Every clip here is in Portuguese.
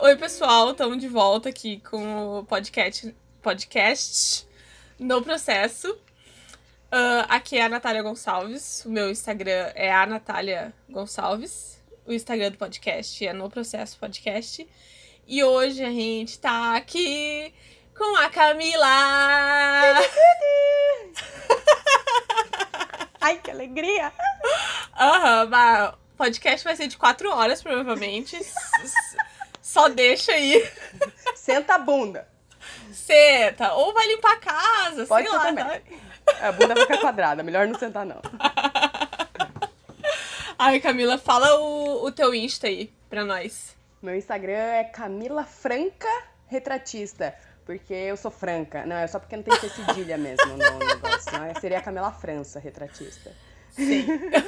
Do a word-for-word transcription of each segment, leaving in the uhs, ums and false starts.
Oi, pessoal, estamos de volta aqui com o podcast, podcast No Processo. Uh, aqui é a Natália Gonçalves, o meu Instagram é a Natália Gonçalves, o Instagram do podcast é No Processo Podcast. E hoje a gente tá aqui com a Camila! Ai, que alegria! Aham, uhum, o podcast vai ser de quatro horas, provavelmente. Só deixa aí. Senta a bunda. Senta. Ou vai limpar a casa, Pode sei ser lá. também. Tá? A bunda vai ficar quadrada, melhor não sentar não. Ai, Camila, fala o, o teu Insta aí pra nós. Meu Instagram é Camila Franca Retratista. Porque eu sou franca. Não, é só porque não tem ser cedilha mesmo no negócio. Não, seria Camila França Retratista. Sim.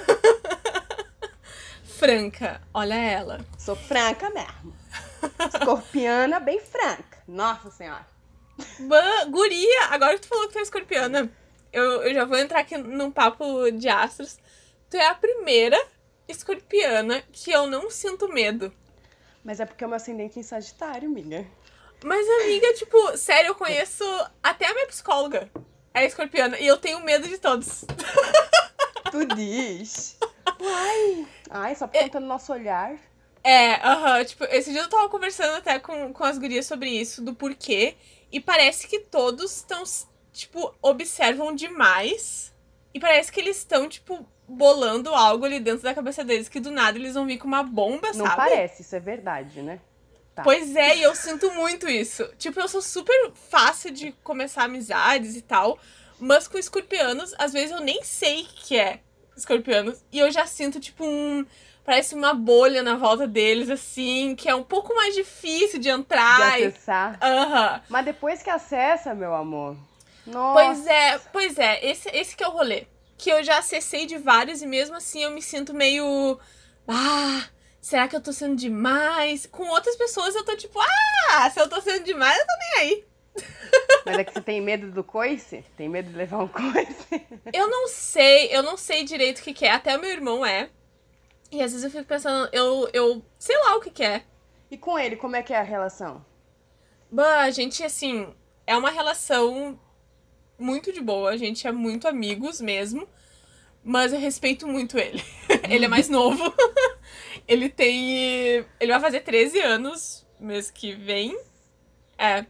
Franca, olha ela. Sou franca mesmo. Escorpiana bem franca. Nossa Senhora. Ba- guria, agora que tu falou que tu é escorpiana, eu, eu já vou entrar aqui num papo de astros. Tu é a primeira escorpiana que eu não sinto medo. Mas é porque é o meu ascendente em Sagitário, amiga. Mas, amiga, tipo, sério, eu conheço até a minha psicóloga. É escorpiana. E eu tenho medo de todos. Tu diz. Uai. Ai, só por conta do nosso olhar. É, aham. Uh-huh, tipo, esse dia eu tava conversando até com, com as gurias sobre isso, do porquê. E parece que todos estão, tipo, observam demais. E parece que eles estão, tipo, bolando algo ali dentro da cabeça deles, que do nada eles vão vir com uma bomba, Não sabe? Não parece, isso é verdade, né? Tá. Pois é, e eu sinto muito isso. Tipo, eu sou super fácil de começar amizades e tal, mas com escorpianos, às vezes eu nem sei o que é escorpianos, e eu já sinto, tipo, um... Parece uma bolha na volta deles, assim, que é um pouco mais difícil de entrar. De acessar. Aham. Uhum. Mas depois que acessa, meu amor... Nossa. Pois é, pois é, esse, esse que é o rolê. Que eu já acessei de vários e mesmo assim eu me sinto meio... Ah... Será que eu tô sendo demais? Com outras pessoas eu tô tipo, ah, se eu tô sendo demais, eu tô nem aí. Mas é que você tem medo do coice? Tem medo de levar um coice? Eu não sei, eu não sei direito o que que é. Até o meu irmão é. E às vezes eu fico pensando, eu, eu sei lá o que que é. E com ele, como é que é a relação? Bah, a gente, assim, é uma relação muito de boa. A gente é muito amigos mesmo. Mas eu respeito muito ele. Ele é mais novo. Ele tem... Ele vai fazer treze anos mês que vem. É.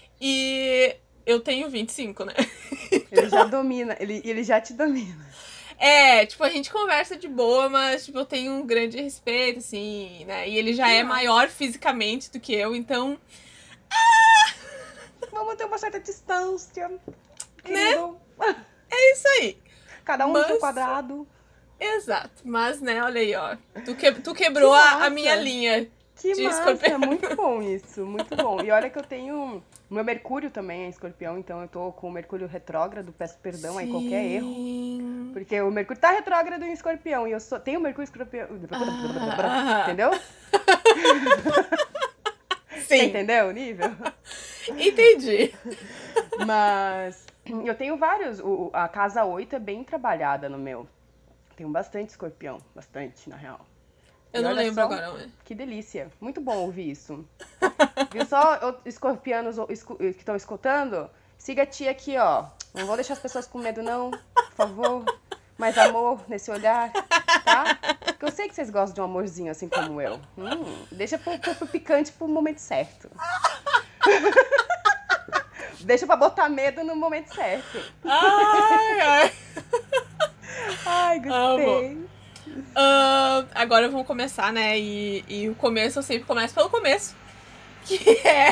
E eu tenho vinte e cinco, né? Ele já domina. Ele, ele já te domina. É, tipo, a gente conversa de boa, mas, tipo, eu tenho um grande respeito, assim, né? E ele já é maior fisicamente do que eu, então... Ah! Vamos ter uma certa distância. Querido. Né? É isso aí. Cada um mas... no seu quadrado. Exato. Mas, né, olha aí, ó. Tu, que... tu quebrou que a, a minha linha. Que de massa, escorpião. Muito bom isso, muito bom. E olha que eu tenho... O meu Mercúrio também é escorpião, então eu tô com o Mercúrio retrógrado, peço perdão Sim. aí qualquer erro. Porque o Mercúrio tá retrógrado em escorpião e eu sou... tenho o Mercúrio escorpião... Ah. Entendeu? Sim. Você entendeu o nível? Entendi. Mas eu tenho vários. O, a casa oito é bem trabalhada no meu. Tenho bastante escorpião, bastante, na real. Eu e não lembro só, agora, né? Que delícia. Muito bom ouvir isso. Viu só, escorpianos que estão escutando? Siga a tia aqui, ó. Não vou deixar as pessoas com medo, não. Por favor. Mais amor nesse olhar, tá? Porque eu sei que vocês gostam de um amorzinho, assim como eu. Hum, deixa pro, pro, pro picante pro momento certo. Deixa pra botar medo no momento certo. Ai, ai. Ai, gostei. Uh, agora vamos começar, né? E, e o começo eu sempre começo pelo começo. Que é...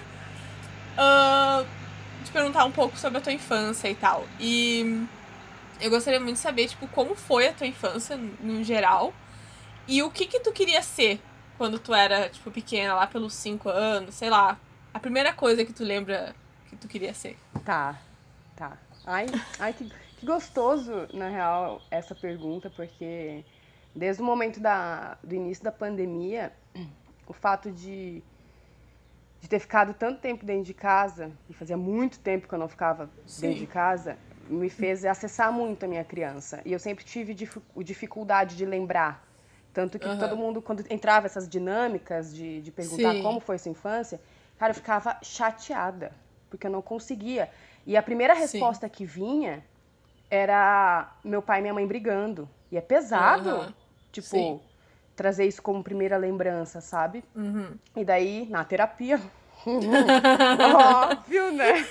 uh, te perguntar um pouco sobre a tua infância e tal. E eu gostaria muito de saber, tipo, como foi a tua infância, no geral. E o que que tu queria ser quando tu era, tipo, pequena, lá pelos cinco anos, sei lá. A primeira coisa que tu lembra que tu queria ser. Tá, tá. Ai, ai que, que gostoso, na real, essa pergunta, porque desde o momento da, do início da pandemia, o fato de, de ter ficado tanto tempo dentro de casa, e fazia muito tempo que eu não ficava Sim. dentro de casa, me fez acessar muito a minha criança. E eu sempre tive dificuldade de lembrar Tanto que Aham. todo mundo, quando entrava essas dinâmicas de, de perguntar Sim. como foi sua infância, cara, eu ficava chateada, porque eu não conseguia. E a primeira Sim. resposta que vinha era meu pai e minha mãe brigando. E é pesado, Aham. tipo, Sim. trazer isso como primeira lembrança, sabe? Uhum. E daí, na terapia, óbvio, né?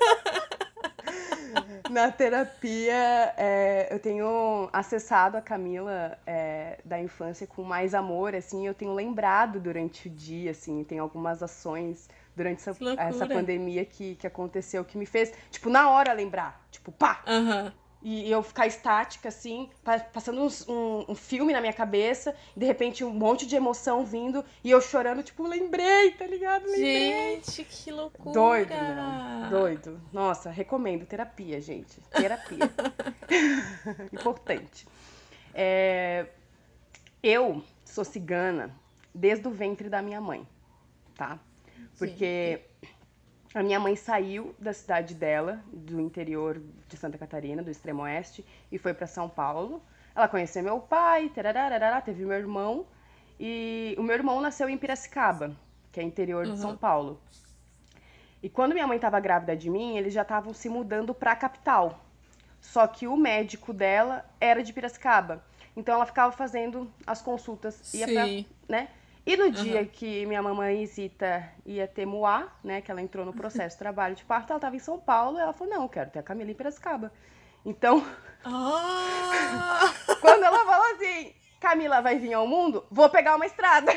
Na terapia, é, eu tenho acessado a Camila é, da infância com mais amor, assim, eu tenho lembrado durante o dia, assim, tem algumas ações durante essa, Que essa loucura. pandemia que, que aconteceu, que me fez, tipo, na hora lembrar, tipo, pá! Aham. E, e eu ficar estática, assim, pa- passando uns- um, um filme na minha cabeça, e de repente um monte de emoção vindo, e eu chorando, tipo, lembrei, tá ligado? Lembrei! Gente, que loucura. Doido, meu. Doido. Nossa, recomendo terapia, gente. Terapia. Importante. É, eu sou cigana desde o ventre da minha mãe, tá? Porque a minha mãe saiu da cidade dela, do interior de Santa Catarina, do extremo oeste, e foi pra São Paulo. Ela conheceu meu pai, tarará, teve meu irmão, e o meu irmão nasceu em Piracicaba, que é interior de São Uhum. Paulo. E quando minha mãe estava grávida de mim, eles já estavam se mudando para a capital. Só que o médico dela era de Piracicaba. Então ela ficava fazendo as consultas, ia pra, Sim. né? E no dia Aham. que minha mamãezita ia ter Moá, né, que ela entrou no processo de trabalho de parto, ela estava em São Paulo, e ela falou: "Não, eu quero ter a Camila em Piracicaba". Então, Ah! quando ela falou assim: "Camila vai vir ao mundo, vou pegar uma estrada".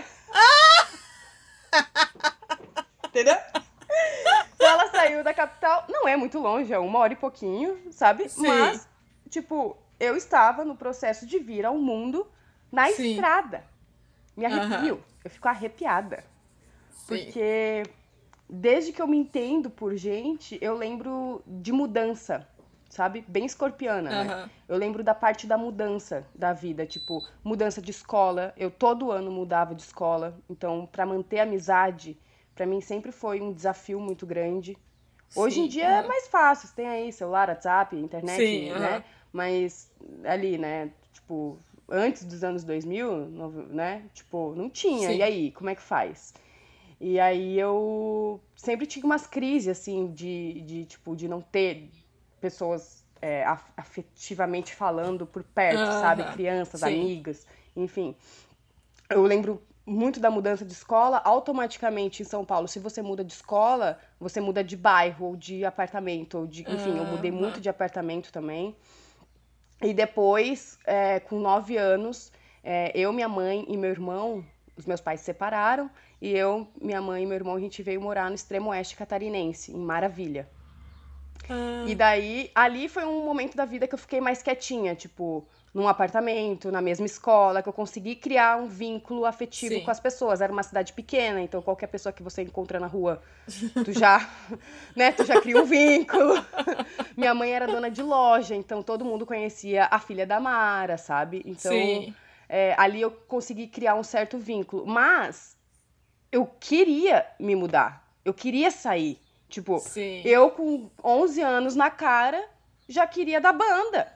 Entendeu? Então ela saiu da capital, não é muito longe, é uma hora e pouquinho, sabe? Sim. Mas, tipo, eu estava no processo de vir ao mundo na Sim. estrada. Me arrepio, Aham. eu fico arrepiada. Sim. Porque desde que eu me entendo por gente, eu lembro de mudança, sabe? Bem escorpiana, né? Aham. Eu lembro da parte da mudança da vida, tipo, mudança de escola. Eu todo ano mudava de escola, então pra manter a amizade, pra mim sempre foi um desafio muito grande. Hoje em Sim. dia é Aham. mais fácil, você tem aí celular, WhatsApp, internet, Sim. né? Aham. Mas ali, né, tipo, antes dos anos dois mil, no- né? Tipo, não tinha. E Sim. aí, como é que faz? E aí eu sempre tive umas crises, assim, de, de tipo, de não ter pessoas é, af- afetivamente falando por perto, sabe? Aham. Crianças, Sim. amigas, enfim. Eu lembro muito da mudança de escola. Automaticamente em São Paulo, se você muda de escola, você muda de bairro ou de apartamento, ou de, enfim, eu mudei muito Aham. de apartamento também. E depois, é, com nove anos, é, eu, minha mãe e meu irmão, os meus pais se separaram, e eu, minha mãe e meu irmão, a gente veio morar no extremo oeste catarinense, em Maravilha. E Ah, daí, ali foi um momento da vida que eu fiquei mais quietinha, tipo, num apartamento, na mesma escola, que eu consegui criar um vínculo afetivo com sim. as pessoas. Era uma cidade pequena, então qualquer pessoa que você encontra na rua, tu já, né, tu já cria um vínculo. Minha mãe era dona de loja, então todo mundo conhecia a filha da Mara, sabe? Então, Sim. é, ali eu consegui criar um certo vínculo. Mas eu queria me mudar, eu queria sair. Tipo, Sim. eu com onze anos na cara já queria da banda.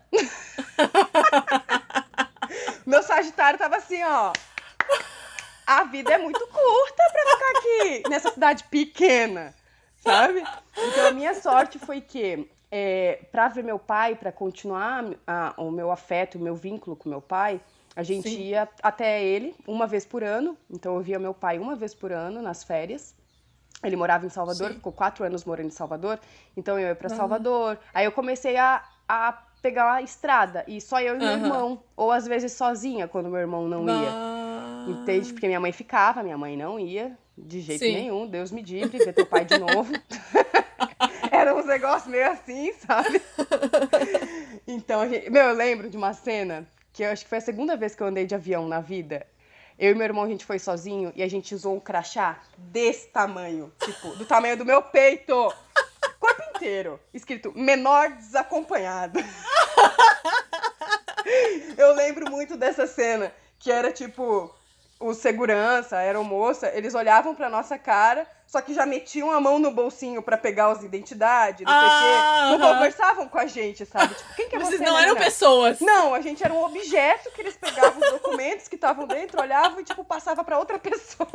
Meu Sagitário tava assim, ó. A vida é muito curta pra ficar aqui nessa cidade pequena, sabe? Então a minha sorte foi que, é, pra ver meu pai, pra continuar a- o meu afeto, o meu vínculo com meu pai, a gente Sim. ia até ele uma vez por ano. Então eu via meu pai uma vez por ano nas férias. Ele morava em Salvador, Sim. ficou quatro anos morando em Salvador, então eu ia pra Aham. Salvador. Aí eu comecei a, a pegar a estrada, e só eu e meu Aham. irmão, ou às vezes sozinha, quando meu irmão não ia. Entende? Bah. Porque minha mãe ficava, minha mãe não ia, de jeito Sim. nenhum, Deus me livre, ver teu pai de novo. Era uns negócios meio assim, sabe? Então, a gente... meu, eu lembro de uma cena que eu acho que foi a segunda vez que eu andei de avião na vida. Eu e meu irmão, a gente foi sozinho e a gente usou um crachá desse tamanho. Tipo, do tamanho do meu peito. Corpo inteiro. Escrito, menor desacompanhado. Eu lembro muito dessa cena, que era tipo... o segurança, a aeromoça, eles olhavam pra nossa cara, só que já metiam a mão no bolsinho pra pegar as identidades, não sei o Ah, quê. Não aham. conversavam com a gente, sabe? Tipo, quem que é Vocês você, não né, eram menina? pessoas. Não, a gente era um objeto que eles pegavam os documentos que estavam dentro, olhavam e, tipo, passava pra outra pessoa.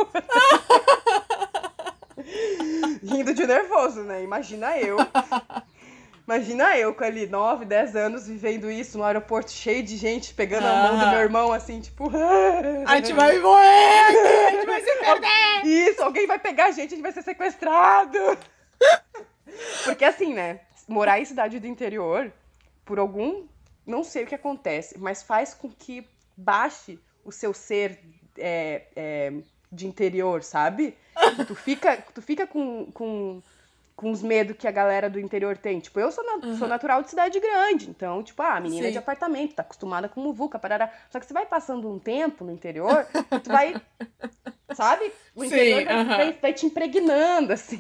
Rindo de nervoso, né? Imagina eu. Imagina eu com ali nove, dez anos vivendo isso no aeroporto cheio de gente pegando a mão do meu irmão assim, tipo... A gente vai morrer aqui, a gente vai se perder. Isso, alguém vai pegar a gente, a gente vai ser sequestrado. Porque assim, né? Morar em cidade do interior, por algum... Não sei o que acontece, mas faz com que baixe o seu ser é, é, de interior, sabe? Que tu fica, tu fica com... com com os medos que a galera do interior tem. Tipo, eu sou, na, uhum. sou natural de cidade grande, então, tipo, ah, a menina Sim. é de apartamento, tá acostumada com muvuca, parará. Só que você vai passando um tempo no interior, tu vai, sabe? O interior Sim, vai, uh-huh. vai, vai te impregnando, assim.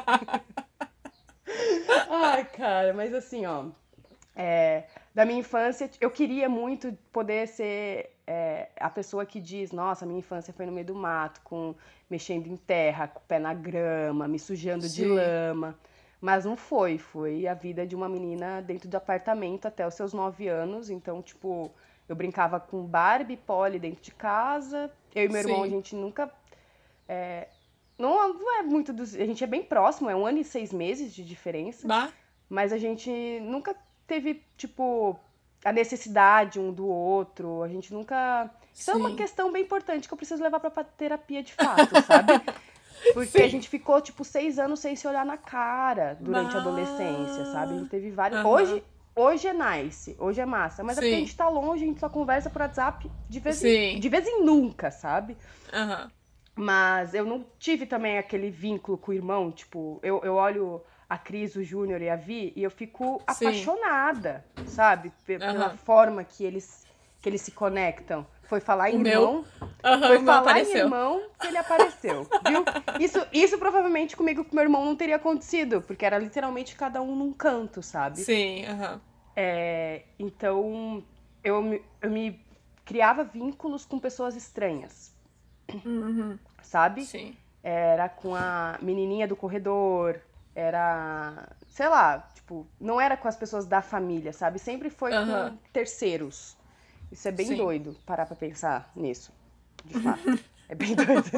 Ai, cara, mas assim, ó, é, da minha infância, eu queria muito poder ser é, a pessoa que diz, nossa, minha infância foi no meio do mato, com... mexendo em terra, com o pé na grama, me sujando Sim. de lama. Mas não foi, foi a vida de uma menina dentro de apartamento até os seus nove anos. Então, tipo, eu brincava com Barbie, Polly dentro de casa. Eu e meu Sim. irmão, a gente nunca... É, não, não é muito... Dos, a gente é bem próximo, é um ano e seis meses de diferença. Bah. Mas a gente nunca teve, tipo... a necessidade um do outro, a gente nunca... Isso Sim. é uma questão bem importante que eu preciso levar pra terapia de fato, sabe? Porque Sim. a gente ficou, tipo, seis anos sem se olhar na cara durante bah. a adolescência, sabe? A gente teve vários... Uhum. Hoje, hoje é nice, hoje é massa, mas Sim. é porque a gente tá longe, a gente só conversa por WhatsApp de vez, em, de vez em nunca, sabe? Uhum. Mas eu não tive também aquele vínculo com o irmão, tipo, eu, eu olho... a Cris, o Júnior e a Vi, e eu fico Sim. apaixonada, sabe? P- pela uhum. forma que eles, que eles se conectam. Foi falar em o irmão, meu... uhum, foi o falar apareceu. em irmão que ele apareceu, viu? Isso, isso provavelmente comigo com meu irmão não teria acontecido, porque era literalmente cada um num canto, sabe? Sim, aham. Uhum. É, então, eu me, eu me criava vínculos com pessoas estranhas, uhum. sabe? Sim. Era com a menininha do corredor... Era, sei lá, tipo, não era com as pessoas da família, sabe? Sempre foi uhum. com terceiros. Isso é bem Sim. doido, parar pra pensar nisso, de fato. É bem doido.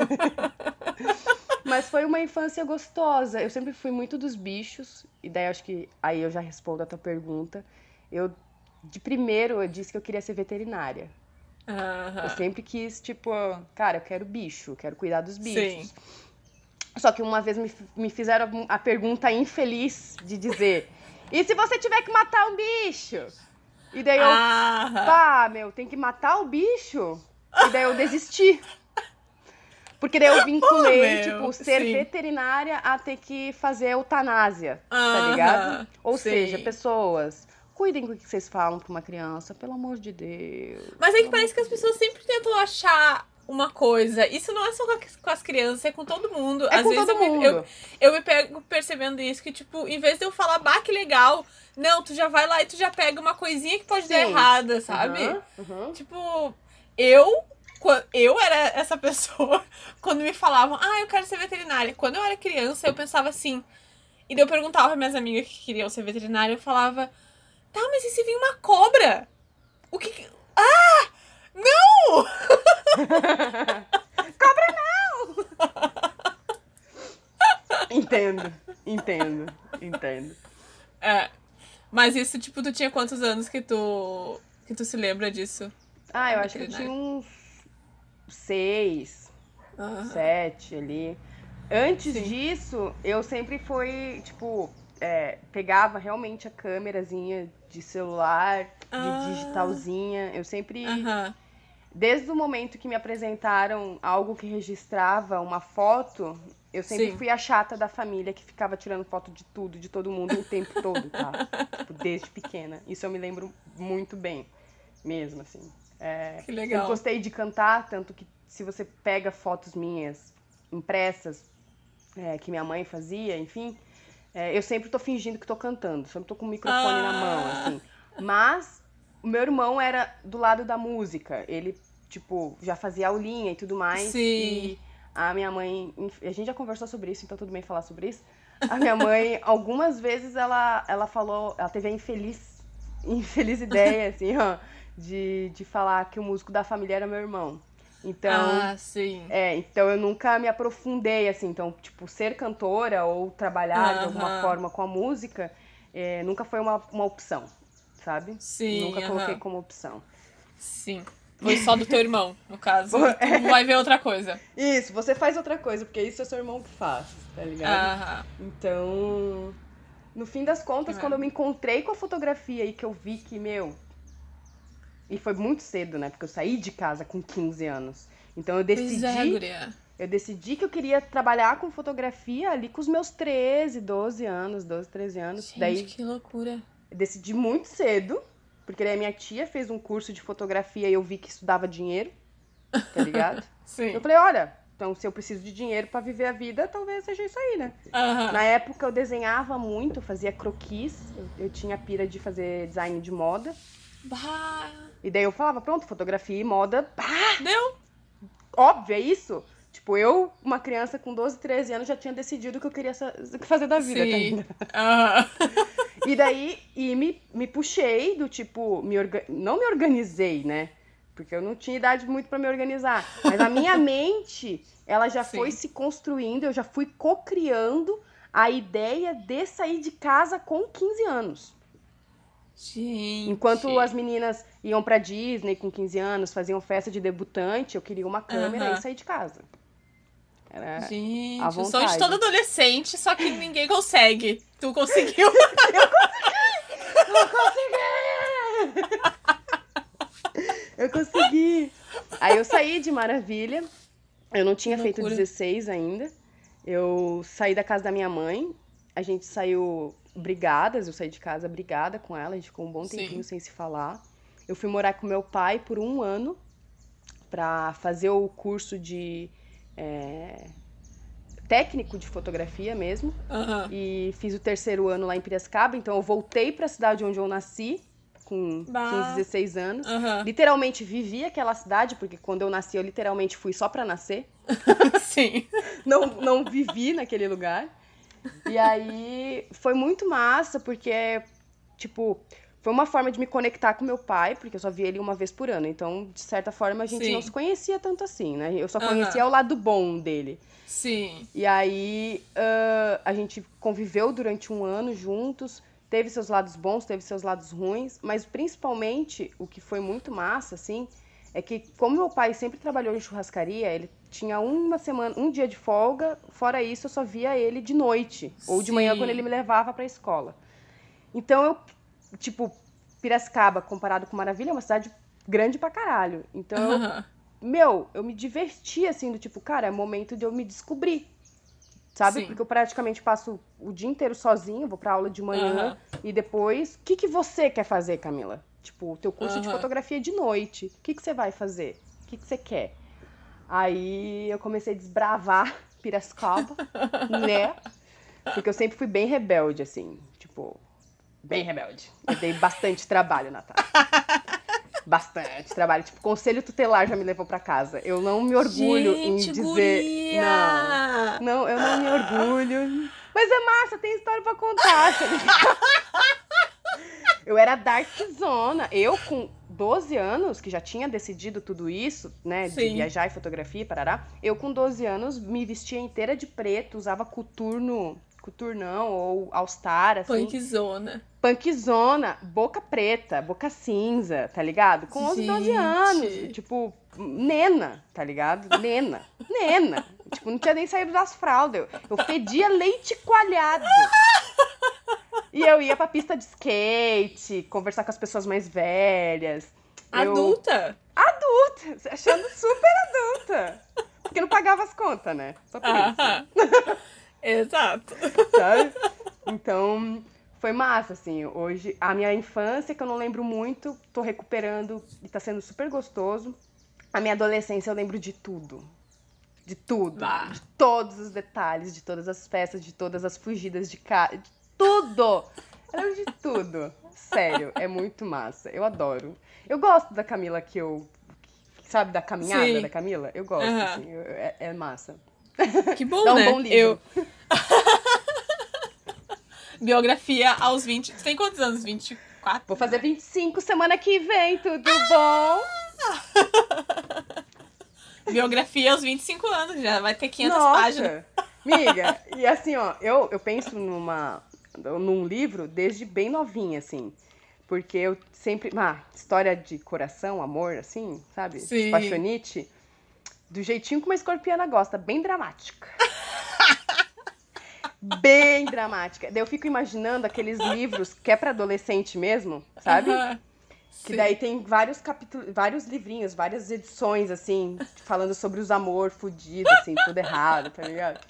Mas foi uma infância gostosa. Eu sempre fui muito dos bichos, e daí acho que aí eu já respondo a tua pergunta. Eu, de primeiro, eu disse que eu queria ser veterinária. Uhum. Eu sempre quis, tipo, cara, eu quero bicho, eu quero cuidar dos bichos. Sim. Só que uma vez me, me fizeram a pergunta infeliz de dizer, e se você tiver que matar um bicho? E daí eu, ah. pá, meu, tem que matar o bicho? E daí eu desisti. Porque daí eu vinculei, oh, tipo, ser sim. veterinária a ter que fazer eutanásia, uh-huh. tá ligado? Ou sim. seja, pessoas, cuidem com o que vocês falam pra uma criança, pelo amor de Deus. Mas é que parece que as pessoas sempre tentam achar... uma coisa, isso não é só com as crianças, é com todo mundo. É Às com vezes todo eu, mundo. Me, eu, eu me pego percebendo isso, que tipo, em vez de eu falar, bah, que legal, não, tu já vai lá e tu já pega uma coisinha que pode Sim. dar errada, sabe? Uhum, uhum. Tipo, eu, eu era essa pessoa, quando me falavam, ah, eu quero ser veterinária. Quando eu era criança, eu pensava assim, e daí eu perguntava para minhas amigas que queriam ser veterinária, eu falava, tá, mas e se vir uma cobra? O que que... Ah! Não! Cobra não! Entendo, entendo, entendo. É, mas isso, tipo, tu tinha quantos anos que tu, que tu se lembra disso? Ah, eu acho que eu tinha uns seis, uhum. sete ali. Antes Sim. disso, eu sempre fui, tipo, é, pegava realmente a câmerazinha de celular, ah. de digitalzinha. Eu sempre... Uhum. Desde o momento que me apresentaram algo que registrava uma foto, eu sempre Sim. fui a chata da família que ficava tirando foto de tudo, de todo mundo, o tempo todo, tá? Tipo, desde pequena. Isso eu me lembro muito bem, mesmo, assim. É, que legal. Eu gostei de cantar, tanto que se você pega fotos minhas impressas, é, que minha mãe fazia, enfim, é, eu sempre tô fingindo que tô cantando, sempre tô com o microfone ah. na mão, assim. Mas... o meu irmão era do lado da música, ele tipo, já fazia aulinha e tudo mais. Sim. E a minha mãe, a gente já conversou sobre isso, então tudo bem falar sobre isso. A minha mãe, algumas vezes, ela, ela falou, ela teve a infeliz, infeliz ideia, assim, ó, de, de falar que o músico da família era meu irmão. Então, ah, sim. É, então eu nunca me aprofundei, assim, então, tipo, ser cantora ou trabalhar de alguma Aham. forma com a música, é, nunca foi uma, uma opção, sabe? Sim, Nunca aham. coloquei como opção. Sim. Foi só do teu irmão, no caso. É. Tu vai ver outra coisa. Isso, você faz outra coisa, porque isso é seu irmão que faz, tá ligado? Aham. Então, no fim das contas, É. quando eu me encontrei com a fotografia e que eu vi que, meu... E foi muito cedo, né? Porque eu saí de casa com quinze anos. Então eu decidi... Pois é, guria. Eu decidi que eu queria trabalhar com fotografia ali com os meus treze, doze anos, doze, treze anos. Gente, Daí que loucura. eu decidi muito cedo, porque daí a minha tia fez um curso de fotografia e eu vi que isso dava dinheiro, tá ligado? Sim. Eu falei, olha, então se eu preciso de dinheiro pra viver a vida, talvez seja isso aí, né? Aham. Na época eu desenhava muito, fazia croquis, eu, eu tinha a pira de fazer design de moda. Bah. E daí eu falava, pronto, fotografia e moda, pá, Deu. óbvio, é isso. Tipo, eu, uma criança com doze, treze anos, já tinha decidido o que eu queria sa- fazer da vida, tá Sim. ligado? Aham. E daí, e me, me puxei do tipo, me orga... não me organizei, né? Porque eu não tinha idade muito pra me organizar. Mas a minha mente, ela já Sim. foi se construindo, eu já fui co-criando a ideia de sair de casa com quinze anos. Gente. Enquanto as meninas iam pra Disney com quinze anos, faziam festa de debutante, eu queria uma câmera Aham. e sair de casa. Era Gente, à o sonho de vontade. todo adolescente, só que ninguém consegue. Tu conseguiu. Eu consegui! Aí eu saí de Maravilha, eu não tinha Que feito loucura. dezesseis ainda. Eu saí da casa da minha mãe, a gente saiu brigadas, eu saí de casa brigada com ela, a gente ficou um bom Sim. tempinho sem se falar. Eu fui morar com meu pai por um ano pra fazer o curso de é, técnico de fotografia mesmo. Aham. E fiz o terceiro ano lá em Piracicaba, então eu voltei pra cidade onde eu nasci, com Bah. quinze, dezesseis anos. Aham. Literalmente vivi aquela cidade, porque quando eu nasci, eu literalmente fui só pra nascer. Sim. Não, não vivi naquele lugar. E aí foi muito massa, porque, tipo, foi uma forma de me conectar com meu pai, porque eu só via ele uma vez por ano. Então, de certa forma, a gente Sim. não se conhecia tanto assim, né? Eu só Aham. conhecia o lado bom dele. Sim. E aí ah, a gente conviveu durante um ano juntos, teve seus lados bons, teve seus lados ruins, mas principalmente o que foi muito massa, assim, é que como meu pai sempre trabalhou em churrascaria, ele tinha uma semana, um dia de folga, fora isso eu só via ele de noite, ou de manhã Sim. quando ele me levava pra escola. Então eu, tipo, Piracicaba, comparado com Maravilha, é uma cidade grande pra caralho. Então eu Aham. meu, eu me diverti, assim, do tipo, cara, é momento de eu me descobrir, sabe? Sim. Porque eu praticamente passo o dia inteiro sozinho, vou pra aula de manhã, Aham. e depois, o que, que você quer fazer, Camila? Tipo, o teu curso de Aham. fotografia é de noite, o que, que você vai fazer? O que, que você quer? Aí eu comecei a desbravar Piracicaba, né? Porque eu sempre fui bem rebelde, assim, tipo, bem rebelde. Eu dei bastante trabalho, Natália. Bastante trabalho. Tipo, conselho tutelar já me levou pra casa. Eu não me orgulho em Gente, dizer. guria! Não, não, eu não me orgulho. Mas é massa, tem história pra contar. Tá ligado? Eu era darkzona. Eu, com doze anos, que já tinha decidido tudo isso, né? De Sim. viajar e fotografia, parará. Eu, com doze anos, me vestia inteira de preto, usava coturno, coturnão ou all-star, assim. Punkzona. Punkzona, boca preta, boca cinza, tá ligado? Com onze, doze Gente. anos, tipo, nena, tá ligado? Nena, nena. Tipo, não tinha nem saído das fraldas. Eu, eu fedia leite coalhado. E eu ia pra pista de skate, conversar com as pessoas mais velhas. Eu- Adulta? Adulta, se achando super adulta. Porque não pagava as contas, né? Só por isso. Aham. Exato. Sabe? Então, foi massa, assim. Hoje, a minha infância, que eu não lembro muito, tô recuperando e tá sendo super gostoso. A minha adolescência, eu lembro de tudo. De tudo. Bah. De todos os detalhes, de todas as festas, de todas as fugidas de casa. De tudo! Eu lembro de tudo. Sério, é muito massa. Eu adoro. Eu gosto da Camila que eu... sabe, da caminhada Sim. da Camila. Eu gosto, Uhum. assim, eu- é, é massa. Que bom, Dá um né? bom livro. Eu... Biografia aos vinte. Você tem quantos anos? vinte e quatro? Vou fazer vinte e cinco semana que vem, tudo bom? Biografia aos vinte e cinco anos, já vai ter quinhentas Nossa, páginas. Miga, e assim, ó, eu, eu penso numa, num livro desde bem novinha, assim. Porque eu sempre. Ah, história de coração, amor, assim, sabe? Sim. Paixonite. Do jeitinho que uma escorpiana gosta, bem dramática. Bem dramática. Daí eu fico imaginando aqueles livros que é pra adolescente mesmo, sabe? Uhum. Que Sim. daí tem vários capítulos, vários livrinhos, várias edições, assim, falando sobre os amor fudidos, assim, tudo errado, tá ligado?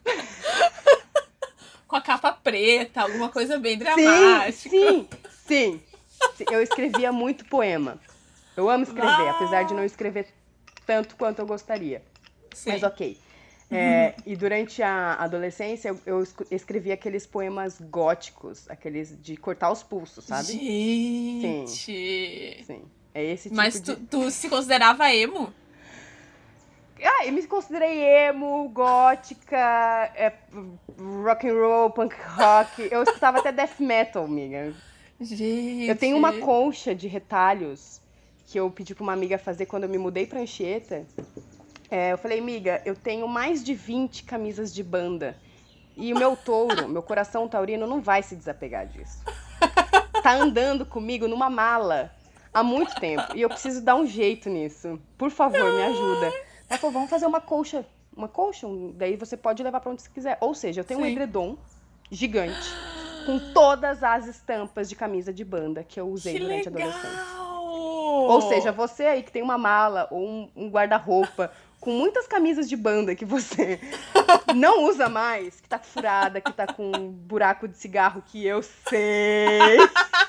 Com a capa preta, alguma coisa bem dramática. Sim, sim, sim. Eu escrevia muito poema. Eu amo escrever, Ah. apesar de não escrever tanto quanto eu gostaria. Sim. Mas ok. É, e durante a adolescência, eu, eu escu- escrevi aqueles poemas góticos, aqueles de cortar os pulsos, sabe? Gente. Sim. É esse tipo Mas de... tu, tu se considerava emo? Ah, eu me considerei emo, gótica, é, rock and roll, punk rock. Eu escutava até death metal, amiga. Gente. Eu tenho uma colcha de retalhos que eu pedi pra uma amiga fazer quando eu me mudei pra Anchieta. É, eu falei, amiga, eu tenho mais de vinte camisas de banda. E o meu touro, meu coração taurino, não vai se desapegar disso. Tá andando comigo numa mala há muito tempo. E eu preciso dar um jeito nisso. Por favor, me ajuda. Ela falou, vamos fazer uma colcha. Uma colcha? Um- Daí você pode levar pra onde você quiser. Ou seja, eu tenho um Sim. edredom gigante com todas as estampas de camisa de banda que eu usei Que durante a legal! adolescência. Ou seja, você aí que tem uma mala ou um, um guarda-roupa com muitas camisas de banda que você não usa mais, que tá furada, que tá com um buraco de cigarro que eu sei.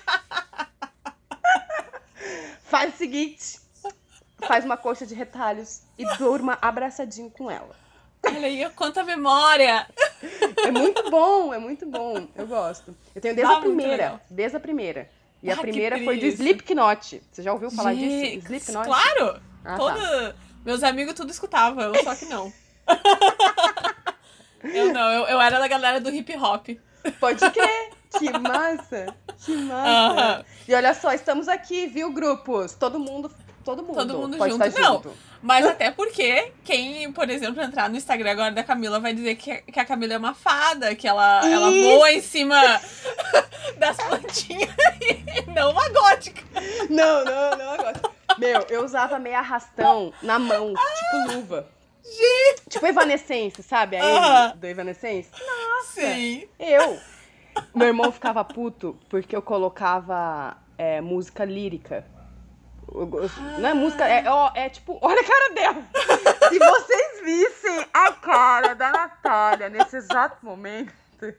Faz o seguinte, faz uma colcha de retalhos e durma abraçadinho com ela. Olha aí, quanta memória! É muito bom, é muito bom. Eu gosto. Eu tenho desde Ah, a muito primeira, legal. desde a primeira. E Ah, a que primeira foi do triste. Slipknot. Você já ouviu falar Gente, disso? Slipknot? Claro! Ah, Todo... tá. Meus amigos tudo escutavam, eu só que não. Eu não, eu, eu era da galera do hip hop. Pode crer. Que massa. Que massa. Aham. E olha só, estamos aqui, viu, grupos? Todo mundo, todo mundo, Todo mundo pode junto. estar Não, junto. mas até porque quem, por exemplo, entrar no Instagram agora da Camila vai dizer que, que a Camila é uma fada, que ela, ela Isso. voa em cima das plantinhas e não uma gótica. Não, não, não agora. Meu, eu usava meio arrastão na mão, tipo luva. Gente! Tipo Evanescence, sabe? A Aham. Amy do Evanescence. Sim. Eu. Meu irmão ficava puto porque eu colocava é, música lírica. Eu- eu- não é música, é, ó, é tipo, olha a cara dela. Se vocês vissem a cara da Natália nesse exato momento.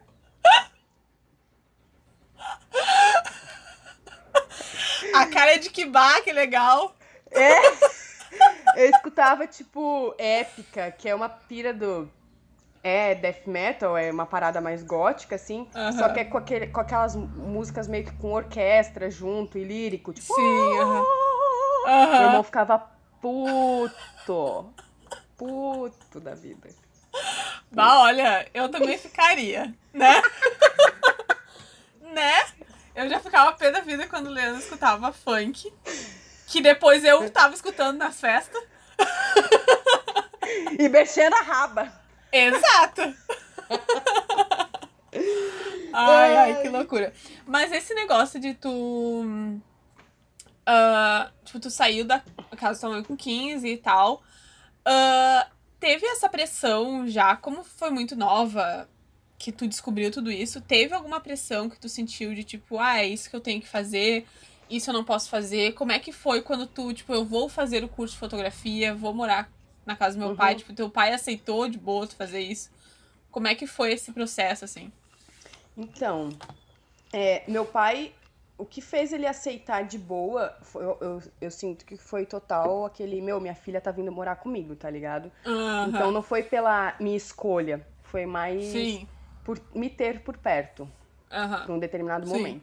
A cara é de que bah, que legal. É. Eu escutava, tipo, épica, que é uma pira do. É death metal, é uma parada mais gótica, assim. Aham. Só que é com, aquele, com aquelas músicas meio que com orquestra junto e lírico. Tipo. Sim, aham. Meu Aham. irmão ficava puto. Puto da vida. Bah, olha, eu também ficaria, né? Né? Eu já ficava pé da vida quando o Leandro escutava funk, que depois eu tava escutando nas festas. E mexendo a raba. Exato! Ai, ai, que loucura. Mas esse negócio de tu... ah, tipo, tu saiu da casa da tua mãe com quinze e tal. ah, teve essa pressão já, como foi muito nova, que tu descobriu tudo isso, teve alguma pressão que tu sentiu de tipo, ah, é isso que eu tenho que fazer, isso eu não posso fazer? Como é que foi quando tu, tipo, eu vou fazer o curso de fotografia, vou morar na casa do meu Uhum. pai, tipo, teu pai aceitou de boa tu fazer isso? Como é que foi esse processo, assim? Então, é, meu pai, o que fez ele aceitar de boa, foi- eu, eu, eu sinto que foi total aquele, meu, minha filha tá vindo morar comigo, tá ligado? Aham. Então não foi pela minha escolha, foi mais Sim. por me ter por perto, Aham. por um determinado Sim. momento.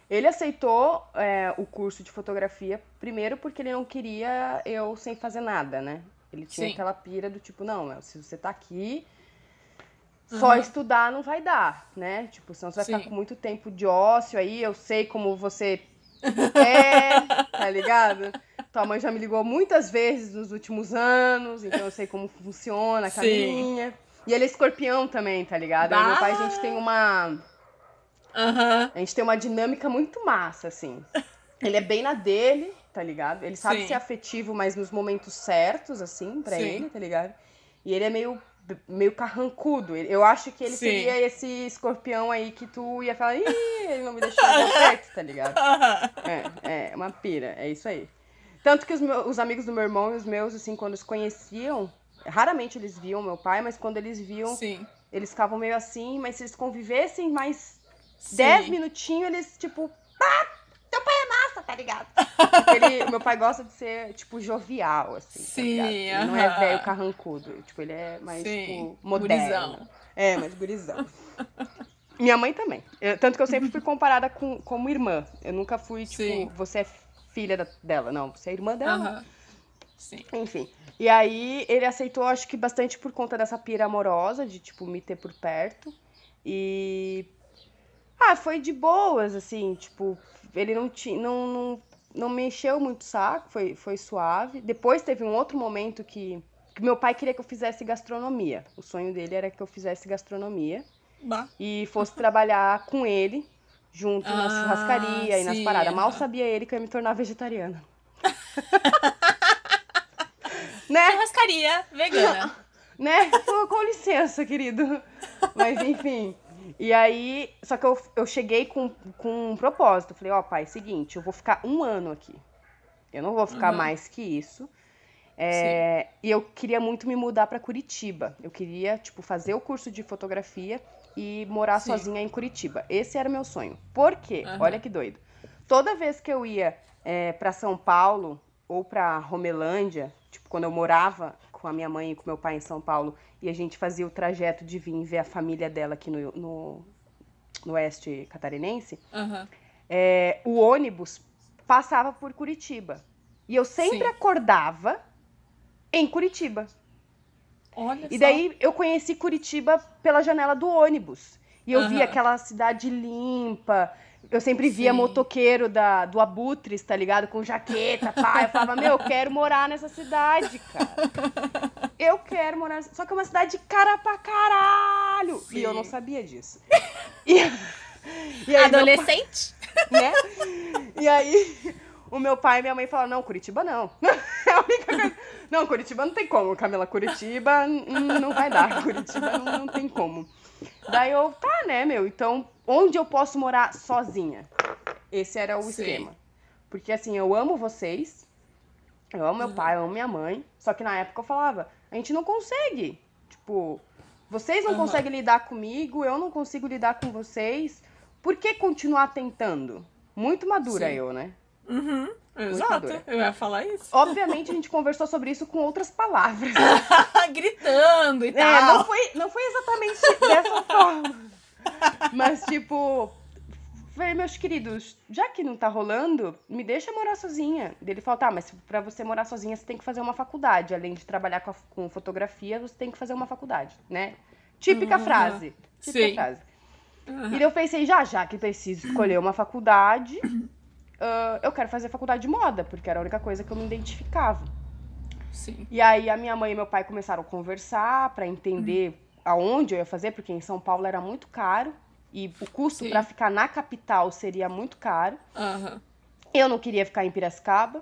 Ele aceitou é, o curso de fotografia, primeiro porque ele não queria eu sem fazer nada, né? Ele tinha Sim. aquela pira do tipo, não, se você tá aqui, só Uhum. estudar não vai dar, né? Tipo, senão você vai Sim. ficar com muito tempo de ócio aí, eu sei como você é, tá ligado? Tua mãe já me ligou muitas vezes nos últimos anos, então eu sei como funciona a Sim. caminha. E ele é escorpião também, tá ligado? Eu e meu pai, a gente tem uma... Aham. A gente tem uma dinâmica muito massa, assim. Ele é bem na dele, tá ligado? Ele sabe Sim. ser afetivo, mas nos momentos certos, assim, pra Sim. ele, tá ligado? E ele é meio, meio carrancudo. Eu acho que ele Sim. seria esse escorpião aí que tu ia falar, ih, ele não me deixou dar perto, tá ligado? É, é uma pira, é isso aí. Tanto que os, meus, os amigos do meu irmão e os meus, assim, quando se conheciam, raramente eles viam meu pai, mas quando eles viam, Sim. eles ficavam meio assim, mas se eles convivessem mais Sim. dez minutinhos, eles, tipo, ah, teu pai é massa, tá ligado? Porque ele, meu pai gosta de ser, tipo, jovial, assim, tá ligado? Sim, Ele não é aham. velho carrancudo, tipo, ele é mais, Sim. tipo, moderno. Gurizão. É, mais gurizão. Minha mãe também. Eu- tanto que eu sempre fui comparada com, como irmã. Eu nunca fui, tipo, Sim. você é filha da- dela. Não, você é irmã dela. Aham. Sim. Enfim. E aí, ele aceitou, acho que bastante por conta dessa pira amorosa, de, tipo, me ter por perto. E... Ah, foi de boas, assim, tipo, ele não tinha... Não, não, não me encheu muito o saco, foi, foi suave. Depois teve um outro momento que, que meu pai queria que eu fizesse gastronomia. O sonho dele era que eu fizesse gastronomia. Bah. E fosse trabalhar com ele, junto na Ah, churrascaria e nas sim, paradas. Mal aham. sabia ele que eu ia me tornar vegetariana. Né? Churrascaria vegana. Né? Pô, com licença, querido. Mas enfim. E aí, só que eu, eu cheguei com, com um propósito. Falei, ó, pai, seguinte, eu vou ficar um ano aqui. Eu não vou ficar Uhum. mais que isso. É, e eu queria muito me mudar pra Curitiba. Eu queria, tipo, fazer o curso de fotografia e morar Sim. sozinha em Curitiba. Esse era meu sonho. Por quê? Aham. Olha que doido. Toda vez que eu ia é, para São Paulo ou pra Romelândia, tipo, quando eu morava com a minha mãe e com meu pai em São Paulo, e a gente fazia o trajeto de vir ver a família dela aqui no, no, no oeste catarinense, Aham. é, o ônibus passava por Curitiba. E eu sempre Sim. acordava em Curitiba. Olha E só. daí eu conheci Curitiba pela janela do ônibus. E eu via Aham. aquela cidade limpa. Eu sempre via Sim. motoqueiro da, do Abutres, tá ligado? Com jaqueta, pá. Eu falava, meu, eu quero morar nessa cidade, cara. Eu quero morar nessa... Só que é uma cidade cara pra caralho. Sim. E eu não sabia disso. E, e aí, meu Adolescente? pai, né? E aí, o meu pai e minha mãe falaram, não, Curitiba não. É a única coisa. Não, Curitiba não tem como, Camila. Curitiba hum, não vai dar. Curitiba não, não tem como. Daí eu, tá, né, meu? Então, onde eu posso morar sozinha? Esse era o Sim. esquema. Porque, assim, eu amo vocês. Eu amo meu pai, eu amo minha mãe. Só que na época eu falava, a gente não consegue. Tipo, vocês não Aham. conseguem lidar comigo, eu não consigo lidar com vocês. Por que continuar tentando? Muito madura Sim. eu, né? Uhum. Exato. madura. Eu ia falar isso. Obviamente a gente conversou sobre isso com outras palavras. Gritando e É, tal. não foi, não foi exatamente dessa forma. Mas, tipo, falei, meus queridos, já que não tá rolando, me deixa morar sozinha. Ele falou, tá, mas pra você morar sozinha, você tem que fazer uma faculdade. Além de trabalhar com, a, com fotografia, você tem que fazer uma faculdade, né? Típica Uhum. frase. Típica Sim. frase. Uhum. E daí eu pensei, já, já que preciso escolher uma faculdade, uh, eu quero fazer faculdade de moda, porque era a única coisa que eu me identificava. Sim. E aí a minha mãe e meu pai começaram a conversar pra entender aonde eu ia fazer, porque em São Paulo era muito caro e o custo Sim. pra ficar na capital seria muito caro. Aham. Eu não queria ficar em Piracicaba.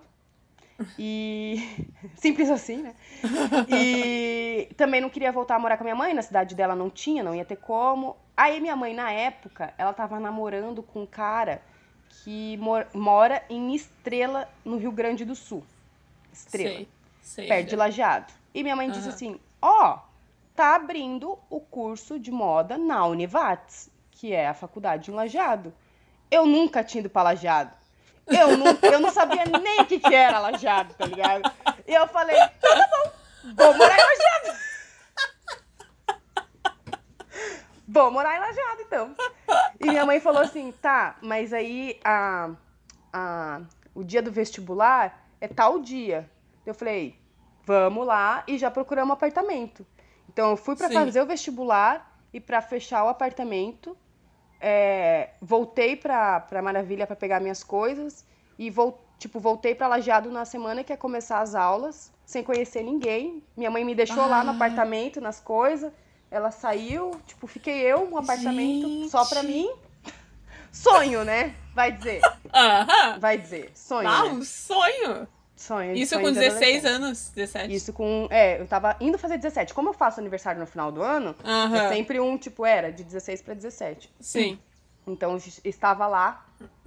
E simples assim, né? E também não queria voltar a morar com a minha mãe, na cidade dela não tinha, não ia ter como. Aí minha mãe, na época, ela tava namorando com um cara que mor- mora em Estrela, no Rio Grande do Sul. Estrela. Sei. Sei. Perto de Lajeado. E minha mãe disse Aham. assim, ó, tá abrindo o curso de moda na Univates, que é a faculdade em Lajeado. Eu nunca tinha ido pra Lajeado. Eu não, eu não sabia nem o que, que era Lajeado, tá ligado? E eu falei, tá bom, vou morar em Lajeado. Vou morar em Lajeado, então. E minha mãe falou assim, tá, mas aí a, a, o dia do vestibular é tal dia. Eu falei, vamos lá e já procuramos um apartamento. Então eu fui pra Sim. fazer o vestibular e pra fechar o apartamento. É, voltei pra, pra Maravilha pra pegar minhas coisas e vol, tipo, voltei pra Lajeado na semana que ia começar as aulas, sem conhecer ninguém. Minha mãe me deixou Ah. lá no apartamento, nas coisas. Ela saiu, tipo, fiquei eu, um apartamento Gente. só pra mim. Sonho, né? Vai dizer. Aham. Vai dizer. Sonho, Ah, né? um sonho. Sonho. Isso sonho com de dezesseis adolescente. anos, dezessete. Isso com... É, eu tava indo fazer dezessete. Como eu faço aniversário no final do ano, Aham. é sempre um, tipo, era de dezesseis pra dezessete. Sim. Então, eu estava lá,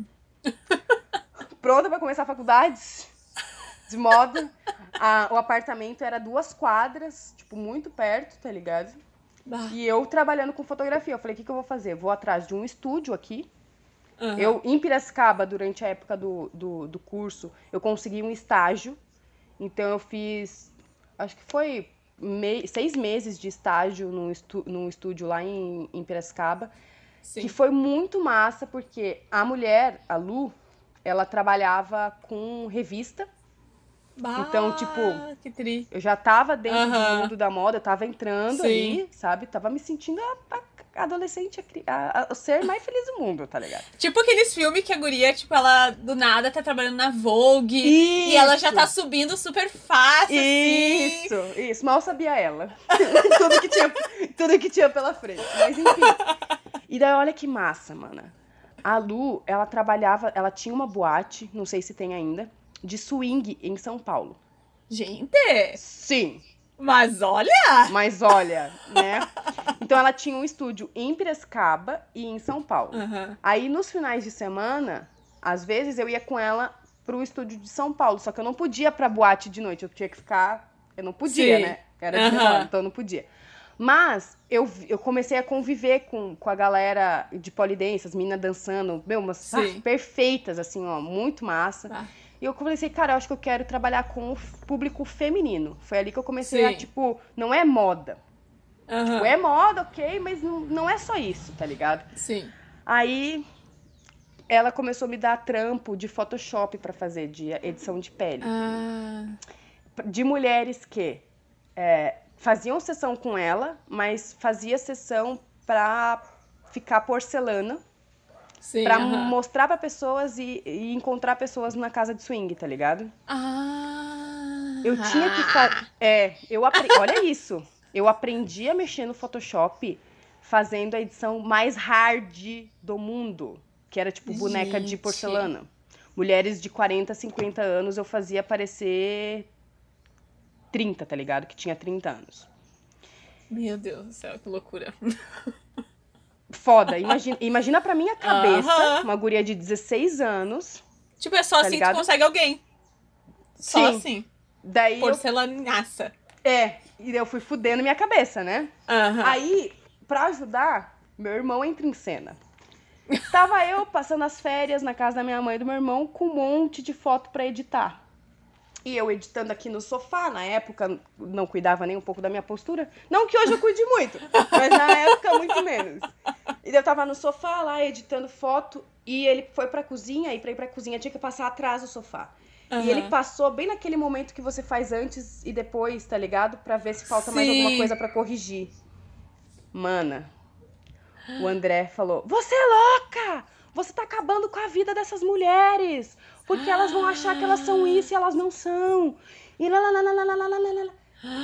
pronta pra começar a faculdade de moda. A, o apartamento era duas quadras, tipo, muito perto, tá ligado? Ah. E eu trabalhando com fotografia. Eu falei, o que, que eu vou fazer? Vou atrás de um estúdio aqui. Aham. Eu, em Piracicaba, durante a época do, do, do curso, eu consegui um estágio. Então, eu fiz, acho que foi mei, seis meses de estágio num, estu, num estúdio lá em, em Piracicaba. Sim. Que foi muito massa, porque a mulher, a Lu, ela trabalhava com revista. Bah, Então, tipo, que tri. eu já tava dentro Aham. do mundo da moda, eu tava entrando Sim. ali, sabe? Tava me sentindo a, a adolescente, a, cri- a, a, o ser mais feliz do mundo, tá ligado? Tipo aqueles filmes que a guria, tipo, ela do nada tá trabalhando na Vogue. E ela já tá subindo super fácil, assim. Isso, isso. Mal sabia ela. tudo, que tinha, tudo que tinha pela frente. Mas enfim. E daí, olha que massa, mana. A Lu, ela trabalhava, ela tinha uma boate, não sei se tem ainda, de swing em São Paulo. Gente, Sim, mas olha! mas olha, né? Então ela tinha um estúdio em Piracicaba e em São Paulo. Aham. Aí nos finais de semana, às vezes eu ia com ela pro estúdio de São Paulo, só que eu não podia pra boate de noite, eu tinha que ficar, eu não podia, Sim. né? Era de Aham. menor, então eu não podia. Mas eu, vi- eu comecei a conviver com, com a galera de polidense, as meninas dançando, meu, umas Sim. ah, perfeitas, assim, ó, muito massa. Ah. E eu comecei, cara, eu acho que eu quero trabalhar com o f- público feminino. Foi ali que eu comecei a, Sim. tipo, não é moda. Aham. Tipo, é moda, ok, mas não, não é só isso, tá ligado? Sim. Aí ela começou a me dar trampo de Photoshop pra fazer, de edição de pele. Ah, De mulheres que é, faziam sessão com ela, mas fazia sessão pra ficar porcelana, sim. pra aham. mostrar pra pessoas e, e encontrar pessoas na casa de swing, tá ligado? Ah. Eu tinha que fazer. É, eu aprendi. Olha isso. Eu aprendi a mexer no Photoshop fazendo a edição mais hard do mundo, que era tipo boneca de Gente. porcelana. Mulheres de quarenta, cinquenta anos eu fazia parecer trinta, tá ligado? Que tinha trinta anos. Meu Deus do céu, que loucura. Foda. Imagina, imagina pra minha cabeça, Aham. uma guria de dezesseis anos. Tipo, é só Tá assim que ligado? tu consegue alguém. Só Sim. assim. Daí eu, Porcelanaça. é, e eu fui fudendo minha cabeça, né? Aham. Aí, pra ajudar, meu irmão entra em cena. Tava eu passando as férias na casa da minha mãe e do meu irmão com um monte de foto pra editar. E eu editando aqui no sofá, na época não cuidava nem um pouco da minha postura. Não que hoje eu cuide muito, mas na época muito menos. E eu tava no sofá lá editando foto e ele foi pra cozinha e pra ir pra cozinha tinha que passar atrás do sofá. Aham. E ele passou bem naquele momento que você faz antes e depois, tá ligado? Pra ver se falta mais Sim. alguma coisa pra corrigir. Mana, o André falou, você é louca! Você tá acabando com a vida dessas mulheres! Porque elas vão achar que elas são isso e elas não são. E lá, lá, lá, lá, lá, lá, lá, lá, lá.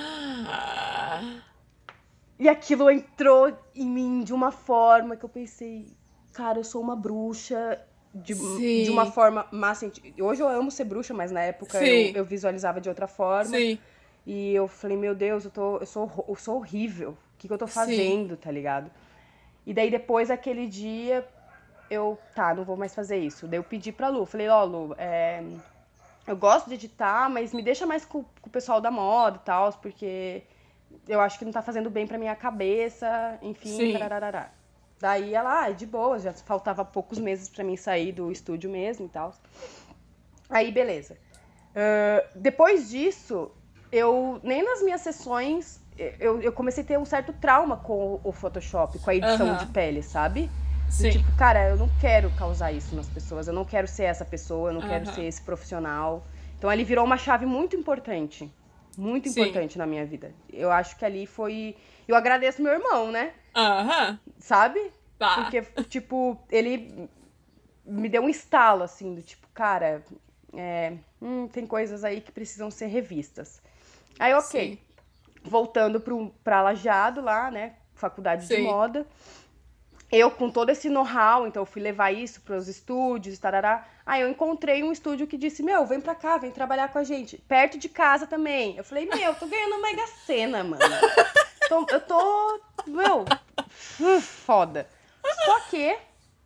Ah. E aquilo entrou em mim de uma forma que eu pensei, cara, eu sou uma bruxa de, Sim. de uma forma massa. Hoje eu amo ser bruxa, mas na época Sim. eu, eu visualizava de outra forma. Sim. E eu falei, meu Deus, eu, tô, eu, sou, horro- eu sou horrível. O que, que eu tô fazendo, tá ligado? E daí depois daquele dia, eu, tá, não vou mais fazer isso. Daí eu pedi pra Lu, falei, ó, Lu, é, eu gosto de editar, mas me deixa mais com, com o pessoal da moda e tal, porque eu acho que não tá fazendo bem pra minha cabeça, enfim, Sim. tararará. Daí ela, ah, de boa, já faltava poucos meses pra mim sair do estúdio mesmo e tal. Aí, beleza. Ah, depois disso, eu, nem nas minhas sessões, eu, eu comecei a ter um certo trauma com o Photoshop, com a edição Aham. de pele, sabe? Do Sim. tipo, cara, eu não quero causar isso nas pessoas, eu não quero ser essa pessoa, eu não quero Aham. ser esse profissional. Então ali virou uma chave muito importante. Muito Sim. importante na minha vida. Eu acho que ali foi. Eu agradeço meu irmão, né? Aham. Sabe? Tá. Porque, tipo, ele me deu um estalo, assim, do tipo, cara, é, hum, tem coisas aí que precisam ser revistas. Aí, ok. Sim. Voltando pro, pra Lajeado lá, né? Faculdade de Sim. moda. Eu, com todo esse know-how, então eu fui levar isso pros estúdios, tarará. Aí eu encontrei um estúdio que disse, meu, vem pra cá, vem trabalhar com a gente. Perto de casa também. Eu falei, meu, eu tô ganhando Mega Sena, mano. Tô- eu tô, meu, hum, foda. Só que,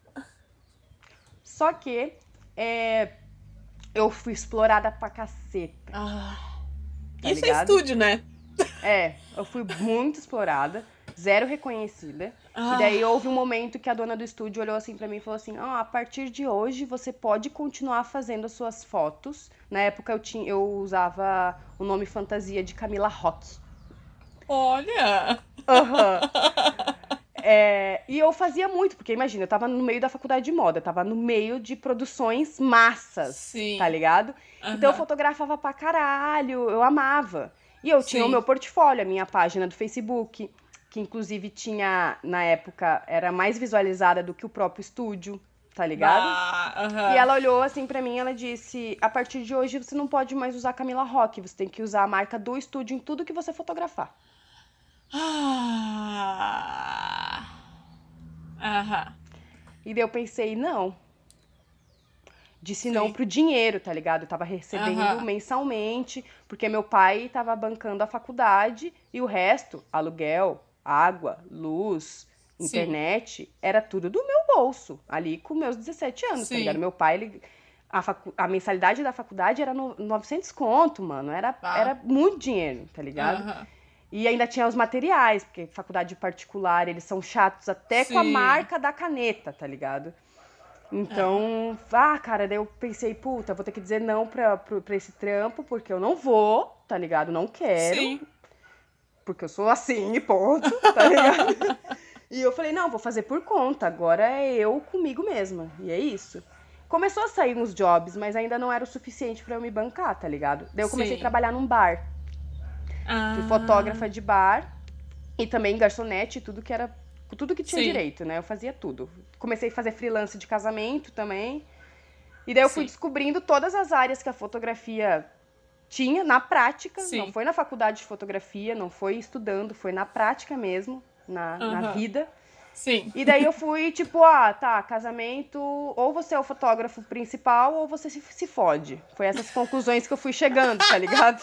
só que, é, eu fui explorada pra caceta, Ah. tá Isso ligado? é estúdio, né? É, eu fui muito explorada, zero reconhecida. Ah. E daí houve um momento que a dona do estúdio olhou assim pra mim e falou assim: "Ah, a partir de hoje você pode continuar fazendo as suas fotos". Na época eu tinha, eu usava o nome fantasia de Camila Rock. Olha. Aham. É, e eu fazia muito, porque imagina, eu tava no meio da faculdade de moda, eu tava no meio de produções massas, Sim. tá ligado? Então eu Aham. fotografava pra caralho, eu amava. E eu tinha o Sim. meu portfólio, a minha página do Facebook, que inclusive tinha, na época, era mais visualizada do que o próprio estúdio, tá ligado? Bah. Aham. E ela olhou assim pra mim e ela disse: a partir de hoje você não pode mais usar Camila Rock, você tem que usar a marca do estúdio em tudo que você fotografar. Ah. Aham. E daí eu pensei, não. Disse não Sim. pro dinheiro, tá ligado? Eu tava recebendo Aham. mensalmente, porque meu pai tava bancando a faculdade e o resto, aluguel, água, luz, Sim. internet, era tudo do meu bolso, ali com meus dezessete anos, tá Sim. ligado? Meu pai, ele, a, facu, a mensalidade da faculdade era no, novecentos conto, mano, era, Tá. era muito dinheiro, tá ligado? Aham. E ainda tinha os materiais, porque faculdade particular, eles são chatos até com a Sim. marca da caneta, tá ligado? Então, ah, cara, daí eu pensei, puta, vou ter que dizer não pra, pra, pra esse trampo, porque eu não vou, tá ligado? Não quero, Sim. porque eu sou assim e ponto, tá ligado? E eu falei, não, vou fazer por conta, agora é eu comigo mesma, e é isso. Começou a sair uns jobs, mas ainda não era o suficiente pra eu me bancar, tá ligado? Daí eu comecei Sim. a trabalhar num bar. Ah. Fui fotógrafa de bar e também garçonete, tudo que era, tudo que tinha Sim. direito, né? Eu fazia tudo. Comecei a fazer freelance de casamento também. E daí eu fui Sim. descobrindo todas as áreas que a fotografia tinha na prática. Sim. Não foi na faculdade de fotografia, não foi estudando, foi na prática mesmo, na, na Aham. vida. Sim. E daí eu fui tipo, ah, tá, casamento, ou você é o fotógrafo principal ou você se, se fode. Foi essas conclusões que eu fui chegando, tá ligado?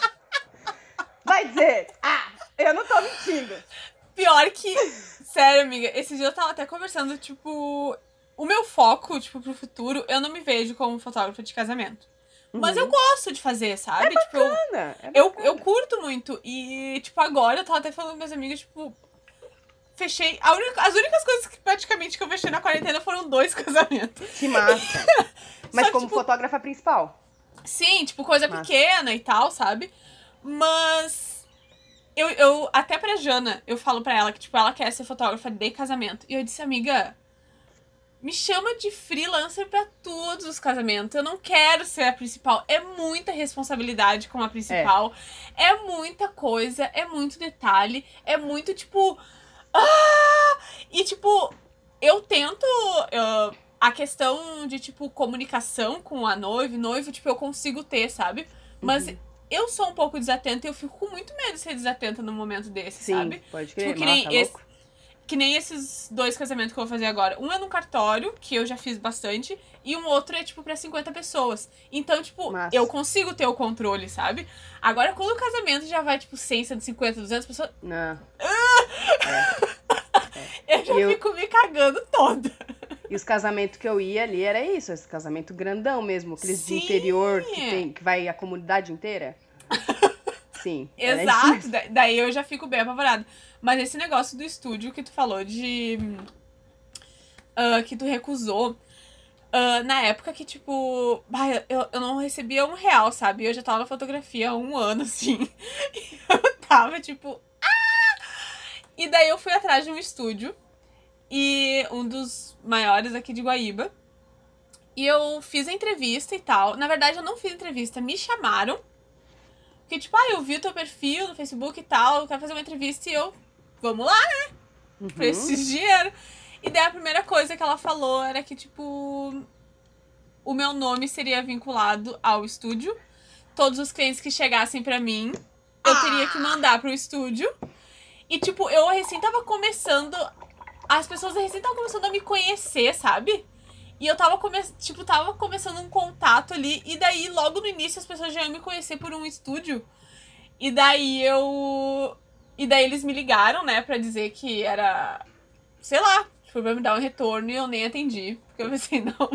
Vai dizer, ah, eu não tô mentindo. Pior que, sério, amiga, esse dia eu tava até conversando, tipo, o meu foco, tipo, pro futuro, eu não me vejo como fotógrafa de casamento. Mas eu gosto de fazer, sabe? É tipo, eu, bacana, é eu, bacana. eu curto muito. E, tipo, agora eu tava até falando com meus amigos, tipo, fechei. A única, as únicas coisas que praticamente que eu fechei na quarentena foram dois casamentos. Que massa. Mas Só que, como tipo, fotógrafa principal? Sim, tipo, coisa Massa. pequena e tal, sabe? Mas eu, eu, até pra Jana, eu falo pra ela que, tipo, ela quer ser fotógrafa de casamento. E eu disse, amiga, me chama de freelancer pra todos os casamentos. Eu não quero ser a principal. É muita responsabilidade com a principal. É, é muita coisa, é muito detalhe, é muito, tipo... Ah! E, tipo, eu tento... eu- a questão de, tipo, comunicação com a noiva, noivo, tipo, eu consigo ter, sabe? Mas Uhum. eu sou um pouco desatenta e eu fico com muito medo de ser desatenta num momento desse, Sim, sabe? pode crer. Tipo, que Nossa, nem, tá esse, louco? que nem esses dois casamentos que eu vou fazer agora. Um é num cartório, que eu já fiz bastante, e um outro é, tipo, pra cinquenta pessoas. Então, tipo, Massa. eu consigo ter o controle, sabe? Agora, quando o casamento já vai, tipo, cem, cento e cinquenta, duzentas pessoas, Não. eu já E eu- fico me cagando toda. E os casamentos que eu ia ali era isso, esse casamento grandão mesmo, aqueles Sim. de interior que, tem, que vai a comunidade inteira. Sim. era isso Exato, mesmo. da- daí eu já fico bem apavorada. Mas esse negócio do estúdio que tu falou de... ah, que tu recusou... ah, na época que, tipo... bah, eu, eu não recebia um real, sabe? Eu já tava na fotografia há um ano, assim. E eu tava, tipo... Ah! E daí eu fui atrás de um estúdio. e um dos maiores aqui de Guaíba. E eu fiz a entrevista e tal. Na verdade, eu não fiz entrevista, me chamaram. Porque, tipo, ah, eu vi o teu perfil no Facebook e tal, eu quero fazer uma entrevista e eu, vamos lá, né? Uhum. Preciso de dinheiro. E daí a primeira coisa que ela falou era que, tipo, o meu nome seria vinculado ao estúdio. Todos os clientes que chegassem pra mim, eu ah. teria que mandar pro estúdio. E, tipo, eu recém tava começando... As pessoas recém estavam começando a me conhecer, sabe? E eu tava, come... tipo, tava começando um contato ali. E daí, logo no início, as pessoas já iam me conhecer por um estúdio. E daí eu... E daí eles me ligaram, né, pra dizer que era... Sei lá, tipo, pra me dar um retorno e eu nem atendi. Porque eu pensei, não...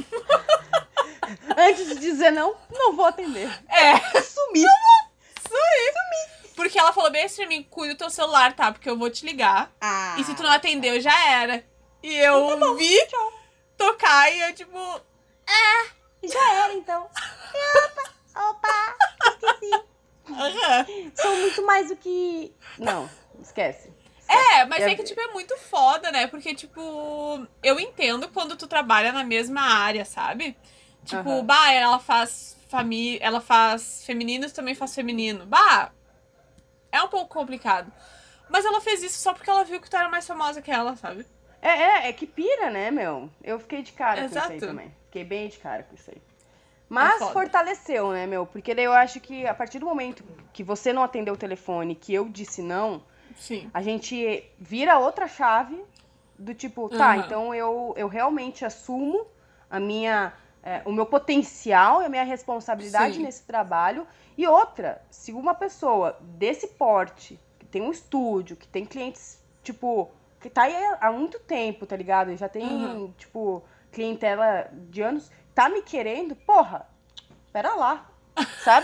Antes de dizer não, não vou atender. É. Sumir. Sumir. Sumir. Porque ela falou bem assim pra mim, cuida do teu celular, tá? Porque eu vou te ligar. Ah. E se tu não atendeu, já era. E eu tá bom, vi... Tchau. Tocar e eu, tipo... É, já era, então. Opa, opa, esqueci. Uhum. Sou muito mais do que... Não, esquece. esquece. É, mas é que, tipo, é muito foda, né? Porque, tipo, eu entendo quando tu trabalha na mesma área, sabe? Tipo, uhum. bah, ela faz família, ela faz femininos, também faz feminino. Bah, é um pouco complicado. Mas ela fez isso só porque ela viu que tu era mais famosa que ela, sabe? É, é, é que pira, né, meu? Eu fiquei de cara Exato. com isso aí também. Fiquei bem de cara com isso aí. Mas é fortaleceu, né, meu? Porque daí eu acho que a partir do momento que você não atendeu o telefone, que eu disse não, sim, a gente vira outra chave do tipo, tá, uhum. então eu, eu realmente assumo a minha, é, o meu potencial e a minha responsabilidade sim. nesse trabalho. E outra, se uma pessoa desse porte, que tem um estúdio, que tem clientes, tipo... que tá aí há muito tempo, tá ligado? Já tem, uhum. tipo, clientela de anos, tá me querendo, porra, pera lá, sabe?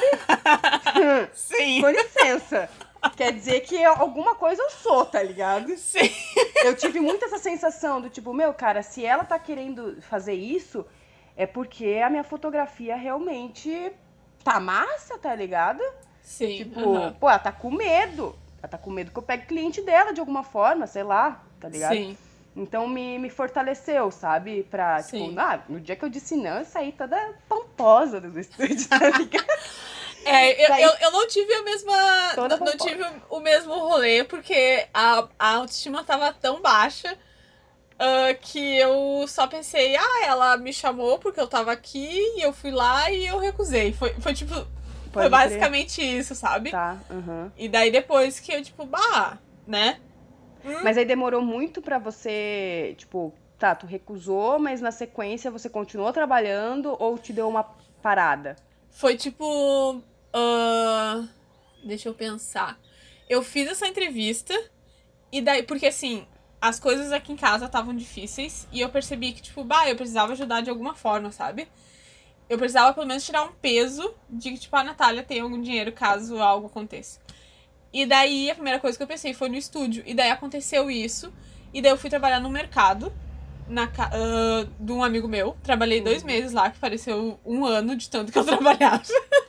Sim. Com licença. Quer dizer que alguma coisa eu sou, tá ligado? Sim. Eu tive muito essa sensação do tipo, meu, cara, se ela tá querendo fazer isso, é porque a minha fotografia realmente tá massa, tá ligado? Sim. Tipo, uhum. pô, ela tá com medo. Ela tá com medo que eu pegue cliente dela de alguma forma, sei lá, tá ligado? Sim. Então me, me fortaleceu, sabe? Pra, Sim. tipo, ah, no dia que eu disse não, eu saí toda pomposa do estúdio, tá ligado? É, eu, eu, eu não tive a mesma. Toda não, não tive o mesmo rolê, porque a, a autoestima tava tão baixa uh, que eu só pensei, ah, ela me chamou porque eu tava aqui e eu fui lá e eu recusei. Foi, foi tipo. Pode foi basicamente crer. Isso, sabe? Tá, uhum. E daí depois que eu, tipo, bah, né? Hum. Mas aí demorou muito pra você, tipo, tá, tu recusou, mas na sequência você continuou trabalhando ou te deu uma parada? Foi tipo... Uh, deixa eu pensar. Eu fiz essa entrevista e daí... Porque, assim, as coisas aqui em casa estavam difíceis e eu percebi que, tipo, bah, eu precisava ajudar de alguma forma, sabe? Eu precisava pelo menos tirar um peso de que, tipo, a Natália tem algum dinheiro caso algo aconteça. E daí, a primeira coisa que eu pensei foi no estúdio. E daí aconteceu isso. E daí eu fui trabalhar no mercado na, uh, de um amigo meu. Trabalhei dois meses lá, que pareceu um ano de tanto que eu trabalhava.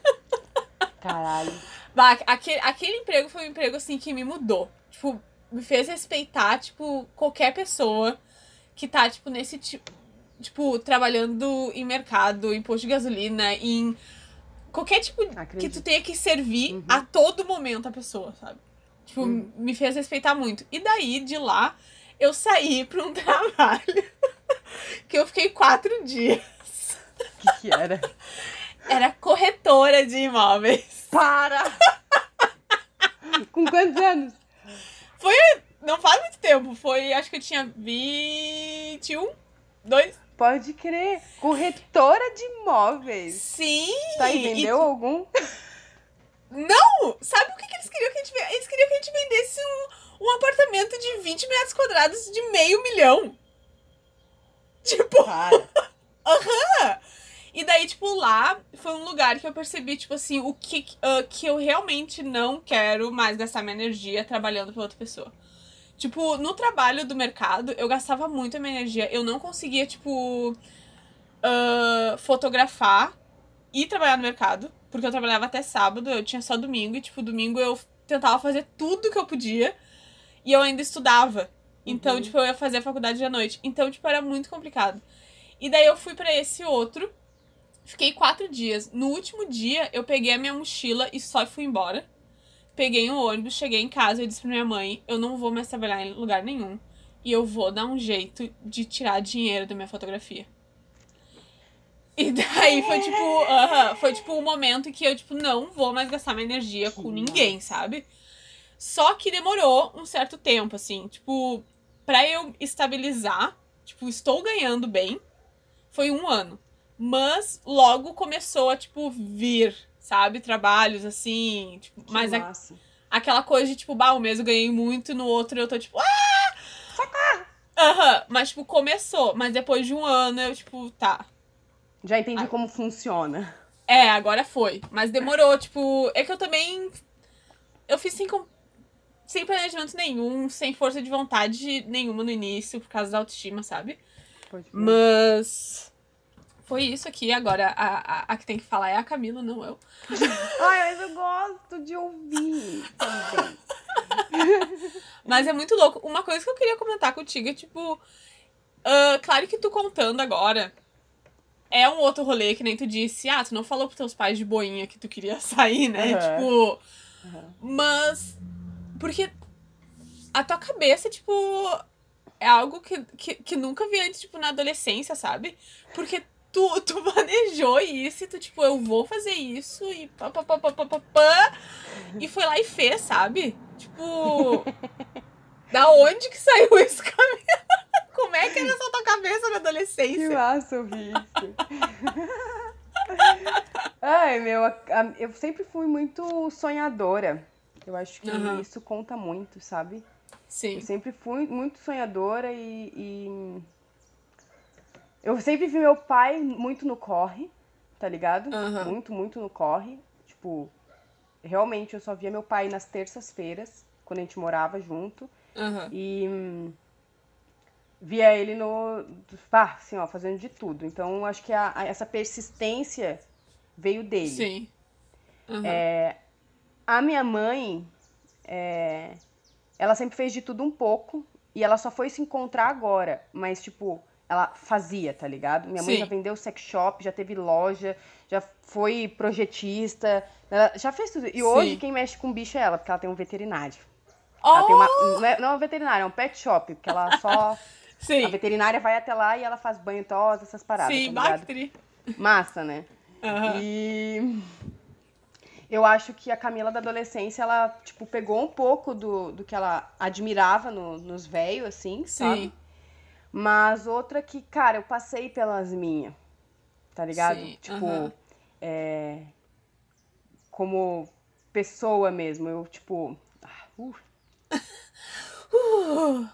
Caralho. Bah, aquele, aquele emprego foi um emprego, assim, que me mudou. Tipo, me fez respeitar, tipo, qualquer pessoa que tá, tipo, nesse tipo... Tipo, trabalhando em mercado, em posto de gasolina, em... Qualquer tipo Acredito. Que tu tenha que servir uhum. a todo momento a pessoa, sabe? Tipo, uhum. me fez respeitar muito. E daí, de lá, eu saí pra um trabalho que eu fiquei quatro dias. O que que era? Era corretora de imóveis. Para! Com quantos anos? Foi... Não faz muito tempo. Foi... Acho que eu tinha vinte e um, dois... Pode crer. Corretora de imóveis. Sim. Tá, e vendeu e... algum? Não! Sabe o que, que eles queriam que a gente... Eles queriam que a gente vendesse um, um apartamento de vinte metros quadrados de meio milhão. Tipo... Para. Aham! Uhum. E daí, tipo, lá foi um lugar que eu percebi, tipo assim, o que, uh, que eu realmente não quero mais gastar minha energia trabalhando pra outra pessoa. Tipo, no trabalho do mercado, eu gastava muito a minha energia. Eu não conseguia, tipo, uh, fotografar e trabalhar no mercado. Porque eu trabalhava até sábado, eu tinha só domingo. E, tipo, domingo eu tentava fazer tudo que eu podia. E eu ainda estudava. Então, Uhum. tipo, eu ia fazer a faculdade à noite. Então, tipo, era muito complicado. E daí eu fui pra esse outro. Fiquei quatro dias. No último dia, eu peguei a minha mochila e só fui embora. Peguei um ônibus, cheguei em casa e disse pra minha mãe, eu não vou mais trabalhar em lugar nenhum. E eu vou dar um jeito de tirar dinheiro da minha fotografia. E daí foi tipo, uh-huh, foi tipo um momento que eu, tipo, não vou mais gastar minha energia Que com ninguém, sabe? Só que demorou um certo tempo, assim, tipo, pra eu estabilizar, tipo, estou ganhando bem, foi um ano. Mas logo começou a, tipo, vir, sabe? Trabalhos, assim, tipo, Que mas a, massa. aquela coisa de, tipo, bah, um mês eu ganhei muito, no outro eu tô, tipo, ah! Socorro! Aham, mas, tipo, começou. Mas depois de um ano eu, tipo, tá. Já entendi Ah, como funciona. É, agora foi. Mas demorou, tipo. É que eu também. Eu fiz sem, com- sem planejamento nenhum, sem força de vontade nenhuma no início, por causa da autoestima, sabe? Pode ver. Mas. Foi isso aqui. Agora, a, a, a que tem que falar é a Camila, não eu. Ai, mas eu gosto de ouvir também. Mas é muito louco. Uma coisa que eu queria comentar contigo é, tipo. ah, claro que tu contando agora. É um outro rolê, que nem tu disse. Ah, tu não falou pros teus pais de boinha que tu queria sair, né? Aham. Tipo. Aham. Mas. Porque a tua cabeça, tipo. É algo que, que, que nunca vi antes, tipo, na adolescência, sabe? Porque tu, tu planejou isso e tu, tipo, eu vou fazer isso e pá, pá, pá, pá, pá, pá, pá, e foi lá e fez, sabe? Tipo. Da onde que saiu isso, Camila? Como é que era essa tua cabeça na Que adolescência? massa ouvir isso. Ai, meu, a- a- eu sempre fui muito sonhadora. Eu acho que Aham. isso conta muito, sabe? Eu Sim. sempre fui muito sonhadora e, e eu sempre vi meu pai muito no corre, tá ligado? Aham. Muito, muito no corre. Tipo, realmente eu só via meu pai nas terças-feiras, quando a gente morava junto. Aham. E hum, via ele no. Pá, assim, ó, fazendo de tudo. Então, eu acho que a- a- essa persistência veio dele. Sim. Aham. A minha mãe, é, ela sempre fez de tudo um pouco e ela só foi se encontrar agora, mas tipo, ela fazia, tá ligado? Minha mãe já Sim. vendeu sex shop, já teve loja, já foi projetista, ela já fez tudo. E hoje Sim. quem mexe com bicho é ela, porque ela tem um veterinário. Ela tem uma, Oh! não é, não é um veterinário, é um pet shop, porque ela só, a Sim. veterinária vai até lá e ela faz banho tosa, essas paradas, tá Sim, ligado? Bactri. Massa, né? Aham. E eu acho que a Camila da adolescência, ela, tipo, pegou um pouco do, do que ela admirava no- nos velhos, assim, sabe? Sim. Mas outra que, cara, eu passei pelas minhas, tá ligado? Sim. Tipo, Aham. é, como pessoa mesmo, eu, tipo... ah, uh, Uh.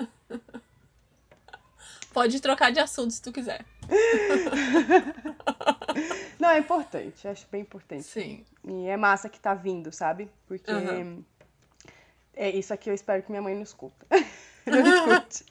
Pode trocar de assunto se tu quiser. Não, é importante, acho bem importante. Sim. E é massa que tá vindo, sabe? Porque Aham. é isso aqui eu espero que minha mãe não escuta. Não escute.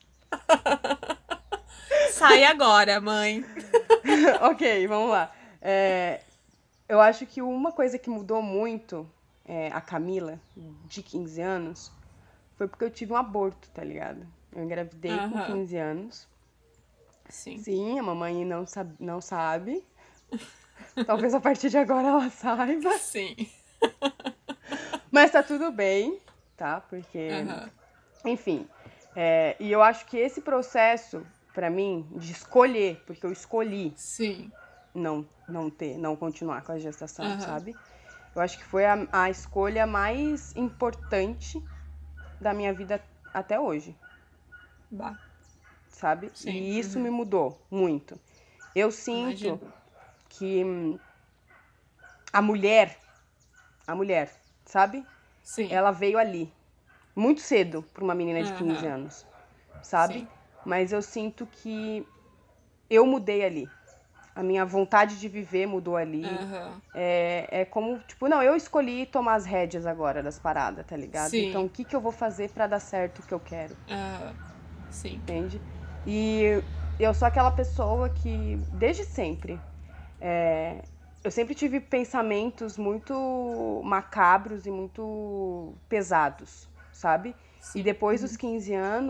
Sai agora, mãe. Ok, vamos lá. É, eu acho que uma coisa que mudou muito é, a Camila, de quinze anos, foi porque eu tive um aborto, tá ligado? Eu engravidei com Aham. quinze anos. Sim. Sim, a mamãe não sabe, não sabe. Talvez a partir de agora ela saiba. Sim. Mas tá tudo bem, tá? Porque, Aham. enfim. é, e eu acho que esse processo, pra mim, de escolher, porque eu escolhi Sim. não, não ter, não continuar com a gestação, Aham. sabe? Eu acho que foi a, a escolha mais importante da minha vida até hoje, Bah. sabe? Sim. E isso Uhum. me mudou muito. Eu sinto Imagino. que hum, a mulher, a mulher, sabe? Sim. Ela veio ali, muito cedo para uma menina de quinze Aham. anos, sabe? Sim. Mas eu sinto que eu mudei ali. A minha vontade de viver mudou ali. Aham. É, é como, tipo, não, eu escolhi tomar as rédeas agora das paradas, tá ligado? Sim. Então, o que, que eu vou fazer pra dar certo o que eu quero, Aham. Sim. entende? E eu sou aquela pessoa que, desde sempre, é, eu sempre tive pensamentos muito macabros e muito pesados, sabe? E Sim. depois dos quinze anos,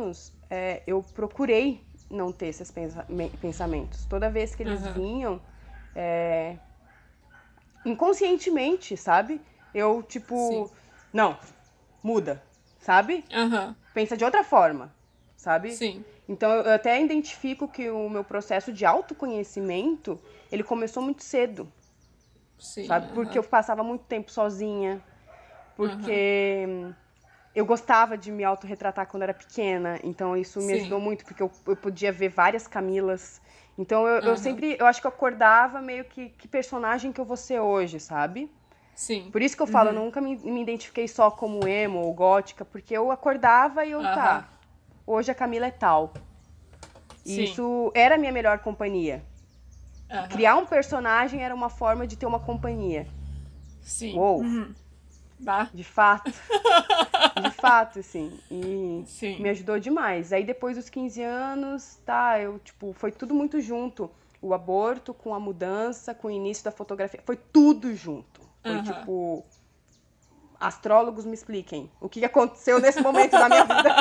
é, eu procurei não ter esses pensa- pensamentos. Toda vez que eles Uhum. vinham, é, inconscientemente, sabe? Eu, tipo, Sim. não, muda, sabe? Aham. Pensa de outra forma, sabe? Sim. Então, eu até identifico que o meu processo de autoconhecimento, ele começou muito cedo, Sim. sabe? Porque eu aham. passava muito tempo sozinha, porque hum, eu gostava de me autorretratar quando era pequena, então isso me ajudou Sim. muito, porque eu, eu podia ver várias Camilas. Então, eu, eu Aham. sempre, eu acho que eu acordava meio que, que personagem que eu vou ser hoje, sabe? Sim. Por isso que eu falo, eu Uhum. nunca me, me identifiquei só como emo ou gótica, porque eu acordava e eu, Aham. tá, hoje a Camila é tal. E Sim. isso era a minha melhor companhia. Aham. Criar um personagem era uma forma de ter uma companhia. Sim. Uou, Uhum. Bah. de fato, de fato, assim. E me Sim. ajudou demais. Aí depois dos quinze anos, tá, eu, tipo, foi tudo muito junto. O aborto com a mudança, com o início da fotografia, foi tudo junto. Foi Aham. tipo, astrólogos me expliquem o que aconteceu nesse momento da minha vida.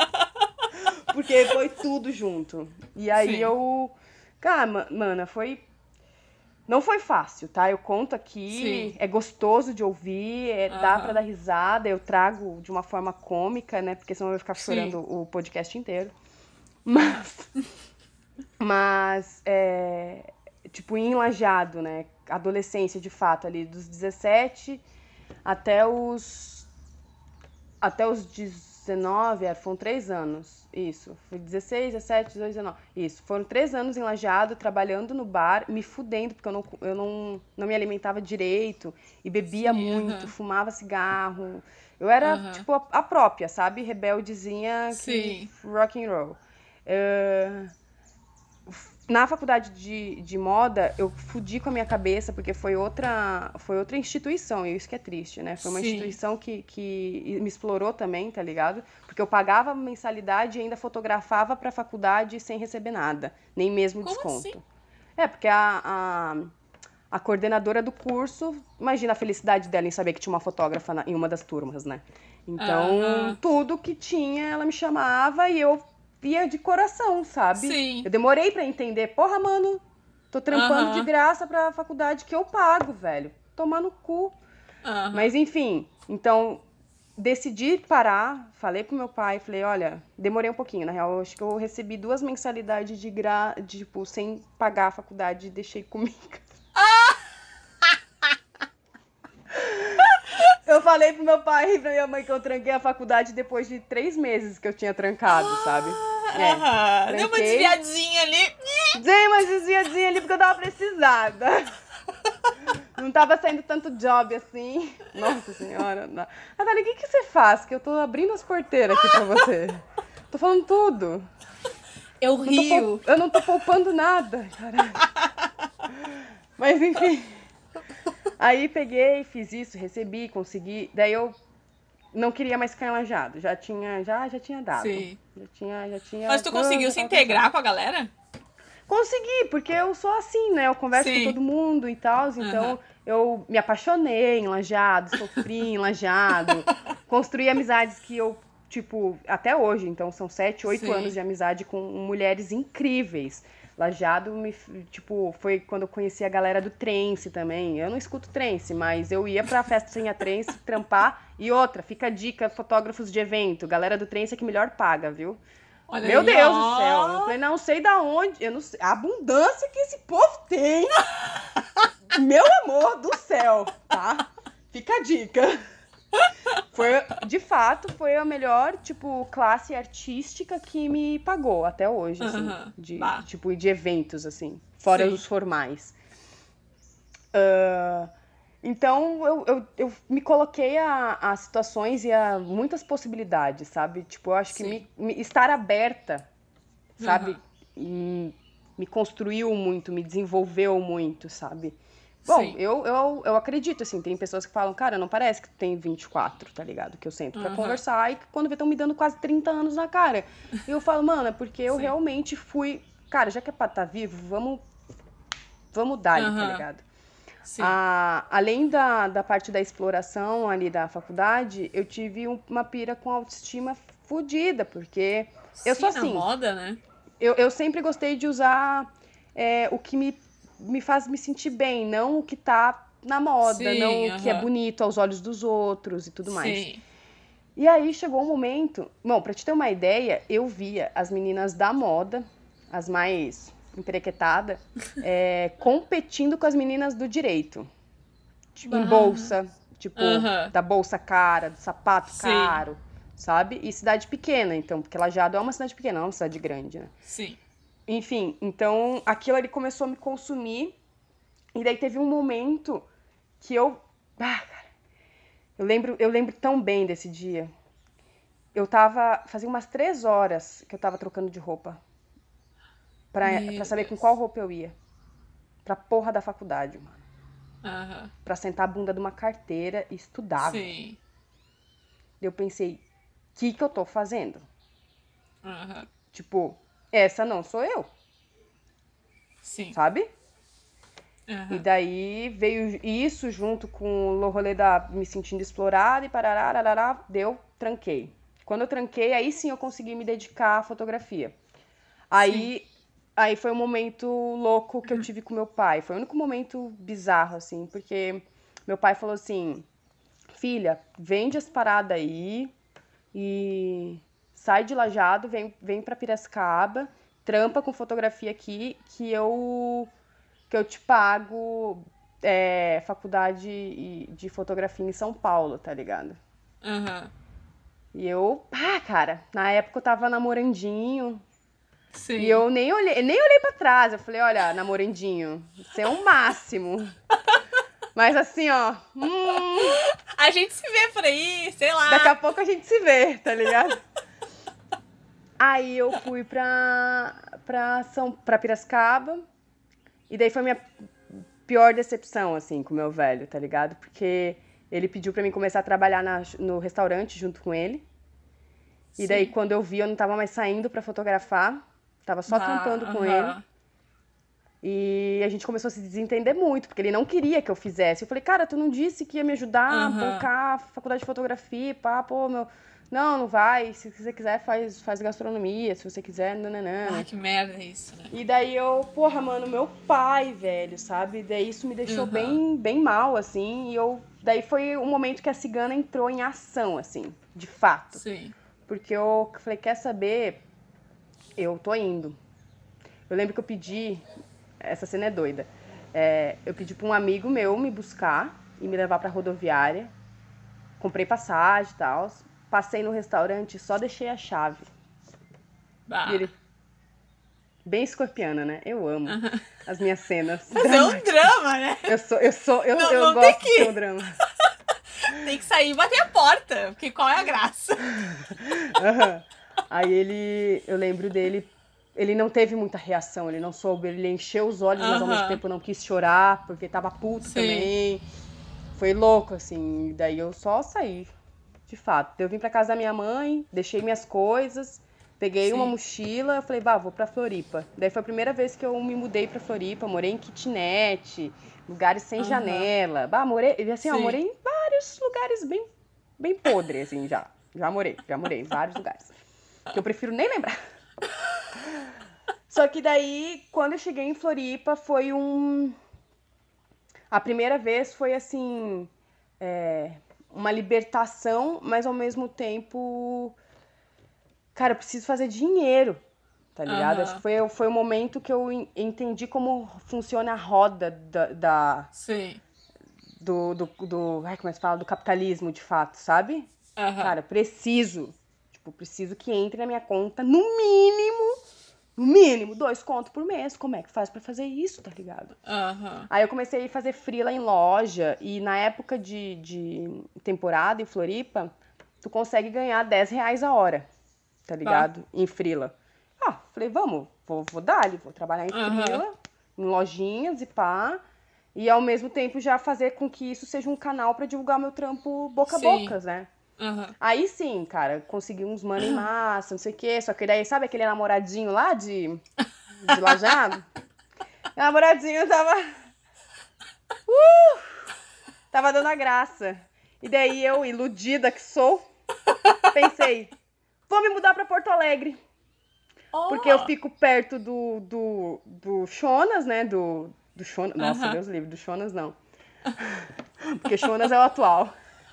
Porque foi tudo junto. E aí Sim. eu. Cara, ma- mana, foi. Não foi fácil, tá? Eu conto aqui, Sim. é gostoso de ouvir, é- dá pra dar Aham. risada, eu trago de uma forma cômica, né? Porque senão eu ia ficar chorando Sim. o podcast inteiro. Aham. Mas, mas é, tipo, em Lajado, né? Adolescência, de fato, ali dos dezessete até os até os dezenove, é, foram três anos, isso. Foi dezesseis, dezessete, dezoito, dezenove. Isso, foram três anos em Lajeado, trabalhando no bar, me fudendo, porque eu não, eu não, não me alimentava direito, e bebia Sim. muito, Aham. fumava cigarro. Eu era, Aham. tipo, a, a própria, sabe? Rebeldezinha que Sim. rock and roll. Eh, na faculdade de, de moda, eu fudi com a minha cabeça, porque foi outra, foi outra instituição, e isso que é triste, né? Foi uma Sim. instituição que, que me explorou também, tá ligado? Porque eu pagava mensalidade e ainda fotografava pra faculdade sem receber nada, nem mesmo Como assim? desconto. É, porque a, a, a coordenadora do curso, imagina a felicidade dela em saber que tinha uma fotógrafa na, em uma das turmas, né? Então, Aham. tudo que tinha, ela me chamava e eu ia de coração, sabe? Eu Sim. demorei pra entender. Porra, mano, tô trampando de Aham. graça pra faculdade que eu pago, velho. Tomar no cu. Aham. Mas enfim, então decidi parar, falei pro meu pai, falei, olha, demorei um pouquinho, na real, eu acho que eu recebi duas mensalidades de gra, de, tipo, sem pagar a faculdade e deixei comigo. Eu falei pro meu pai e pra minha mãe que eu tranquei a faculdade depois de três meses que eu tinha trancado, sabe? Ah, É, aham. Deu uma tranquei. desviadinha ali. Dei uma desviadinha ali porque eu tava precisada. Não tava saindo tanto job assim. Nossa senhora. Não. Natália, o que, que você faz? Que eu tô abrindo as porteiras aqui pra você. Tô falando tudo. Eu Não tô pou- rio. Eu não tô poupando nada, caralho. Mas enfim. Aí peguei, fiz isso, recebi, consegui. Daí eu não queria mais ficar enlajado. Já tinha, já, já tinha dado. Sim. Já tinha, já tinha. Mas tu Ah, conseguiu já se tava cansada. integrar com a galera? Consegui, porque eu sou assim, né? Eu converso com Sim. todo mundo e tal, Aham. então eu me apaixonei em Lajeado, sofri em Lajeado, construí amizades que eu, tipo, até hoje, então são sete, oito anos Sim. de amizade com mulheres incríveis. Lajeado, me, tipo, foi quando eu conheci a galera do trance também. Eu não escuto trance, mas eu ia pra festa sem a trance, trampar. E outra, fica a dica, fotógrafos de evento, galera do trance é que melhor paga, viu? Olha Meu aí, Deus do céu. Eu ó. falei, não sei da onde. Eu não sei. A abundância que esse povo tem. Meu amor do céu, tá? Fica a dica. Foi, de fato, foi a melhor, tipo, classe artística que me pagou até hoje, assim. Aham. De, Bah. tipo, de eventos, assim. Fora Sim. os formais. Ah, então, eu, eu, eu me coloquei a, a situações e a muitas possibilidades, sabe? Tipo, eu acho que Sim. me, me- estar aberta, sabe? Aham. E me construiu muito, me desenvolveu muito, sabe? Bom, Sim. eu, eu, eu acredito, assim, tem pessoas que falam, cara, não parece que tu tem vinte e quatro, tá ligado? Que eu sento pra Aham. conversar e que quando vê estão me dando quase trinta anos na cara. E eu falo, mano, é porque eu Sim. realmente fui, cara, já que é pra estar vivo, vamos, vamos dar ali, tá Aham. ligado? Sim. A, além da, da parte da exploração ali da faculdade, eu tive um- uma pira com autoestima fodida, porque Eu Sim, sou na assim. moda, né? Eu, eu sempre gostei de usar é, o que me, me faz me sentir bem, não o que tá na moda, não Sim, o que é aham. bonito aos olhos dos outros e tudo mais. Sim. E aí chegou um momento. Bom, pra te ter uma ideia, eu via as meninas da moda, as mais emprequetadas, é, competindo com as meninas do direito. Em Bah. bolsa, tipo, Aham. da bolsa cara, do sapato Sim. caro, sabe? E cidade pequena, então, porque Lajeado é uma cidade pequena, não é uma cidade grande, né? Sim. Enfim, então aquilo ali começou a me consumir. E daí teve um momento que eu. Ah, cara, eu lembro, eu lembro tão bem desse dia. Eu tava. Fazia umas três horas que eu tava trocando de roupa. Pra, pra Meu saber com qual Deus. roupa eu ia. Pra porra da faculdade, mano. Aham. Pra sentar a bunda de uma carteira e estudar, velho. Sim. Eu pensei, o que que eu tô fazendo? Aham. Tipo, essa não sou eu, Sim. sabe? E Aham. daí veio isso junto com o rolê da me sentindo explorada e parará, arará, deu, tranquei. Quando eu tranquei, aí sim eu consegui me dedicar à fotografia. Sim. Aí, aí foi um momento louco que eu tive com meu pai. Foi o único momento bizarro, assim, porque meu pai falou assim: filha, vende as paradas aí e sai de Lajeado, vem, vem pra Piracicaba, trampa com fotografia aqui, que eu que eu te pago é, faculdade de fotografia em São Paulo, tá ligado? Aham. E eu, ah, cara, na época eu tava namorandinho, e Sim. eu nem olhei, nem olhei pra trás. Eu falei, olha, namorandinho, você é o máximo. Mas assim, ó, hum, A gente se vê por aí, sei daqui a lá. pouco a gente se vê, tá ligado? Aí eu fui pra, pra, São, pra Piracicaba, e daí foi minha pior decepção, assim, com o meu velho, tá ligado? Porque ele pediu pra mim começar a trabalhar na- no restaurante junto com ele. E daí, Sim. quando eu vi, eu não tava mais saindo pra fotografar, tava só Bah. trampando com ele. Aham. E a gente começou a se desentender muito, porque ele não queria que eu fizesse. Eu falei, cara, tu não disse que ia me ajudar a Aham. bancar a faculdade de fotografia, pá, pô, meu. Não, não vai. Se você quiser, faz, faz gastronomia. Se você quiser, Ah, nananana. que merda isso, né? E daí eu, porra, mano, meu pai, velho, sabe? Daí isso me deixou Aham. bem, bem mal, assim. E eu. Daí foi o momento que a cigana entrou em ação, assim, de fato. Sim. Porque eu falei, quer saber? Eu tô indo. Eu lembro que eu pedi. Essa cena é doida. É, eu pedi pra um amigo meu me buscar e me levar pra rodoviária. Comprei passagem e tal. Passei no restaurante e só deixei a chave. E Bah. ele, bem escorpiana, né? Eu amo as minhas cenas Mas é um dramáticas. drama, né? Eu sou, eu sou, eu, Não, eu não tem gosto de ter um que. drama. Tem que sair e bater a porta. Porque qual é a graça? Aham. Aí ele, eu lembro dele, ele não teve muita reação, ele não soube, ele encheu os olhos, mas ao mesmo Aham. tempo não quis chorar, porque tava puto Sim. também. Foi louco, assim, daí eu só saí, de fato. Eu vim pra casa da minha mãe, deixei minhas coisas, peguei uma Sim. mochila, eu falei, bah, vou pra Floripa. Daí foi a primeira vez que eu me mudei pra Floripa, morei em kitnet, lugares sem Aham. janela. Bah, morei, assim, ó, morei Sim. em vários lugares bem, bem podres, assim, já. Já morei, já morei em vários lugares. Que eu prefiro nem lembrar. Só que daí, quando eu cheguei em Floripa, foi um... A primeira vez foi, assim, é, uma libertação, mas ao mesmo tempo... Cara, eu preciso fazer dinheiro, tá ligado? Acho que Aham. foi, foi o momento que eu en- entendi como funciona a roda da, da- Sim. do, do, do... Ai, como é que se fala? Do capitalismo, de fato, sabe? Aham. Cara, preciso. Tipo, preciso que entre na minha conta, no mínimo, no mínimo, dois contos por mês. Como é que faz pra fazer isso, tá ligado? Aham. Aí eu comecei a fazer freela em loja. E na época de, de temporada em Floripa, tu consegue ganhar dez reais a hora, tá Bah. ligado? Em freela. Ah, falei, vamos, vou, vou dar vou trabalhar em Aham. freela, em lojinhas e pá. E ao mesmo tempo já fazer com que isso seja um canal pra divulgar meu trampo boca a Sim. boca, né? Aham. Aí sim, cara, consegui uns money massa, não sei o quê. Só que daí, sabe aquele namoradinho lá de, de Lajado? Meu namoradinho tava, tava dando a graça. E daí eu, iludida que sou, pensei, vou me mudar pra Porto Alegre. Porque eu Oh! fico perto do, do, do Jonas, né? Do, do Jonas. Nossa, Aham. Deus livre, do Jonas não. Porque Jonas é o atual.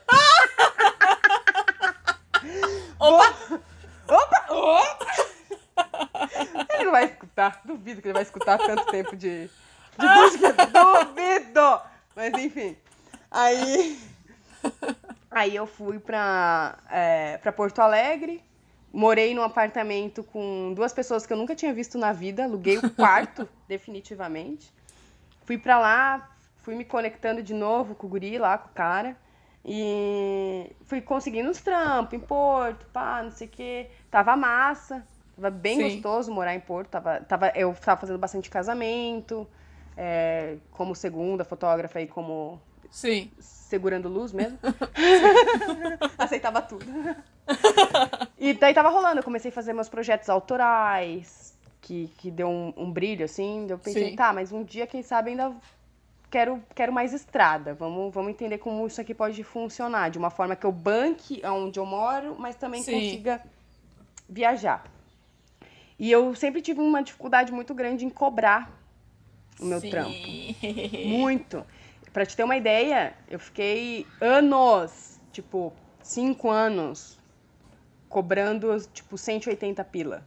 Opa! Bom, opa! Opa! Ele não vai escutar. Duvido que ele vai escutar tanto tempo de, de música. Duvido! Mas enfim. Aí. Aí eu fui pra, é, pra Porto Alegre. Morei num apartamento com duas pessoas que eu nunca tinha visto na vida. Aluguei o quarto, definitivamente. Fui pra lá, fui me conectando de novo com o guri lá, com o cara. E fui conseguindo uns trampos em Porto, pá, não sei o quê. Tava massa, tava bem Sim, gostoso morar em Porto. Tava, tava, eu tava fazendo bastante casamento, é, como segunda fotógrafa e como sim, segurando luz mesmo. sim. Aceitava tudo. E daí tava rolando, eu comecei a fazer meus projetos autorais, que, que deu um, um brilho, assim. Eu pensei, Sim, tá, mas um dia, quem sabe, ainda quero, quero mais estrada. Vamos, vamos entender como isso aqui pode funcionar. De uma forma que eu banque onde eu moro, mas também sim, consiga viajar. E eu sempre tive uma dificuldade muito grande em cobrar o meu trampo. sim. Muito. Pra te ter uma ideia, eu fiquei anos, tipo, cinco anos, cobrando, tipo, cento e oitenta pila.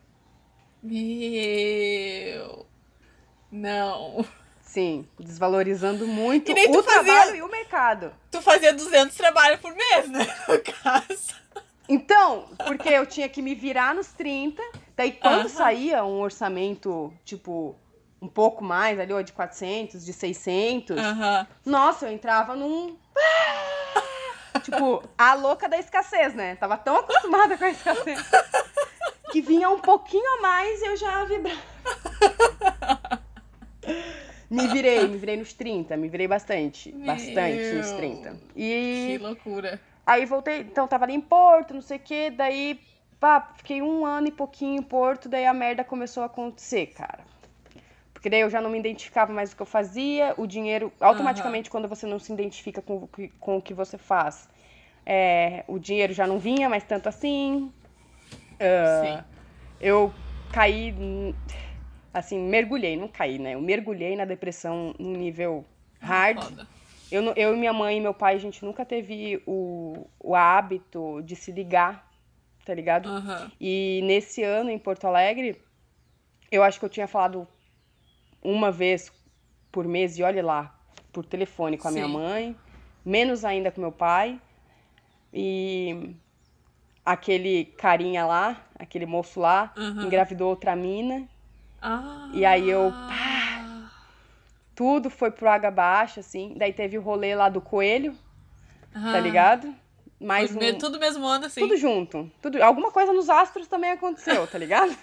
Meu, não. Sim, desvalorizando E muito nem tu o trabalho fazia, e o mercado. tu fazia duzentos trabalhos por mês, né? No caso. Então, porque eu tinha que me virar nos trinta, daí quando Aham, saía um orçamento, tipo, um pouco mais, ali, ó, de quatrocentos, de seiscentos, aham. nossa, eu entrava num... Tipo, a louca da escassez, né? Tava tão acostumada com a escassez, que vinha um pouquinho a mais e eu já vibrava. Me virei, me virei nos trinta, me virei bastante, bastante nos trinta. Meu, que E loucura. aí voltei, então tava ali em Porto, não sei o quê, daí, pá, fiquei um ano e pouquinho em Porto, daí a merda começou a acontecer, cara. Porque daí eu já não me identificava mais com o que eu fazia, o dinheiro, Aham, automaticamente, quando você não se identifica com, o que- com o que você faz, é, o dinheiro já não vinha mais tanto assim. sim. Eu caí, hum, assim, mergulhei, não caí, né? Eu mergulhei na depressão num nível Ah, hard. foda. Eu, nu- eu e minha mãe e meu pai, a gente nunca teve o, o hábito de se ligar, tá ligado? Aham, E nesse ano em Porto Alegre, eu acho que eu tinha falado uma vez por mês, e olhe lá, por telefone com a minha sim. mãe, menos ainda com meu pai. E aquele carinha lá, aquele moço lá, Aham. engravidou outra mina. E aí eu, pá, Ah, tudo foi pro água abaixo, assim. Daí teve o rolê lá do coelho, tá ah. ligado? Foi Mais me- um. tudo mesmo ano, Tudo assim. junto. Tudo, alguma coisa nos astros também aconteceu, tá ligado?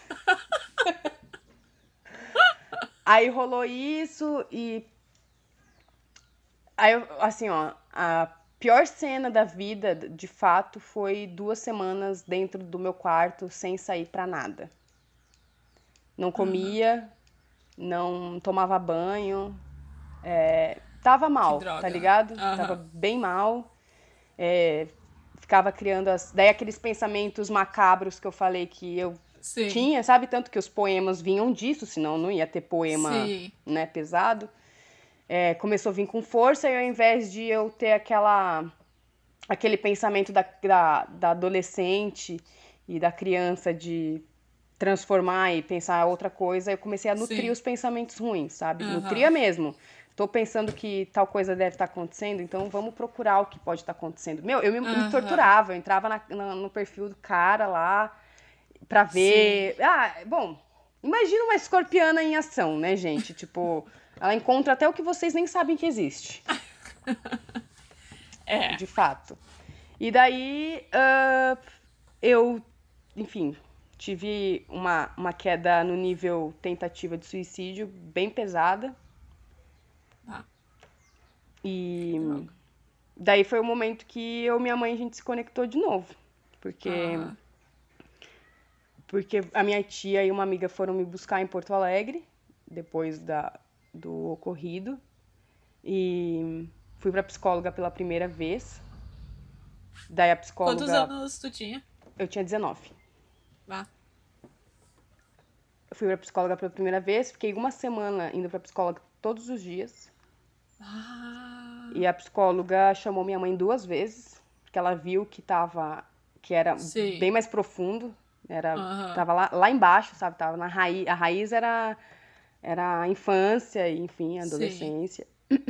Aí rolou isso e. Aí, eu- assim, ó, a pior cena da vida, de fato, foi duas semanas dentro do meu quarto sem sair pra nada. Não Aham. comia, não tomava banho, tava Que mal, tá droga. ligado? Tava Aham. bem mal. É, ficava criando as. Daí aqueles pensamentos macabros que eu falei que eu Sim. tinha, sabe? Tanto que os poemas vinham disso, senão não ia ter poema, Sim. né, pesado. É, começou a vir com força e ao invés de eu ter aquela aquele pensamento da, da, da adolescente e da criança de transformar e pensar outra coisa, eu comecei a nutrir Sim. os pensamentos ruins, sabe? Nutria Aham. mesmo. Tô pensando que tal coisa deve estar acontecendo, então vamos procurar o que pode estar acontecendo. Meu, eu me, me Aham. torturava, eu entrava na- na- no perfil do cara lá pra Sim. ver. Ah, bom, imagina uma escorpiana em ação, né, gente? Tipo, ela encontra até o que vocês nem sabem que existe, É. de fato. E daí, ah, eu, enfim, tive uma, uma queda no nível tentativa de suicídio bem pesada. Ah, que E droga. daí foi o momento que eu e minha mãe a gente se conectou de novo. Porque, Aham. porque a minha tia e uma amiga foram me buscar em Porto Alegre, depois da, do ocorrido. E fui pra psicóloga pela primeira vez. Daí a Quantos psicóloga, anos tu tinha? eu tinha dezenove. Ah, eu fui pra psicóloga pela primeira vez, fiquei uma semana indo pra psicóloga todos os dias. Ah, E a psicóloga chamou minha mãe duas vezes, porque ela viu que tava, que era bem sei. mais profundo, era, Aham, tava lá, lá embaixo, sabe? Tava na raiz, a raiz era, era a infância, e, enfim, a sei. adolescência.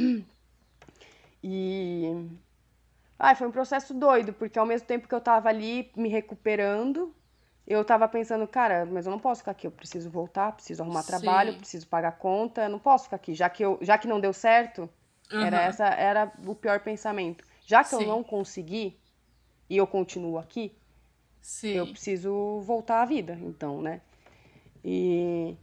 E ai, foi um processo doido, porque ao mesmo tempo que eu tava ali me recuperando, eu tava pensando, cara, mas eu não posso ficar aqui, eu preciso voltar, preciso arrumar trabalho, Sei. preciso pagar conta, eu não posso ficar aqui, já que eu, já que não deu certo, era Aham, essa, era o pior pensamento. Já que eu não sei. consegui e eu continuo aqui, eu Sei. preciso voltar à vida, então, né? E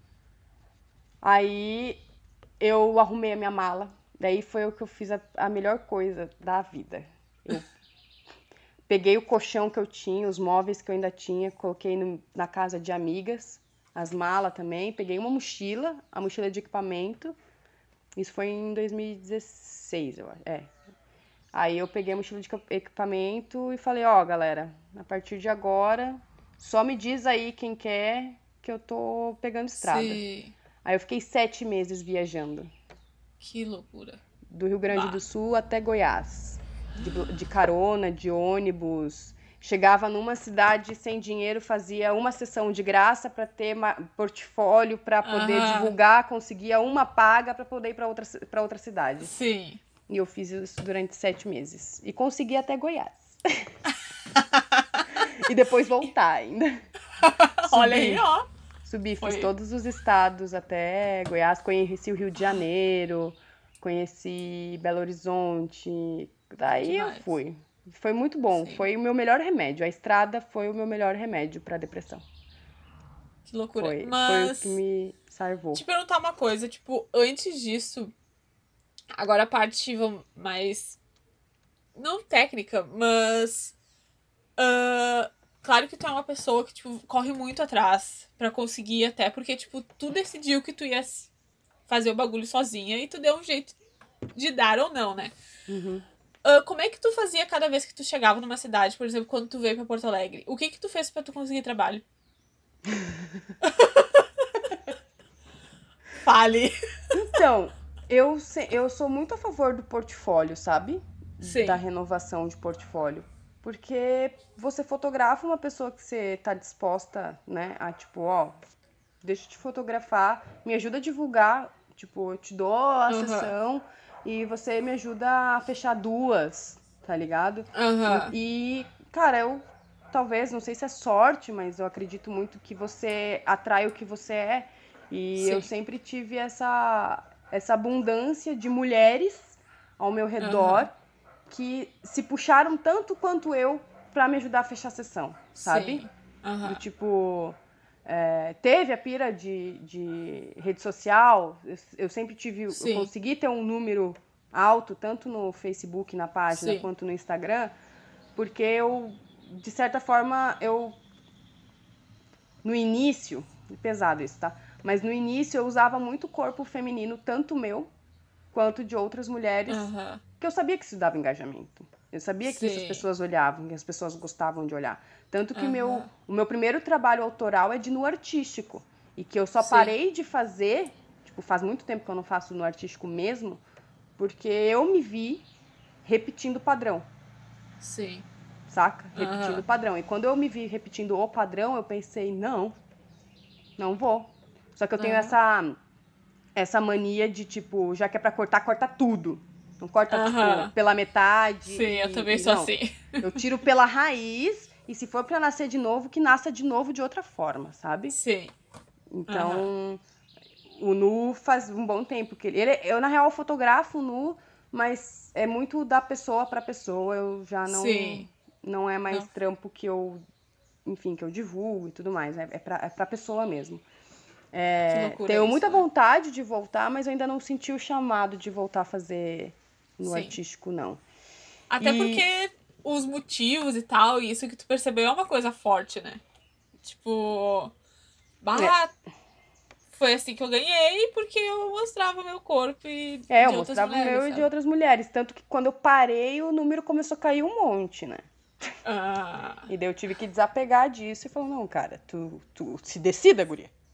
aí eu arrumei a minha mala, daí foi o que eu fiz a, a melhor coisa da vida. Eu peguei o colchão que eu tinha, os móveis que eu ainda tinha, coloquei no- na casa de amigas, as malas também. Peguei uma mochila, a mochila de equipamento. Isso foi em dois mil e dezesseis, eu acho. É. Aí eu peguei a mochila de equi- equipamento e falei, ó, galera, a partir de agora, só me diz aí quem quer que eu tô pegando estrada. Sei. Aí eu fiquei sete meses viajando, Que loucura. do Rio Grande do Bah. Sul até Goiás, de, blo- de carona, de ônibus. Chegava numa cidade sem dinheiro, fazia uma sessão de graça para ter ma- portfólio para poder Aham, divulgar, conseguia uma paga para poder ir para outra, para outra cidade. sim. E eu fiz isso durante sete meses. E consegui até Goiás. E depois voltar ainda. Olha aí, Subi, ó. subi, fiz Foi todos os estados até Goiás, conheci o Rio de Janeiro, conheci Belo Horizonte. Daí eu demais. fui. Foi muito bom, Sim. foi o meu melhor remédio. A estrada foi o meu melhor remédio para depressão. Que loucura. Foi, foi o que Mas, me salvou. te perguntar uma coisa, tipo, antes disso, agora a parte vamos, mais. Não técnica, mas. ah, claro que tu é uma pessoa que, tipo, corre muito atrás pra conseguir até, porque, tipo, tu decidiu que tu ia s- fazer o bagulho sozinha e tu deu um jeito de dar ou não, né? Uhum. Ah, como é que tu fazia cada vez que tu chegava numa cidade, por exemplo, quando tu veio pra Porto Alegre? O que que tu fez pra tu conseguir trabalho? Fale. Então, eu, se- eu sou muito a favor do portfólio, sabe? Da Sim. renovação de portfólio. Porque você fotografa uma pessoa que você tá disposta, né, a tipo, ó, deixa eu te fotografar, me ajuda a divulgar, tipo, eu te dou a Aham. sessão e você me ajuda a fechar duas, tá ligado? Aham. E, cara, eu talvez, não sei se é sorte, mas eu acredito muito que você atrai o que você é. E eu Sim. sempre tive essa, essa abundância de mulheres ao meu redor Aham. que se puxaram tanto quanto eu pra me ajudar a fechar a sessão, sabe? Sim. Do Aham. tipo, é, teve a pira de, de rede social, eu, eu sempre tive, eu Sim. consegui ter um número alto, tanto no Facebook, na página, Sim. quanto no Instagram, porque eu, de certa forma, eu, no início, pesado isso, tá? Mas no início eu usava muito o corpo feminino, tanto meu, quanto de outras mulheres, Aham. que eu sabia que isso dava engajamento. Eu sabia que isso as Sim. pessoas olhavam, que as pessoas gostavam de olhar. Tanto que meu, Aham. o meu primeiro trabalho autoral é de nu artístico. E que eu só Sim. parei de fazer, tipo, faz muito tempo que eu não faço nu artístico mesmo, porque eu me vi repetindo o padrão, Sim. saca? Repetindo o Aham. padrão. E quando eu me vi repetindo o padrão, eu pensei, não, não vou. Só que eu tenho Aham. essa essa mania de, tipo, já que é pra cortar, corta tudo. Não corta, tipo, Aham. pela metade Sim, eu também e, e sou não. assim. Eu tiro pela raiz e se for pra nascer de novo, que nasça de novo de outra forma, sabe? Sim. Aham. Então, o nu faz um bom tempo que ele, ele- eu na real fotografo o nu, mas é muito da pessoa pra pessoa, eu já não Sim. não é mais Não. trampo que eu, enfim, que eu divulgo e tudo mais, é, é pra, é pra pessoa mesmo. Que É, loucura tenho isso, muita né? vontade de voltar, mas eu ainda não senti o chamado de voltar a fazer no Sim. artístico, não. Até E porque os motivos e tal, e isso que tu percebeu é uma coisa forte, né? Tipo, é, bah, foi assim que eu ganhei porque eu mostrava meu corpo e é, eu de outras mostrava o mulheres, meu e de sabe? outras mulheres. Tanto que quando eu parei, o número começou a cair um monte, né? Ah, E daí eu tive que desapegar disso e falar, não, cara, tu, tu se decida, guria.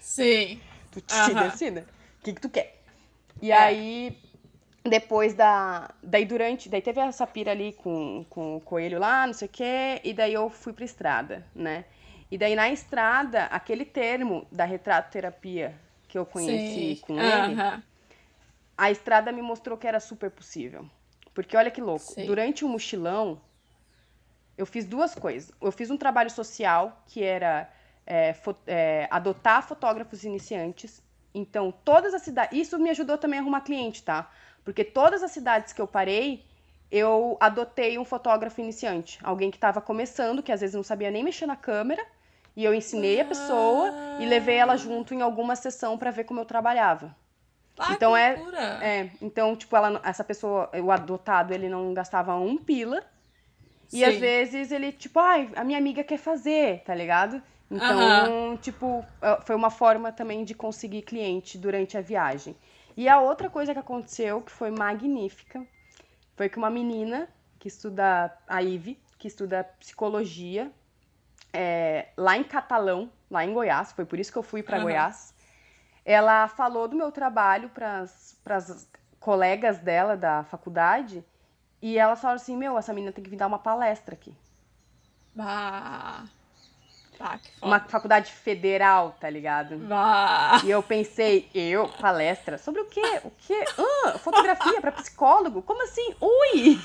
Sim. Tu Aham. decida. O que que tu quer? E É. aí, depois da... Daí durante... Daí teve essa pira ali com, com o coelho lá, não sei o quê. E daí eu fui pra estrada, né? E daí na estrada, aquele termo da retratoterapia que eu conheci Sim. com ele, Aham. a estrada me mostrou que era super possível. Porque olha que louco. Sim. Durante o mochilão, eu fiz duas coisas. Eu fiz um trabalho social, que era é, fo- é, adotar fotógrafos iniciantes. Então, todas as cidades... Isso me ajudou também a arrumar cliente, tá? Porque todas as cidades que eu parei, eu adotei um fotógrafo iniciante. Alguém que estava começando, que às vezes não sabia nem mexer na câmera. E eu ensinei a pessoa e levei ela Ah, junto em alguma sessão para ver como eu trabalhava. ah, que Então, é... loucura. é então, tipo, ela, essa pessoa, o adotado, ele não gastava um pila. E às Sim. vezes ele, tipo, ai, a minha amiga quer fazer, tá ligado? Aham. Então, tipo, foi uma forma também de conseguir cliente durante a viagem. E a outra coisa que aconteceu, que foi magnífica, foi que uma menina que estuda, a Ive, que estuda psicologia, é, lá em Catalão, lá em Goiás, foi por isso que eu fui para Aham. Goiás, ela falou do meu trabalho para as colegas dela da faculdade e elas falaram assim, meu, essa menina tem que vir dar uma palestra aqui. Bah. Bah, que Uma foda. faculdade federal, tá ligado? Bah. E eu pensei, eu, palestra, sobre o quê? O quê? Ah, fotografia para psicólogo? Como assim? Ui!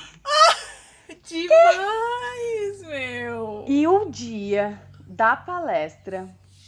Demais, meu. E o dia da palestra,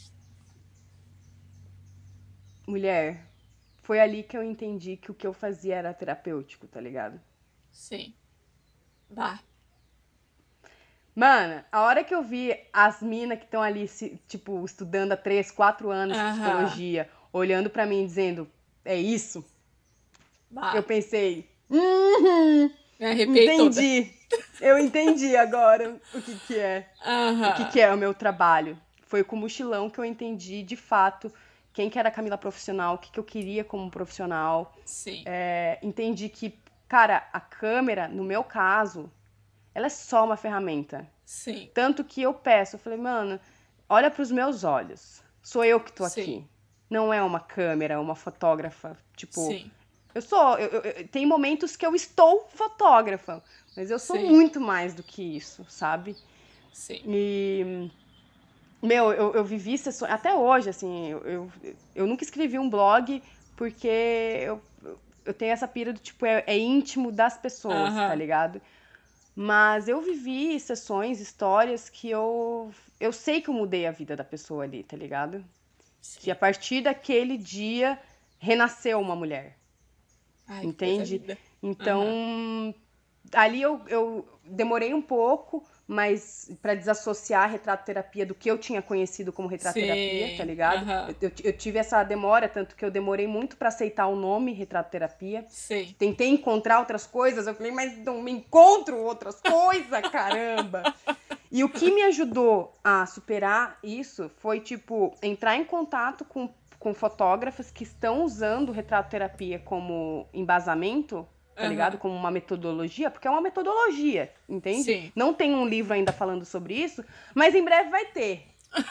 mulher, foi ali que eu entendi que o que eu fazia era terapêutico, tá ligado? Sim. Bah. Mano, a hora que eu vi as minas que estão ali, se- tipo, estudando há três, quatro anos Aham. psicologia, olhando pra mim dizendo, é isso? Eu Bah. pensei, uhum, Me arrepiei toda. entendi. Eu entendi agora o que que é. O que que Aham. é o meu trabalho. Foi com o mochilão que eu entendi, de fato, quem que era a Camila profissional, o que que eu queria como profissional. Sim. É, entendi que, cara, a câmera, no meu caso, ela é só uma ferramenta. Sim. Tanto que eu peço, eu falei, mano, olha pros meus olhos. Sou eu que tô Sim. aqui. Não é uma câmera, uma fotógrafa. Tipo, Sim. eu sou. Eu, eu- eu- tem momentos que eu estou fotógrafa, mas eu sou Sim. muito mais do que isso, sabe? Sim. E, meu, eu, eu vivi sessões. Até hoje, assim, eu, eu, eu nunca escrevi um blog porque eu, eu tenho essa pira do tipo, é, é íntimo das pessoas, tá Aham. ligado? Mas eu vivi sessões, histórias que eu, eu sei que eu mudei a vida da pessoa ali, tá ligado? Que a Sim. partir daquele dia renasceu uma mulher, Ai, que coisa entende? linda. Aham. Então, ali eu, eu demorei um pouco, mas para desassociar a retratoterapia do que eu tinha conhecido como retratoterapia, tá Sim. ligado? Aham. Eu, eu, eu tive essa demora, tanto que eu demorei muito para aceitar o nome retratoterapia. Sim. Tentei encontrar outras coisas, eu falei, mas não me encontro outras coisas, caramba! E o que me ajudou a superar isso foi, tipo, entrar em contato com, com fotógrafas que estão usando retratoterapia como embasamento, tá ligado? Aham. Como uma metodologia, porque é uma metodologia, entende? Sim. Não tem um livro ainda falando sobre isso, mas em breve vai ter.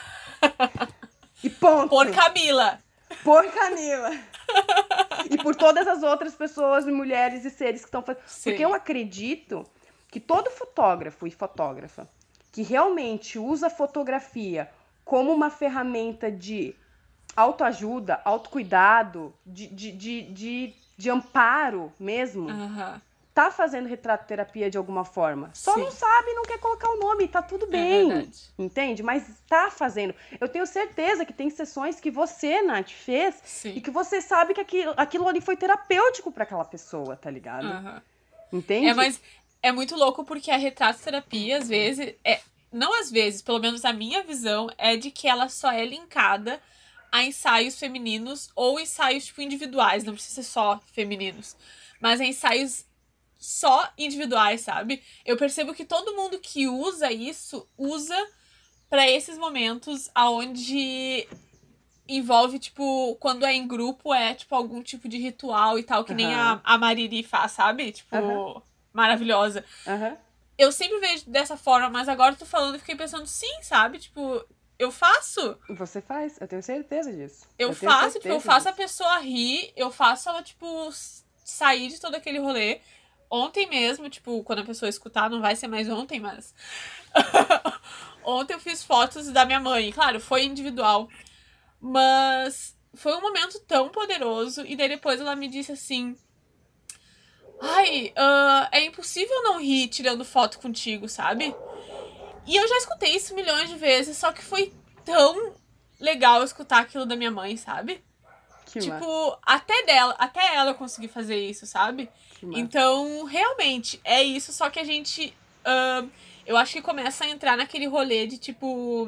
E ponto! Por Camila. Por Camila! E por todas as outras pessoas, mulheres e seres que estão fazendo. Porque eu Sim. acredito que todo fotógrafo e fotógrafa que realmente usa a fotografia como uma ferramenta de autoajuda, autocuidado, de, de, de, de, de amparo mesmo, Aham. tá fazendo retratoterapia de alguma forma. Só não Sim. sabe, não quer colocar o nome, tá tudo É bem. verdade. Entende? Mas tá fazendo. Eu tenho certeza que tem sessões que você, Nath, fez Sim. e que você sabe que aquilo, aquilo ali foi terapêutico pra aquela pessoa, tá ligado? Aham. É, Entende? mas é muito louco porque a retratoterapia, às vezes, é. Não às vezes, pelo menos a minha visão é de que ela só é linkada a ensaios femininos ou ensaios, tipo, individuais, não precisa ser só femininos. Mas a ensaios só individuais, sabe? Eu percebo que todo mundo que usa isso, usa pra esses momentos aonde envolve, tipo, quando é em grupo, é, tipo, algum tipo de ritual e tal, que nem a, Aham, a Mariri faz, sabe? aham, Tipo, maravilhosa. aham. Eu sempre vejo dessa forma, mas agora eu tô falando e fiquei pensando, sim, sabe? Tipo, Eu faço. Você faz, eu tenho certeza disso. Eu, eu tenho faço, tipo, certeza eu faço disso. a pessoa rir, eu faço ela, tipo, sair de todo aquele rolê. Ontem mesmo, tipo, quando a pessoa escutar, não vai ser mais ontem, mas... Ontem eu fiz fotos da minha mãe. Claro, foi individual. Mas foi um momento tão poderoso. E daí depois ela me disse assim... Ai, uh, é impossível não rir tirando foto contigo, sabe? E eu já escutei isso milhões de vezes, só que foi tão legal escutar aquilo da minha mãe, sabe? Que Tipo, massa. até dela, até ela conseguir fazer isso, sabe? Que massa. Então, realmente, é isso, só que a gente. Uh, eu acho que começa a entrar naquele rolê de tipo.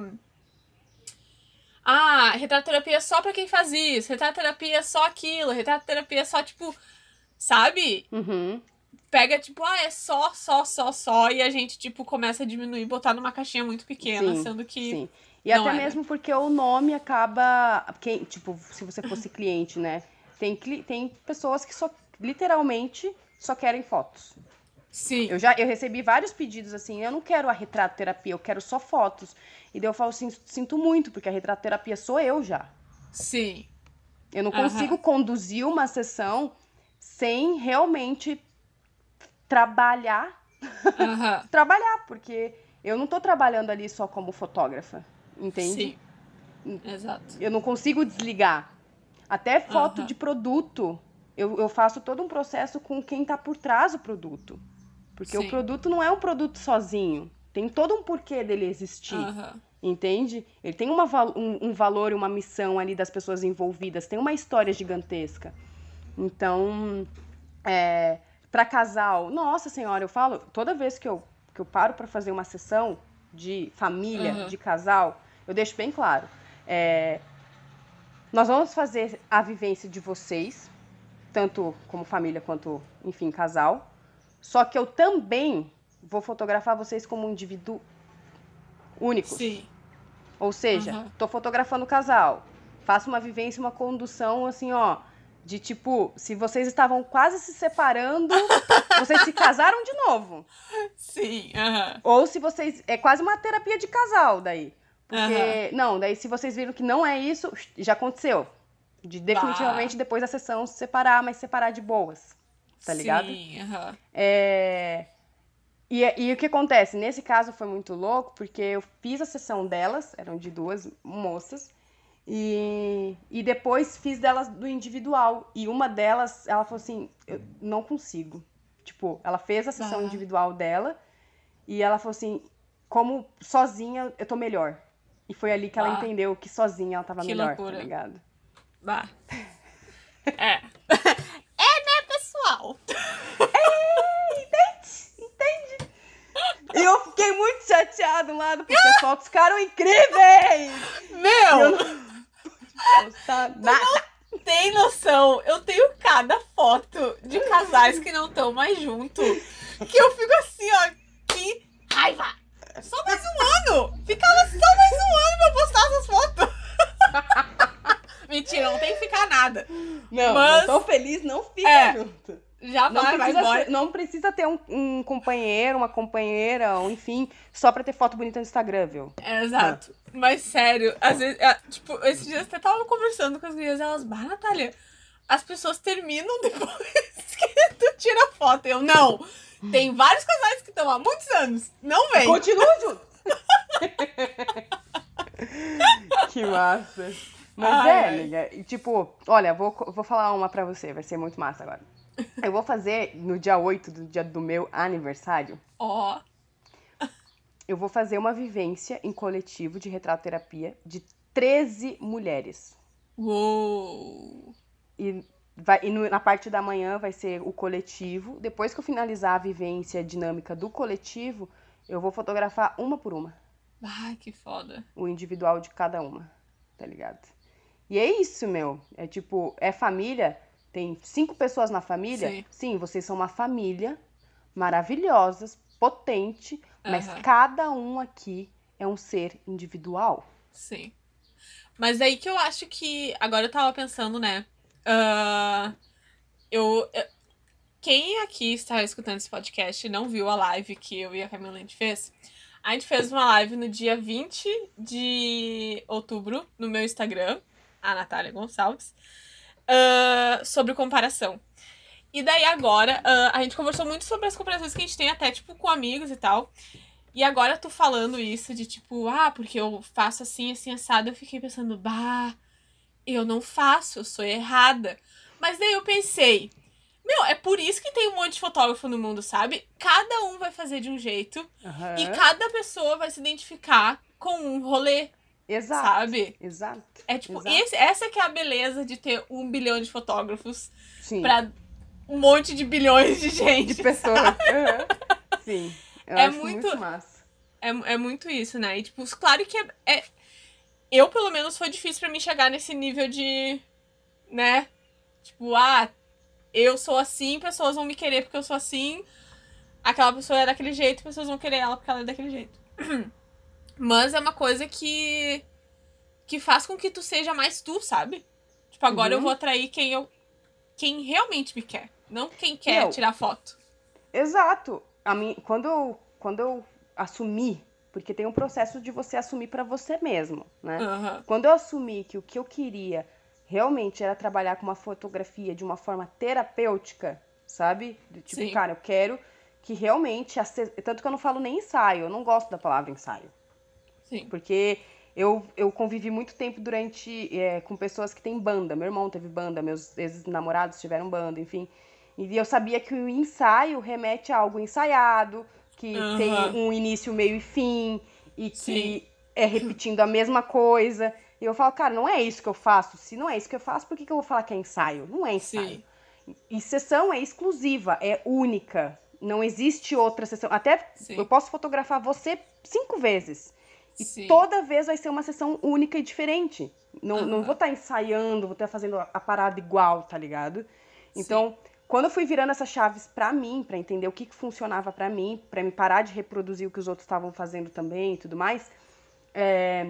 Ah, retratoterapia é só pra quem faz isso, retratoterapia é só aquilo, retratoterapia é só, tipo. Sabe? Uhum. Pega, tipo, ah, é só, só, só, só, e a gente, tipo, começa a diminuir e botar numa caixinha muito pequena, Sim, sendo que. sim. E não até era. mesmo porque o nome acaba. Quem, tipo, se você fosse cliente, né? Tem, cli- tem pessoas que só, literalmente, só querem fotos. Sim. Eu já eu recebi vários pedidos assim, eu não quero a retratoterapia, eu quero só fotos. E daí eu falo assim, sinto muito, porque a retratoterapia sou eu já. Sim. Eu não Aham. consigo conduzir uma sessão sem realmente trabalhar. Aham. trabalhar, porque eu não tô trabalhando ali só como fotógrafa, entende? Sim. Exato. Eu não consigo desligar. Até foto Aham. de produto, eu, eu faço todo um processo com quem tá por trás do produto. Porque Sim. o produto não é um produto sozinho. Tem todo um porquê dele existir. Aham. Entende? Ele tem uma, um, um valor e uma missão ali das pessoas envolvidas. Tem uma história gigantesca. Então, é, para casal, nossa senhora, eu falo, toda vez que eu, que eu paro para fazer uma sessão de família, Aham. de casal, eu deixo bem claro. É, nós vamos fazer a vivência de vocês, tanto como família quanto, enfim, casal. Só que eu também vou fotografar vocês como um indivíduo únicos. Sim. Ou seja, Aham. tô fotografando o casal. Faço uma vivência, uma condução assim, ó, de tipo, se vocês estavam quase se separando, vocês se casaram de novo. Sim. Aham. Ou se vocês, é quase uma terapia de casal daí. Porque, Aham. não, daí se vocês viram que não é isso, já aconteceu. De definitivamente Bah. depois da sessão se separar, mas separar de boas. Tá ligado? Sim. Aham. É... E, e o que acontece? Nesse caso foi muito louco, porque eu fiz a sessão delas, eram de duas moças, e, e depois fiz delas do individual. E uma delas, ela falou assim, eu não consigo. Tipo, ela fez a sessão Bah. individual dela, e ela falou assim, como sozinha eu tô melhor. E foi ali que ela Bah. entendeu que sozinha ela tava Que melhor, loucura. tá ligado? Bah. É. É, né, pessoal? Entende? E eu fiquei muito chateado do lado, porque as fotos ficaram incríveis! Meu! Eu não pude postar nada. Tem noção? Eu tenho cada foto de casais que não estão mais junto. Que eu fico assim, ó. Que raiva! Só mais um ano! Ficava só mais um ano pra eu postar essas fotos. Mentira, não tem que ficar nada. Não, Mas- não tô feliz, não fica É. junto. Já Não vai, vai precisa, embora. ser- não precisa ter um, um companheiro, uma companheira, ou enfim, só pra ter foto bonita no Instagram, viu? É, exato. Mas sério, às vezes, é, tipo, esses dias eu até tava conversando com as gurias, elas, bah, Natália, as pessoas terminam depois que tu tira a foto. Eu, não. Tem vários casais que estão há muitos anos. Não vem. Continua junto! Que massa. Mas Ai, é, ai. amiga, e tipo, olha, vou, vou falar uma pra você, vai ser muito massa agora. Eu vou fazer no dia oito, do dia do meu aniversário, Ó. eu vou fazer uma vivência em coletivo de retratoterapia de treze mulheres. Uou. E, vai, e no- na parte da manhã vai ser o coletivo. Depois que eu finalizar a vivência dinâmica do coletivo, eu vou fotografar uma por uma. Ai, que foda. O individual de cada uma, tá ligado? E é isso, meu. É tipo, é família. Tem cinco pessoas na família. Sim. Sim, vocês são uma família maravilhosas, potente, mas Aham. cada um aqui é um ser individual. Sim. Mas aí que eu acho que. Agora eu tava pensando, né? ah, eu, eu- Quem aqui está escutando esse podcast e não viu a live que eu e a Camila a gente fez, A gente fez uma live no dia vinte de outubro, no meu Instagram, a Natália Gonçalves, uh, sobre comparação. E daí agora, uh, a gente conversou muito sobre as comparações que a gente tem até, tipo, com amigos e tal. E agora tu falando isso de, tipo, ah, porque eu faço assim, assim, assado, eu fiquei pensando, bah, eu não faço, eu sou errada. Mas daí eu pensei, meu, é por isso que tem um monte de fotógrafo no mundo, sabe? Cada um vai fazer de um jeito Uhum. e cada pessoa vai se identificar com um rolê, Exato. sabe? Exato. É tipo, Exato. Esse, essa que é a beleza de ter um bilhão de fotógrafos Sim. pra um monte de bilhões de gente. De pessoas. Uhum. Sim. Eu É acho muito, muito- massa. É, é muito isso, né? E, tipo, claro que é, é- Eu, pelo menos, foi difícil pra mim chegar nesse nível de... Né? Tipo, ah, eu sou assim, pessoas vão me querer porque eu sou assim. Aquela pessoa é daquele jeito, pessoas vão querer ela porque ela é daquele jeito. Mas é uma coisa que... Que faz com que tu seja mais tu, sabe? Tipo, agora Uhum. eu vou atrair quem eu... Quem realmente me quer. Não quem quer Meu, tirar foto. Exato. A mim, quando, eu, quando eu assumi, porque tem um processo de você assumir pra você mesmo, né? Aham. Quando eu assumi que o que eu queria realmente era trabalhar com uma fotografia de uma forma terapêutica, sabe? Do tipo, Sim. cara, eu quero que realmente... ace- Tanto que eu não falo nem ensaio, eu não gosto da palavra ensaio. Sim. Porque eu, eu convivi muito tempo durante é, com pessoas que têm banda. Meu irmão teve banda, meus ex-namorados tiveram banda, enfim. E eu sabia que o ensaio remete a algo ensaiado, que Aham. tem um início, meio e fim, e que Sim. é repetindo a mesma coisa. E eu falo, cara, não é isso que eu faço. Se não é isso que eu faço, por que, que eu vou falar que é ensaio? Não é ensaio. Sim. E sessão é exclusiva, é única. Não existe outra sessão. Até Sim. eu posso fotografar você cinco vezes. E Sim. toda vez vai ser uma sessão única e diferente. Não, não Aham. vou estar ensaiando, vou estar fazendo a parada igual, tá ligado? Então, quando eu fui virando essas chaves pra mim, pra entender o que, que funcionava pra mim, pra me parar de reproduzir o que os outros estavam fazendo também e tudo mais, é,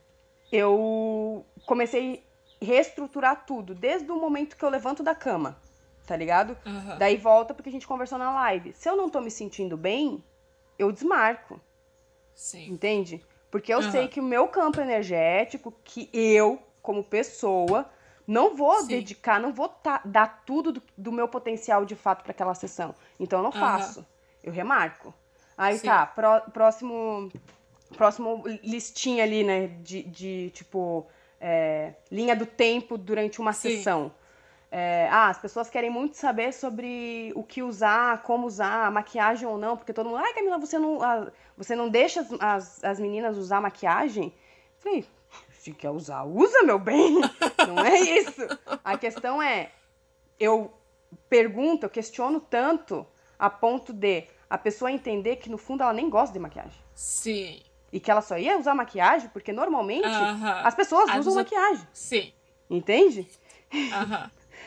eu comecei a reestruturar tudo, desde o momento que eu levanto da cama, tá ligado? Aham. Daí volta porque a gente conversou na live. Se eu não tô me sentindo bem, eu desmarco. Sim. Entende? Porque eu Aham. sei que o meu campo energético, que eu, como pessoa, não vou Sim. dedicar, não vou tá- dar tudo do, do meu potencial de fato para aquela sessão. Então eu não Aham. faço. Eu remarco. Aí Sim. tá, pró- próximo, próximo listinha ali, né? De, de tipo, é, linha do tempo durante uma Sim. sessão. É, ah, as pessoas querem muito saber sobre o que usar, como usar, maquiagem ou não, porque todo mundo, ai Camila, você não, ah, você não deixa as, as, as meninas usar maquiagem? Eu falei, se quer usar, usa, meu bem. Não é isso. A questão é, eu pergunto, eu questiono tanto a ponto de a pessoa entender que no fundo ela nem gosta de maquiagem. Sim. E que ela só ia usar maquiagem porque normalmente Aham. as pessoas As usam pessoas- maquiagem. Sim. Entende? Aham.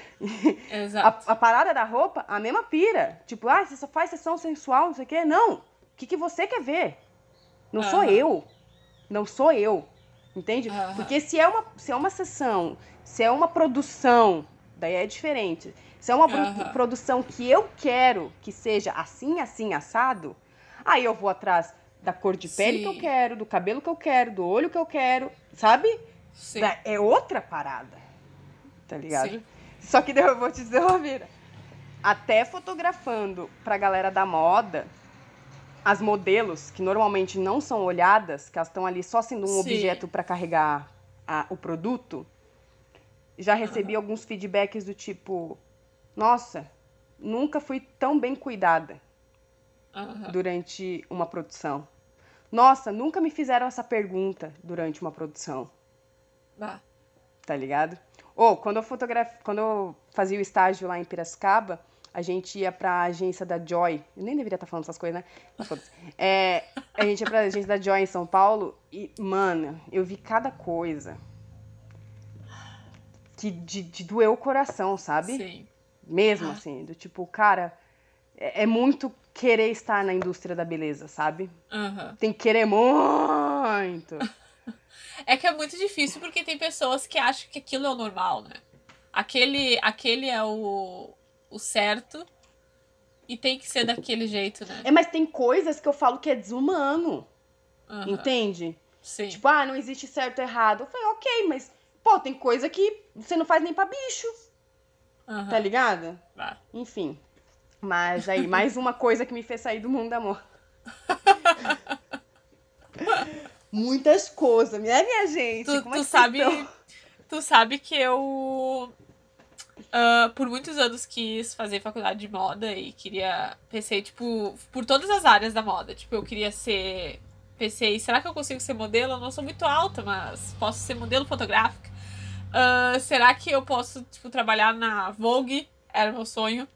A, Exato. a parada da roupa, a mesma pira. Tipo, ah, você só faz sessão sensual, não sei o quê. Não. O que, que você quer ver? Não sou Aham. eu. Não sou eu. Entende? Aham. Porque se é, uma, se é uma sessão, se é uma produção, daí é diferente. Se é uma pro- Aham. produção que eu quero que seja assim, assim, assado, aí eu vou atrás da cor de pele que eu Sim. quero, do cabelo que eu quero, do olho que eu quero, sabe? Sim. Da- É outra parada. Tá ligado? Sim. Só que daí eu vou te dizer uma vira. Até fotografando pra galera da moda, as modelos, que normalmente não são olhadas, que elas estão ali só sendo um Sim. objeto pra carregar a- o produto, já recebi alguns feedbacks do tipo, nossa, nunca fui tão bem cuidada Aham. durante uma produção. Nossa, nunca me fizeram essa pergunta durante uma produção. Bah. Tá ligado? Ou, quando eu fotograf... quando eu fazia o estágio lá em Piracicaba, a gente ia pra agência da Joy. Eu nem deveria estar falando essas coisas, né? Mas foda-se. É, a gente ia pra agência da Joy em São Paulo e, mano, eu vi cada coisa que de, de doer o coração, sabe? Sim. Mesmo assim, do tipo, cara, é, é muito querer estar na indústria da beleza, sabe? Aham. Tem que querer muito. É que é muito difícil porque tem pessoas que acham que aquilo é o normal, né? Aquele, aquele é o, o certo e tem que ser daquele jeito, né? É, mas tem coisas que eu falo que é desumano. Aham. Entende? Sim. Tipo, ah, não existe certo e errado. Eu falei, ok, mas, pô, tem coisa que você não faz nem pra bicho, Aham. tá ligado? Vai. Enfim. Mas aí, mais uma coisa que me fez sair do mundo da moda. Muitas coisas, né, minha gente? Tu, Como é tu que vocês sabe. estão? Tu sabe que eu. ah, por muitos anos quis fazer faculdade de moda e queria. Pensei, tipo, por todas as áreas da moda. Tipo, eu queria ser. Pensei, será que eu consigo ser modelo? Eu não sou muito alta, mas posso ser modelo fotográfica. Ah, será que eu posso, tipo, trabalhar na Vogue? Era meu sonho.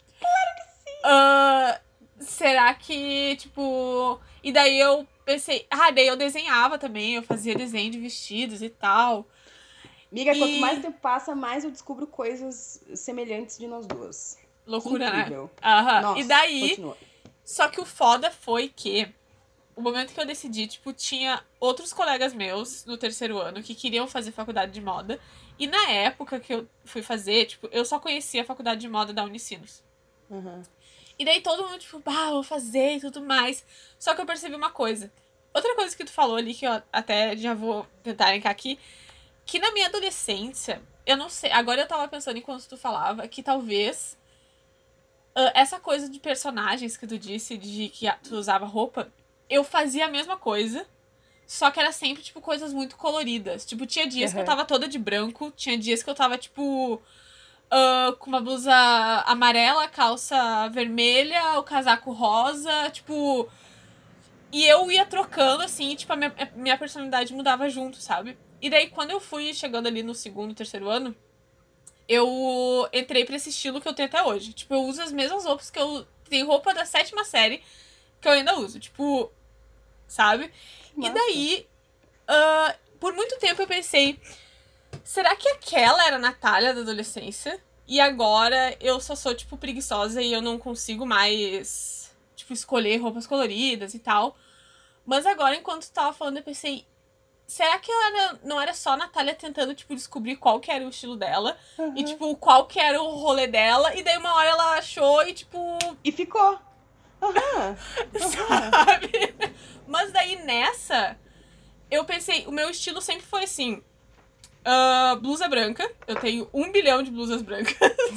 Ah, será que, tipo. E daí eu pensei. Ah, daí eu desenhava também, eu fazia desenho de vestidos e tal. Amiga, quanto mais E. tempo passa, mais eu descubro coisas semelhantes de nós duas. Que Loucura, né? incrível. Aham. E Nossa, daí. continua. Só que o foda foi que. O momento que eu decidi, tipo, tinha outros colegas meus no terceiro ano que queriam fazer faculdade de moda. E na época que eu fui fazer, tipo, eu só conhecia a faculdade de moda da Unicinos. Uhum. E daí todo mundo, tipo, bah, vou fazer e tudo mais. Só que eu percebi uma coisa. Outra coisa que tu falou ali, que eu até já vou tentar elencar aqui, que na minha adolescência, eu não sei, agora eu tava pensando enquanto tu falava, que talvez ah, essa coisa de personagens que tu disse, de que a- tu usava roupa, eu fazia a mesma coisa, só que era sempre, tipo, coisas muito coloridas. Tipo, tinha dias que eu Uhum. tava toda de branco, tinha dias que eu tava, tipo, ah, com uma blusa amarela, calça vermelha, o casaco rosa, tipo. E eu ia trocando, assim, e, tipo, a minha, a minha personalidade mudava junto, sabe? E daí, quando eu fui chegando ali no segundo, terceiro ano, eu entrei pra esse estilo que eu tenho até hoje. Tipo, eu uso as mesmas roupas que eu. Tem roupa da sétima série que eu ainda uso. Tipo, sabe? Que E massa. daí, ah, por muito tempo eu pensei, será que aquela era a Natália da adolescência? E agora eu só sou, tipo, preguiçosa e eu não consigo mais, tipo, escolher roupas coloridas e tal. Mas agora, enquanto tu tava falando, eu pensei, será que ela era- não era só a Natália tentando, tipo, descobrir qual que era o estilo dela? E, Uhum. tipo, qual que era o rolê dela? E daí uma hora ela achou e, tipo, E ficou. Aham. Aham. sabe? Mas daí nessa, eu pensei, o meu estilo sempre foi assim. ah, blusa branca. Eu tenho um bilhão de blusas brancas.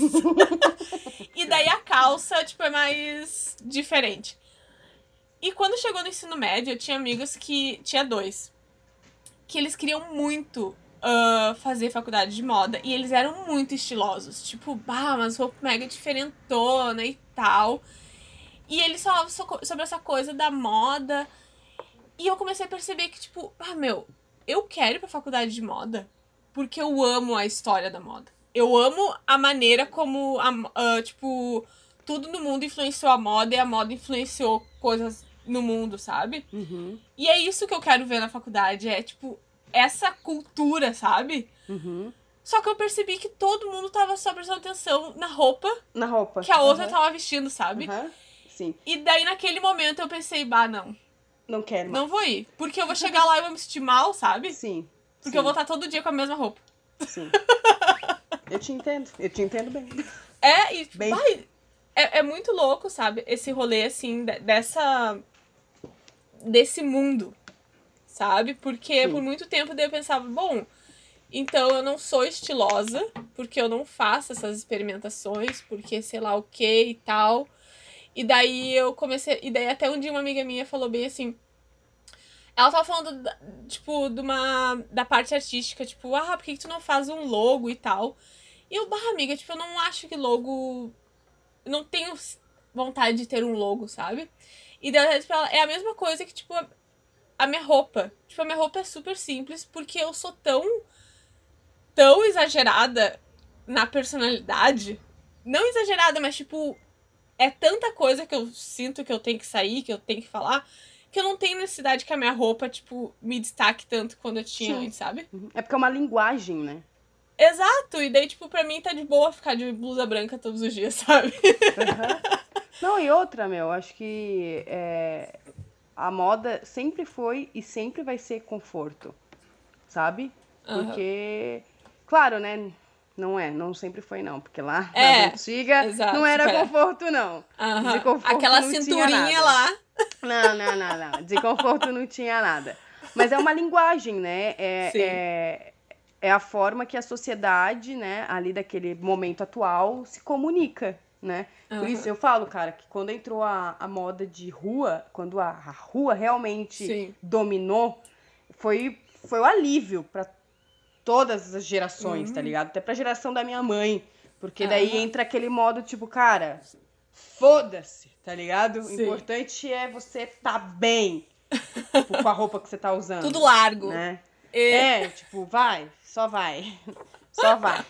E daí a calça, tipo, é mais diferente. E quando chegou no ensino médio, eu tinha amigos que. Tinha dois. Que eles queriam muito ah, fazer faculdade de moda. E eles eram muito estilosos. Tipo, bah, umas roupas mega diferentona e tal. E eles falavam so- sobre essa coisa da moda. E eu comecei a perceber que, tipo, ah, meu, eu quero ir pra faculdade de moda porque eu amo a história da moda. Eu amo a maneira como, a, ah, tipo, tudo no mundo influenciou a moda e a moda influenciou coisas no mundo, sabe? Uhum. E é isso que eu quero ver na faculdade, é, tipo, essa cultura, sabe? Uhum. Só que eu percebi que todo mundo tava só prestando atenção na roupa Na roupa. que a outra Aham. tava vestindo, sabe? Aham. Sim. E daí, naquele momento, eu pensei, bah, não, Não quero mais. não vou ir. Porque eu vou chegar lá e vou me sentir mal, sabe? Sim. Porque Sim. eu vou estar todo dia com a mesma roupa. Sim. Eu te entendo. Eu te entendo bem. É, e, Bem. vai, é, é muito louco, sabe? Esse rolê, assim, de- dessa... Desse mundo, sabe? Porque Sim. por muito tempo daí eu pensava, bom, então eu não sou estilosa, porque eu não faço essas experimentações, porque sei lá o que e tal. E daí eu comecei... E daí até um dia uma amiga minha falou bem assim... Ela tava falando, da- tipo, de uma... Da parte artística, tipo, ah, por que, que tu não faz um logo e tal? E eu, bah, amiga, tipo, eu não acho que logo... Eu não tenho vontade de ter um logo, sabe? E daí ela disse pra ela, é a mesma coisa que, tipo, a, a minha roupa. Tipo, a minha roupa é super simples, porque eu sou tão... Tão exagerada na personalidade. Não exagerada, mas, tipo... É tanta coisa que eu sinto que eu tenho que sair, que eu tenho que falar... Que eu não tenho necessidade que a minha roupa, tipo, me destaque tanto quando eu tinha Sim. antes, sabe? Uhum. É porque é uma linguagem, né? Exato! E daí, tipo, pra mim tá de boa ficar de blusa branca todos os dias, sabe? Aham. Não, e outra, meu, acho que é, a moda sempre foi e sempre vai ser conforto, sabe? Aham. Porque, claro, né? Não é, não sempre foi não, porque lá nas É, antigas não exato. era Tipo, é. conforto não. De Aham. conforto Aquela não tinha cinturinha nada. lá. Não, não, não, não. Desconforto não tinha nada. Mas é uma linguagem, né? É, Sim. é, é a forma que a sociedade, né, ali daquele momento atual, se comunica, né? Por isso Aham. eu falo, cara, que quando entrou a, a moda de rua, quando a, a rua realmente Sim. dominou, foi, foi o alívio pra todas as gerações, tá Hum. ligado? Até pra geração da minha mãe. Porque daí Aham. entra aquele modo, tipo, cara, foda-se, tá ligado? O Sim. importante é você tá bem, tipo, com a roupa que você tá usando. Tudo largo. Né? E- É, tipo, vai, só vai. Só vai.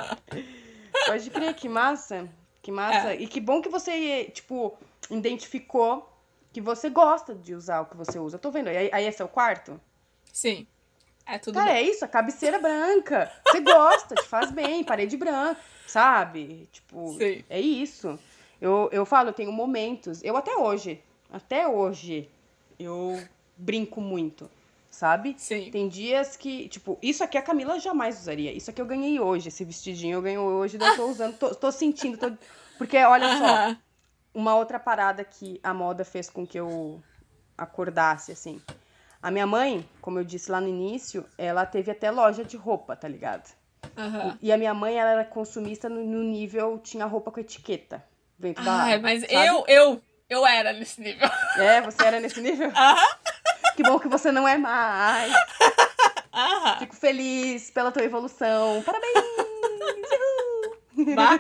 Pode crer, que massa. Que massa. É. E que bom que você, tipo, identificou que você gosta de usar o que você usa. Eu tô vendo. Aí, aí esse é o quarto? Sim. É tudo Cara, é branco. isso, a cabeceira branca. Você gosta, te faz bem, parede branca, sabe? Tipo, Sim. é isso. Eu, eu falo, eu tenho momentos, eu até hoje, até hoje, eu brinco muito, sabe? Sim. Tem dias que, tipo, isso aqui a Camila jamais usaria. Isso aqui eu ganhei hoje, esse vestidinho eu ganhei hoje, daí eu tô usando, tô, tô sentindo, tô... Porque, olha só, Aham. uma outra parada que a moda fez com que eu acordasse, assim. A minha mãe, como eu disse lá no início, ela teve até loja de roupa, tá ligado? Aham. E a minha mãe, ela era consumista no, no nível, tinha roupa com etiqueta dentro Ai, da... mas sabe? eu, eu, eu era nesse nível. É, você era nesse nível? Aham. Que bom que você não é mais. Aham. Fico feliz pela tua evolução. Parabéns! Uhul! Bah.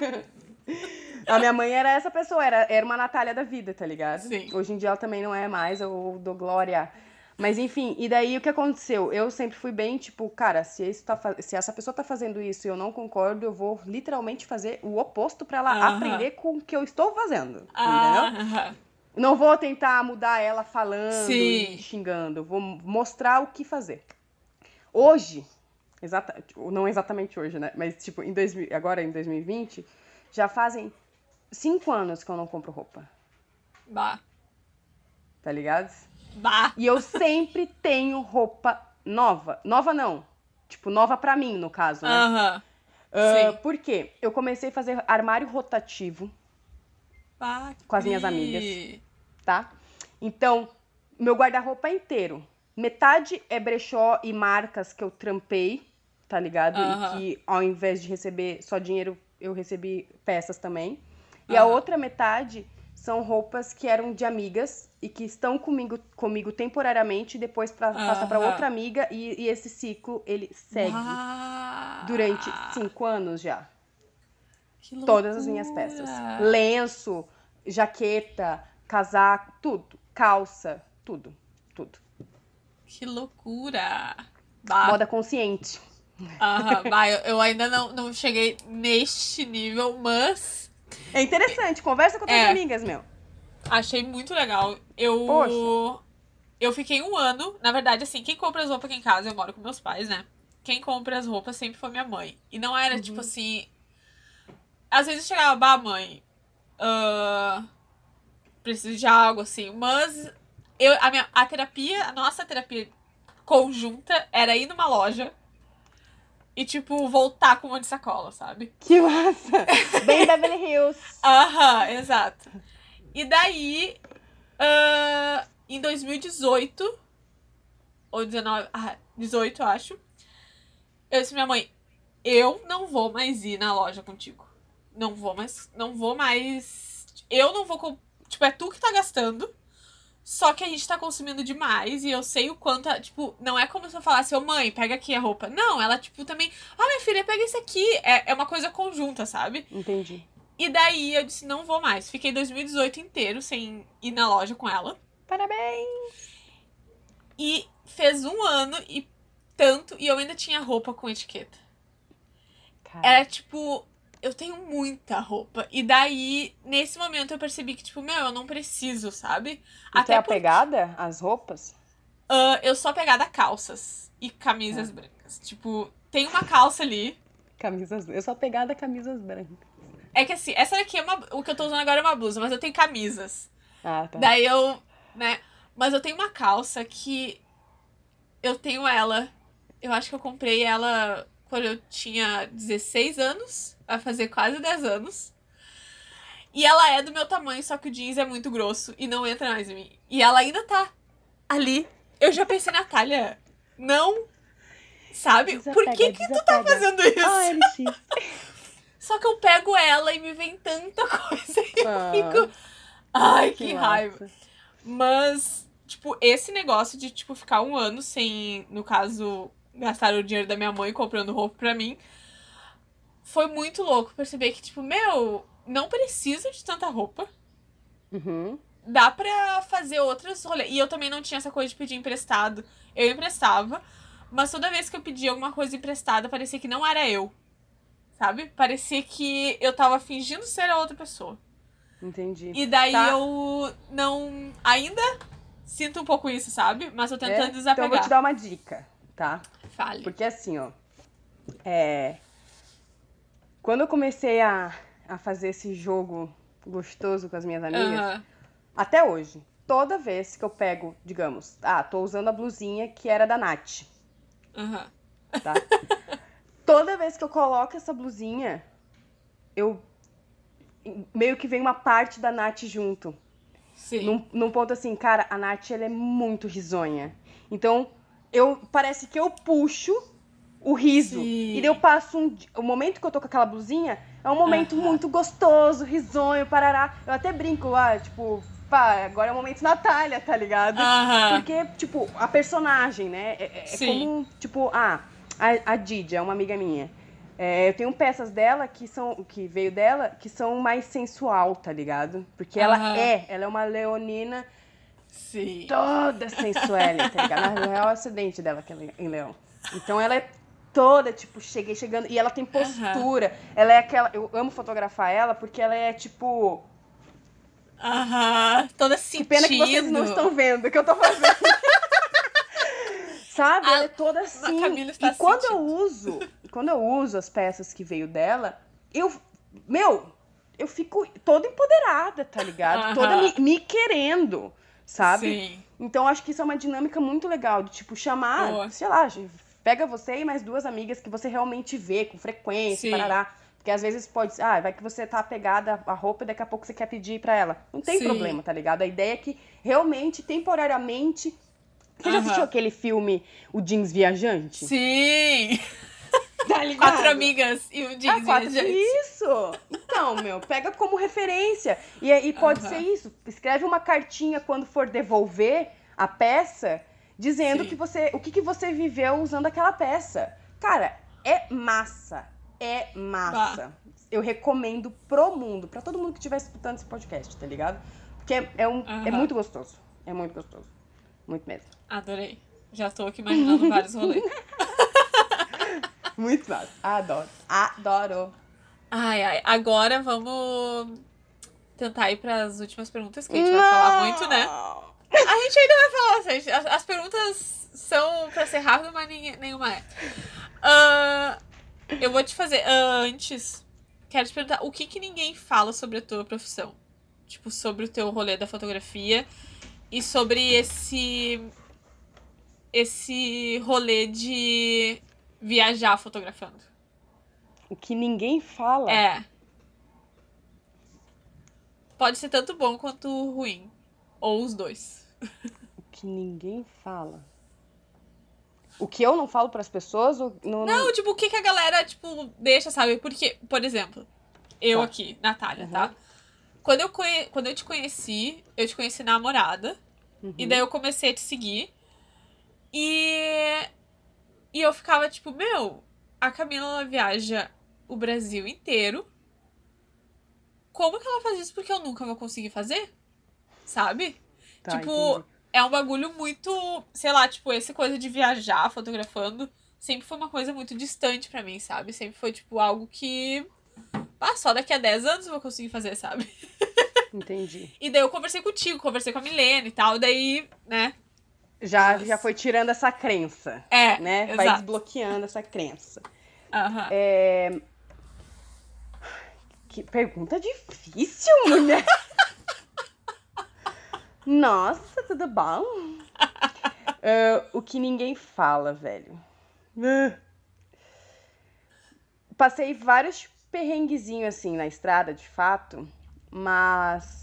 A minha mãe era essa pessoa, era, era uma Natália da vida, tá ligado? Sim. Hoje em dia ela também não é mais, eu dou glória. Mas enfim, e daí o que aconteceu? Eu sempre fui bem, tipo, cara, se, isso tá, fa- se essa pessoa tá fazendo isso e eu não concordo, eu vou literalmente fazer o oposto pra ela Aham. aprender com o que eu estou fazendo, entendeu? Aham. Não vou tentar mudar ela falando Sim. e xingando, eu vou mostrar o que fazer. Hoje, exata, tipo, não exatamente hoje, né? Mas tipo, em dois mil, agora em dois mil e vinte, já fazem cinco anos que eu não compro roupa, Bah. tá ligado? Bah. E eu sempre tenho roupa nova. Nova não. Tipo, nova pra mim, no caso, né? Aham. Ah, Sim. por quê? Eu comecei a fazer armário rotativo, Bah. com as minhas Cri. amigas. Tá? Então, meu guarda-roupa é inteiro. Metade é brechó e marcas que eu trampei, tá ligado? Aham. E que ao invés de receber só dinheiro, eu recebi peças também. E a Aham. outra metade são roupas que eram de amigas e que estão comigo, comigo temporariamente e depois pra, passa pra Aham. outra amiga e, e esse ciclo, ele segue Bah. durante cinco anos já. Que loucura. Todas as minhas peças. Lenço, jaqueta, casaco, tudo. Calça, tudo. Tudo. Que loucura. Bah. Moda consciente. Aham. Bah, eu, eu ainda não, não cheguei neste nível, mas É interessante, conversa com tuas É. amigas, meu. achei muito legal. Eu. Poxa. Eu fiquei um ano. Na verdade, assim, quem compra as roupas aqui em casa, eu moro com meus pais, né? Quem compra as roupas sempre foi minha mãe. E não era, Uhum. tipo assim. Às vezes chegava, bah, mãe. ah, preciso de algo, assim. Mas eu, a, minha, a terapia, a nossa terapia conjunta era ir numa loja e, tipo, voltar com um monte de sacola, sabe? Que massa. Bem Beverly Hills. Aham, exato. E daí, ah, em dois mil e dezoito, ou dezenove, ah, dezoito, eu acho, eu disse pra minha mãe, eu não vou mais ir na loja contigo. Não vou mais, não vou mais, eu não vou, com- tipo, é tu que tá gastando, só que a gente tá consumindo demais e eu sei o quanto, a- tipo, não é como se eu falasse, ô mãe, pega aqui a roupa. Não, ela, tipo, também, ah, minha filha, pega esse aqui. É, é uma coisa conjunta, sabe? Entendi. E daí eu disse, não vou mais. Fiquei dois mil e dezoito inteiro sem ir na loja com ela. Parabéns. E fez um ano e tanto, e eu ainda tinha roupa com etiqueta. Cara, Era tipo, eu tenho muita roupa. E daí, nesse momento, eu percebi que, tipo, meu, eu não preciso, sabe? e tu é porque, apegada às roupas? ah, eu sou apegada a calças e camisas brancas. Tipo, tem uma calça ali. Camisas... Eu sou apegada a camisas brancas. É que assim, essa daqui é uma. O que eu tô usando agora é uma blusa, mas eu tenho camisas. Ah, tá. Daí eu, né? Mas eu tenho uma calça que eu tenho ela. Eu acho que eu comprei ela quando eu tinha dezesseis anos. Vai fazer quase dez anos. E ela é do meu tamanho, só que o jeans é muito grosso e não entra mais em mim. E ela ainda tá ali. Eu já pensei, Natália, não, sabe? Desapega, Por que que tu tá desapega. fazendo isso? Ah, L X. Só que eu pego ela e me vem tanta coisa e eu Ah, fico... Ai, que, que raiva. massa. Mas, tipo, esse negócio de, tipo, ficar um ano sem, no caso, gastar o dinheiro da minha mãe comprando roupa pra mim, foi muito louco perceber que, tipo, meu, não precisa de tanta roupa. Uhum. Dá pra fazer outras rolês. E eu também não tinha essa coisa de pedir emprestado. Eu emprestava, mas toda vez que eu pedia alguma coisa emprestada, parecia que não era eu. Sabe? Parecia que eu tava fingindo ser a outra pessoa. Entendi. E daí Tá. eu não... Ainda sinto um pouco isso, sabe? Mas tô tentando É? desapegar. Então eu vou te dar uma dica, tá? Fale. Porque assim, ó. É... Quando eu comecei a, a fazer esse jogo gostoso com as minhas amigas, Aham. até hoje, toda vez que eu pego, digamos, ah, tô usando a blusinha que era da Nath, Aham. tá? Toda vez que eu coloco essa blusinha, eu meio que vem uma parte da Nath junto. Sim. Num, num ponto assim, cara, a Nath, ela é muito risonha. Então, eu parece que eu puxo o riso. Sim. E daí eu passo um... di- O momento que eu tô com aquela blusinha é um momento Aham. muito gostoso, risonho, parará. Eu até brinco lá, tipo, pá, agora é o momento Natália, tá ligado? Aham. Porque, tipo, a personagem, né? É, é- é Sim. como, tipo, ah, a, a Didi é uma amiga minha. É, eu tenho peças dela que são, que veio dela, que são mais sensual, tá ligado? Porque ela Aham. é, ela é uma leonina Sim. toda sensuela, tá ligado? Na real, é o acidente dela que é em leão. Então ela é toda, tipo, cheguei chegando, e ela tem postura. Ela é aquela, eu amo fotografar ela porque ela é, tipo... Aham. Toda Que sentindo. pena que vocês não estão vendo o que eu tô fazendo. Sabe? A- Ela é toda assim. a Camila está E quando eu sentindo. uso, quando eu uso as peças que veio dela, eu, meu, eu fico toda empoderada, tá ligado? Aham. Toda me, me querendo, sabe? Sim. Então acho que isso é uma dinâmica muito legal de tipo chamar, Boa. sei lá, pega você e mais duas amigas que você realmente vê com frequência, Sim. parará. Porque às vezes pode ser, ah, vai que você tá apegada à roupa e daqui a pouco você quer pedir pra ela. Não tem Sim. problema, tá ligado? A ideia é que realmente, temporariamente. Você já Aham. assistiu aquele filme O Jeans Viajante? Sim. Tá ligado? Quatro amigas e um Ah, jeans quatro... viajante. Isso! Então, meu, pega como referência. E, e pode Aham. ser isso. Escreve uma cartinha quando for devolver a peça, dizendo Sim. que você, o que, que você viveu usando aquela peça. Cara, é massa. É massa. Eu recomendo pro mundo, pra todo mundo que estiver escutando esse podcast, tá ligado? Porque é, é, um, é Aham. muito gostoso. É muito gostoso. Muito mesmo. Adorei. Já tô aqui imaginando vários rolês. Muito massa. Adoro. Adoro. Ai, ai. Agora vamos tentar ir pras últimas perguntas, que a gente vai falar muito, né? A gente ainda vai falar, gente. As, as perguntas são pra ser rápido, mas ninguém, nenhuma é. Ah, eu vou te fazer. ah, antes, quero te perguntar o que, que ninguém fala sobre a tua profissão? Tipo, sobre o teu rolê da fotografia e sobre esse. Esse rolê de viajar fotografando. O que ninguém fala. É. Pode ser tanto bom quanto ruim. Ou os dois. O que ninguém fala. O que eu não falo pras pessoas? Ou não, Não, tipo, o que, que a galera, tipo, deixa, sabe? Porque, por exemplo, eu Tá. aqui, Natália, Uhum. tá? Quando eu, conhe... Quando eu te conheci, eu te conheci namorada. Uhum. E daí eu comecei a te seguir. E. E eu ficava tipo, meu, a Camila ela viaja o Brasil inteiro. Como que ela faz isso? Porque eu nunca vou conseguir fazer? Sabe? Tá, tipo, entendi. é um bagulho muito. Sei lá, tipo, essa coisa de viajar fotografando sempre foi uma coisa muito distante pra mim, sabe? Sempre foi, tipo, algo que. Ah, só daqui a dez anos eu vou conseguir fazer, sabe? Entendi. E daí eu conversei contigo, conversei com a Milena e tal, daí, né? Já, Nossa. já foi tirando essa crença. É, Né? Vai exato. desbloqueando essa crença. Aham. É... Que pergunta difícil, mulher. Nossa, tudo bom? Ah, o que ninguém fala, velho. Ah. Passei vários perrenguezinhos assim na estrada, de fato. mas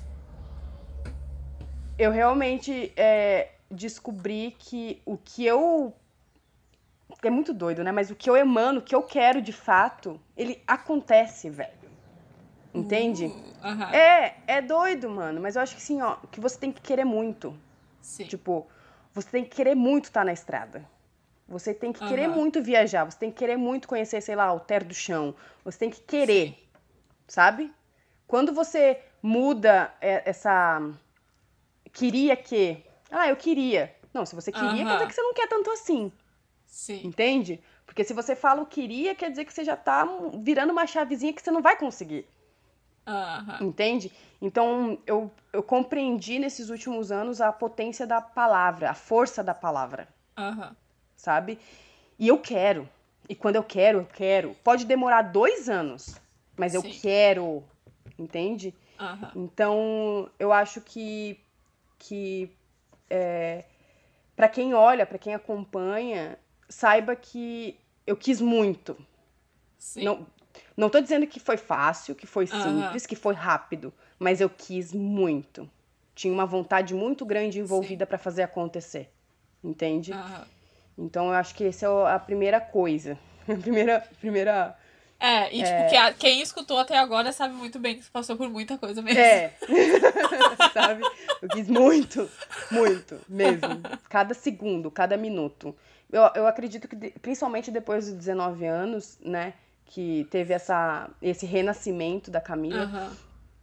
eu realmente é, descobri que o que eu... É muito doido, né? Mas o que eu emano, o que eu quero de fato, ele acontece, velho. Entende? Uh, aham. É, é doido, mano. Mas eu acho que sim, ó, que você tem que querer muito. Sim. Tipo, você tem que querer muito estar na estrada. Você tem que querer Aham. muito viajar. Você tem que querer muito conhecer, sei lá, o Terra do Chão. Você tem que querer, Sim. sabe? Quando você muda é, essa... Queria que... Ah, eu queria. Não, se você queria, quer dizer Aham. que você não quer tanto assim. Sim. Entende? Porque se você fala o queria, quer dizer que você já tá virando uma chavezinha que você não vai conseguir. Aham. Entende? Então, eu, eu compreendi nesses últimos anos a potência da palavra, a força da palavra, Aham. sabe? E eu quero. E quando eu quero, eu quero. Pode demorar dois anos, mas eu Sim. quero. Entende? Aham. Então, eu acho que, que é, para quem olha, para quem acompanha, saiba que eu quis muito. Sim. Não, não tô dizendo que foi fácil, que foi Aham. simples, que foi rápido, mas eu quis muito. Tinha uma vontade muito grande envolvida Sim. para fazer acontecer. Entende? Aham. Então eu acho que essa é a primeira coisa. A primeira, primeira É, e tipo, que a- quem escutou até agora sabe muito bem que você passou por muita coisa mesmo. é, sabe? Eu quis muito, muito, mesmo. Cada segundo, cada minuto. Eu, eu acredito que, de- principalmente depois dos dezenove anos, né, que teve essa, esse renascimento da Camila, Aham.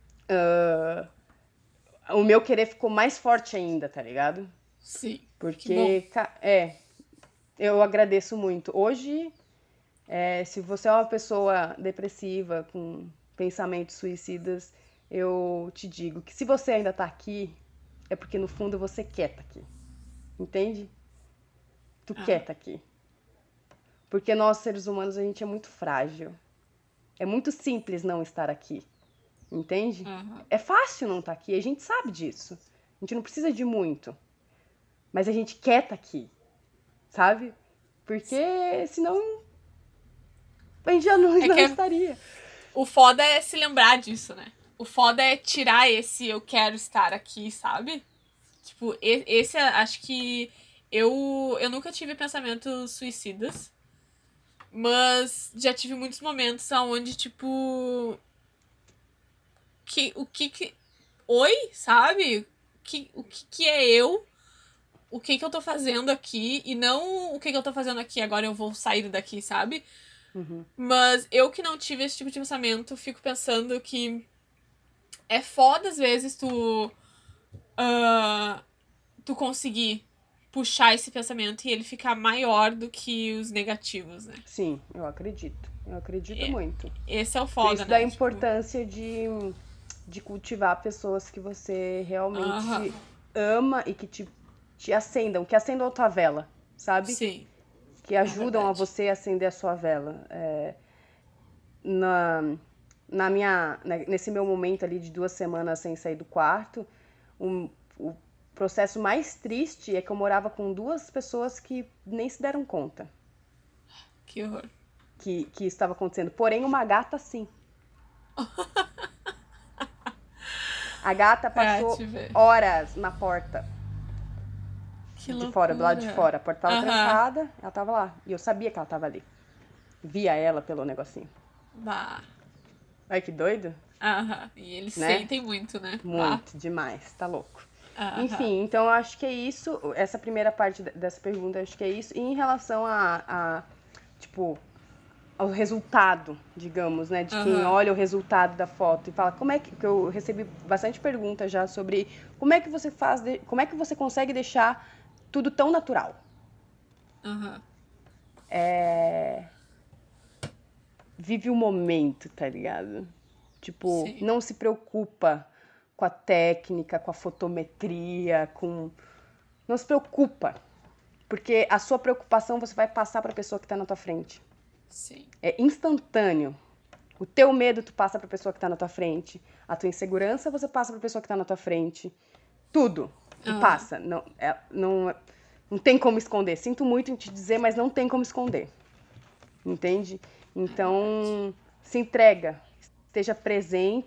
o meu querer ficou mais forte ainda, tá ligado? Sim. Que bom. Porque, ca- é, eu agradeço muito. Hoje, é, se você é uma pessoa depressiva, com pensamentos suicidas, eu te digo que se você ainda tá aqui, é porque no fundo você quer tá aqui. Entende? Tu Ah. quer tá aqui. Porque nós, seres humanos, a gente é muito frágil. É muito simples não estar aqui. Entende? Aham. É fácil não estar aqui, a gente sabe disso. A gente não precisa de muito. Mas a gente quer tá aqui. Sabe? Porque senão a gente já não, É não que é- estaria. o foda é se lembrar disso, né? O foda é tirar esse eu quero estar aqui, sabe? Tipo, e- esse é- acho que eu, eu nunca tive pensamentos suicidas, mas já tive muitos momentos onde, tipo, que, o que que... Oi, sabe? Que, o que que é eu? O que que eu tô fazendo aqui? E não o que que eu tô fazendo aqui, agora eu vou sair daqui, sabe? Uhum. Mas eu que não tive esse tipo de pensamento, fico pensando que é foda às vezes tu, ah, tu conseguir puxar esse pensamento e ele ficar maior do que os negativos, né? Sim, eu acredito. Eu acredito É, muito. esse é o Por foda, isso da né? Tipo, importância de, de cultivar pessoas que você aham, realmente ama e que te, te acendam, que acendam a tua vela, sabe? sim, Que é ajudam a verdade. você a acender a sua vela. É, na, na minha, né, nesse meu momento ali de duas semanas sem sair do quarto, um, o processo mais triste é que eu morava com duas pessoas que nem se deram conta Que horror. que, que isso estava acontecendo. Porém, uma gata sim. A gata Pra passou te ver. horas na porta Que de loucura. fora, do lado de fora. A porta tava Aham. trancada, ela tava lá. E eu sabia que ela tava ali. Via ela pelo negocinho. Bah. Olha que doido. Aham. E eles Né? sentem muito, né? Bah. Muito, demais. Tá louco. Aham. Enfim, então eu acho que é isso. Essa primeira parte dessa pergunta, eu acho que é isso. E em relação a, a tipo, ao resultado, digamos, né? De quem Aham. olha o resultado da foto e fala como é que, que eu recebi bastante perguntas já sobre como é que você faz, de- como é que você consegue deixar tudo tão natural. Aham. É... Vive o momento, tá ligado? Tipo, Sim. não se preocupa com a técnica, com a fotometria, com... Não se preocupa, porque a sua preocupação você vai passar pra pessoa que tá na tua frente. Sim. É instantâneo. O teu medo tu passa pra pessoa que tá na tua frente. A tua insegurança você passa pra pessoa que tá na tua frente. Tudo. Tu Aham. passa. Não, é, não, não tem como esconder. Sinto muito em te dizer, mas não tem como esconder. Entende? Então, se entrega. Esteja presente,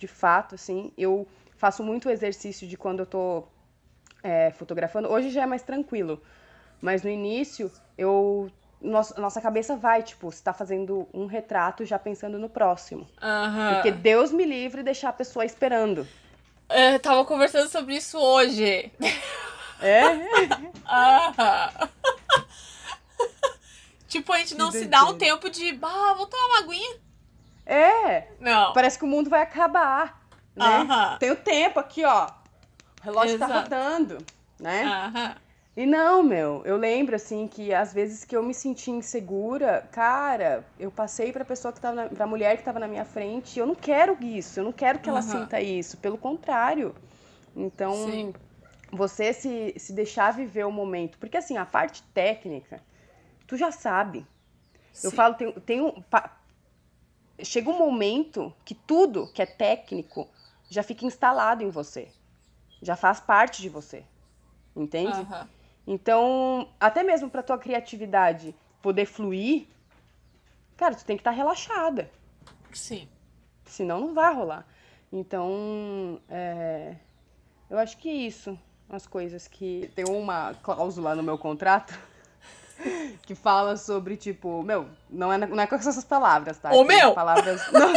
de fato, assim. Eu faço muito exercício de quando eu tô é, fotografando. Hoje já é mais tranquilo, mas no início, eu... Nossa, nossa cabeça vai, tipo, você tá fazendo um retrato já pensando no próximo. Porque Aham. Deus me livre deixar a pessoa esperando. Eu tava conversando sobre isso hoje. É? Aham. Tipo, a gente Que não se dá um doideira. tempo de, ah, vou tomar uma aguinha. É! Não. Parece que o mundo vai acabar, né? Aham. Tem o tempo aqui, ó. O relógio tá Exato. rodando, né? Aham. E não, meu, eu lembro, assim, que às vezes que eu me senti insegura, cara, eu passei pra pessoa que tava, na, pra mulher que tava na minha frente, eu não quero isso, eu não quero que ela Aham. sinta isso, pelo contrário. Sim. Então, você se, se deixar viver o momento, porque assim, a parte técnica, tu já sabe. Eu Sim. falo, tem, tem um, pa- chega um momento que tudo que é técnico já fica instalado em você, já faz parte de você, entende? Aham. Então, até mesmo para tua criatividade poder fluir, cara, tu tem que estar relaxada, Sim. senão não vai rolar. Então, é, eu acho que isso, as coisas que tem uma cláusula no meu contrato que fala sobre tipo, meu, não é não é com essas palavras, tá? Ô, Tem umas meu! palavras não,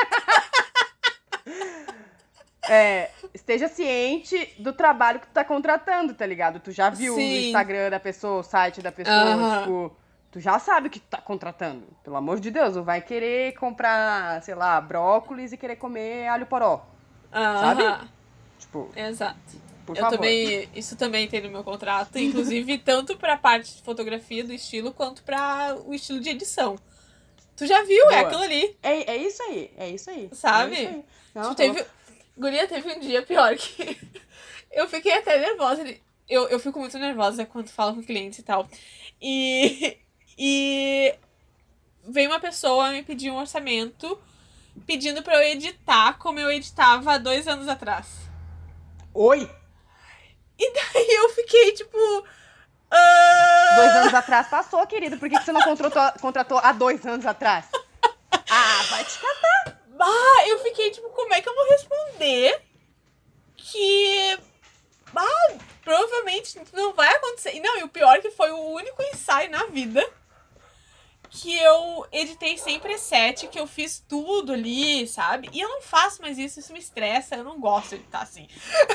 é, esteja ciente do trabalho que tu tá contratando, tá ligado? Tu já viu o Sim. Instagram da pessoa, o site da pessoa, Aham. tipo, tu já sabe o que tu tá contratando. Pelo amor de Deus, não vai querer comprar, sei lá, brócolis e querer comer alho poró, sabe? Aham. Tipo, Exato. por Eu favor. também, isso também tem no meu contrato, inclusive tanto pra parte de fotografia do estilo quanto pra o estilo de edição. Tu já viu, é Boa. aquilo ali, É, é isso aí, é isso aí. sabe? É isso aí. Não, Tipo, tá louco. teve. Guria, teve um dia pior que eu fiquei até nervosa. Eu, eu fico muito nervosa quando falo com clientes e tal. E. E. Veio uma pessoa me pedir um orçamento pedindo pra eu editar como eu editava há dois anos atrás. Oi! E daí eu fiquei tipo. Dois ah, anos atrás passou, querido. Por que, que você não contratou, contratou há dois anos atrás? Ah, vai te catar. Ah, eu fiquei tipo, como é que eu vou responder que. Ah, provavelmente não vai acontecer. E não, e o pior é que foi o único ensaio na vida que eu editei sem preset, que eu fiz tudo ali, sabe? E eu não faço mais isso, isso me estressa, eu não gosto de editar assim.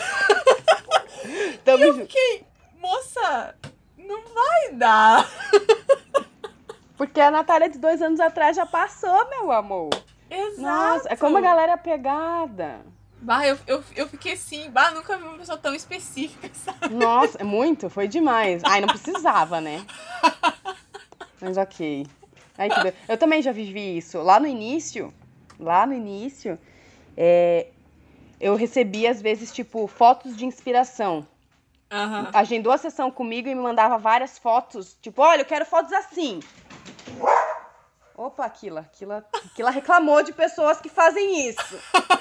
Tamo E eu junto. fiquei, moça, não vai dar. Porque a Natália de dois anos atrás já passou, meu amor. Exato. Nossa, é como a galera é pegada. Bah, eu, eu, eu fiquei assim, bah, nunca vi uma pessoa tão específica, sabe? Nossa, é muito, foi demais. Ai, não precisava, né? Mas ok. Ai, que doido. Eu também já vivi isso. Lá no início, lá no início, é, eu recebia, às vezes, tipo, fotos de inspiração. Aham. Agendou a sessão comigo e me mandava várias fotos. Tipo, olha, eu quero fotos assim. Opa, Aquila. Aquila, Aquila reclamou de pessoas que fazem isso.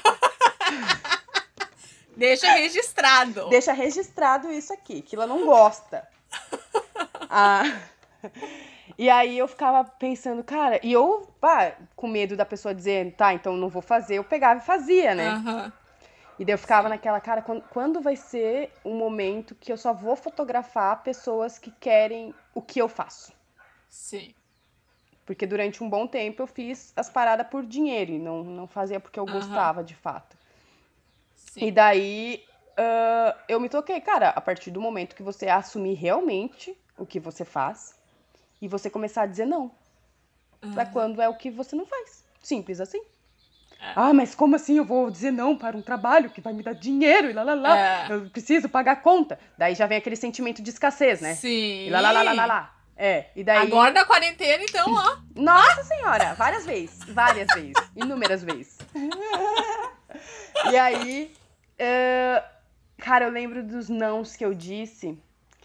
Deixa registrado. Deixa registrado isso aqui. Aquila não gosta. Ah, e aí eu ficava pensando, cara... E eu, pá, com medo da pessoa dizer, tá, então não vou fazer. Eu pegava e fazia, né? Aham. E daí eu ficava naquela, cara, quando, quando vai ser o momento que eu só vou fotografar pessoas que querem o que eu faço? Sim. Porque durante um bom tempo eu fiz as paradas por dinheiro e não, não fazia porque eu Aham. gostava de fato. Sim. E daí uh, eu me toquei, cara, a partir do momento que você assumir realmente o que você faz e você começar a dizer não. Pra Aham. quando é o que você não faz. Simples assim. É. Ah, mas como assim eu vou dizer não para um trabalho que vai me dar dinheiro e lá lá lá? É. Eu preciso pagar a conta. Daí já vem aquele sentimento de escassez, né? Sim. E lá lá lá lá lá lá. É, e daí... Agora na quarentena, então, ó. Nossa senhora, várias vezes, várias vezes, inúmeras vezes. E aí, uh, cara, eu lembro dos nãos que eu disse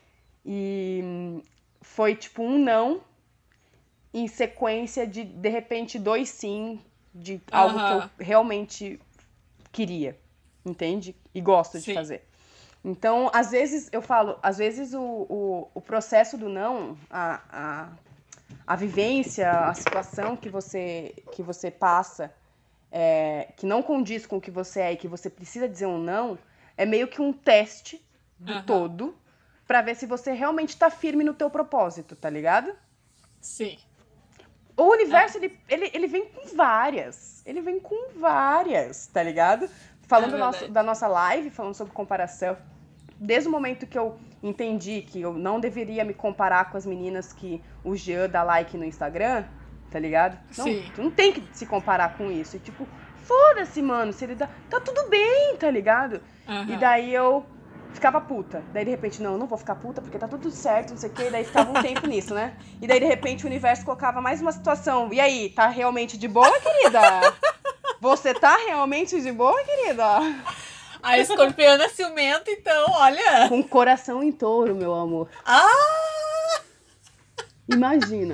e foi tipo um não em sequência de, de repente, dois sim de algo Aham. que eu realmente queria, entende? E gosto de Sim. fazer. Então, às vezes, eu falo, às vezes o, o, o processo do não, a, a, a vivência, a situação que você, que você passa é, que não condiz com o que você é e que você precisa dizer um não, é meio que um teste do Aham. todo pra ver se você realmente tá firme no teu propósito, tá ligado? Sim. O universo, ele, ele, ele vem com várias. Ele vem com várias, tá ligado? Falando É nosso- verdade. da nossa live, falando sobre comparação, desde o momento que eu entendi que eu não deveria me comparar com as meninas que o Jean dá like no Instagram, tá ligado? Não, Sim. tu não tem que se comparar com isso. E tipo, foda-se, mano, se ele dá... Tá tudo bem, tá ligado? Aham. E daí eu ficava puta. Daí, de repente, não, eu não vou ficar puta porque tá tudo certo, não sei o quê. E daí ficava um tempo nisso, né? E daí, de repente, o universo colocava mais uma situação. E aí, tá realmente de boa, querida? Você tá realmente de boa, querida? A escorpiana ciumenta, então, olha. Com coração em touro, meu amor. Ah! Imagina.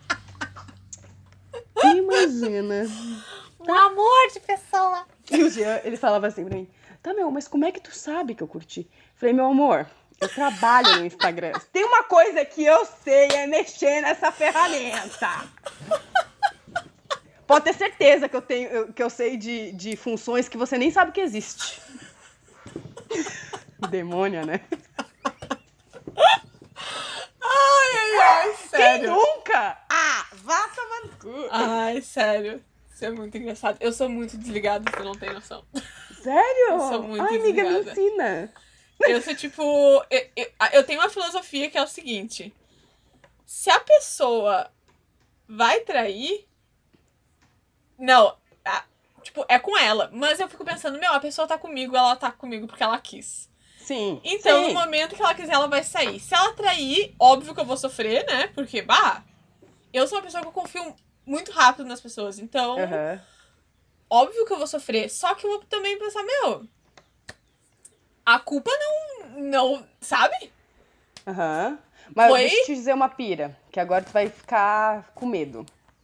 Imagina. Um amor de pessoa. E o Jean, ele falava assim pra mim, tá, meu, mas como é que tu sabe que eu curti? Falei, meu amor, eu trabalho no Instagram. Tem uma coisa que eu sei, é mexer nessa ferramenta. Pode ter certeza que eu, tenho, eu- que eu sei de, de funções que você nem sabe que existe. Demônia, né? Ai, ai, ai, Quem sério. nunca? Ah, vá tomar no cu. Ai, sério. Isso é muito engraçado. Eu sou muito desligada, você não tem noção. Sério? Eu sou muito Ai, amiga, me desligada. ensina. Eu sou tipo. Eu, eu, eu tenho uma filosofia que é o seguinte: se a pessoa vai trair. Não, ah, tipo, é com ela. Mas eu fico pensando, meu, a pessoa tá comigo, ela tá comigo porque ela quis. Sim. Então, sim. no momento que ela quiser, ela vai sair. Se ela trair, óbvio que eu vou sofrer, né? Porque, bah, eu sou uma pessoa que eu confio muito rápido nas pessoas. Então, Aham. óbvio que eu vou sofrer. Só que eu vou também pensar, meu, a culpa não. Não. Sabe? Aham. Mas Foi? deixa eu te dizer uma pira, que agora tu vai ficar com medo.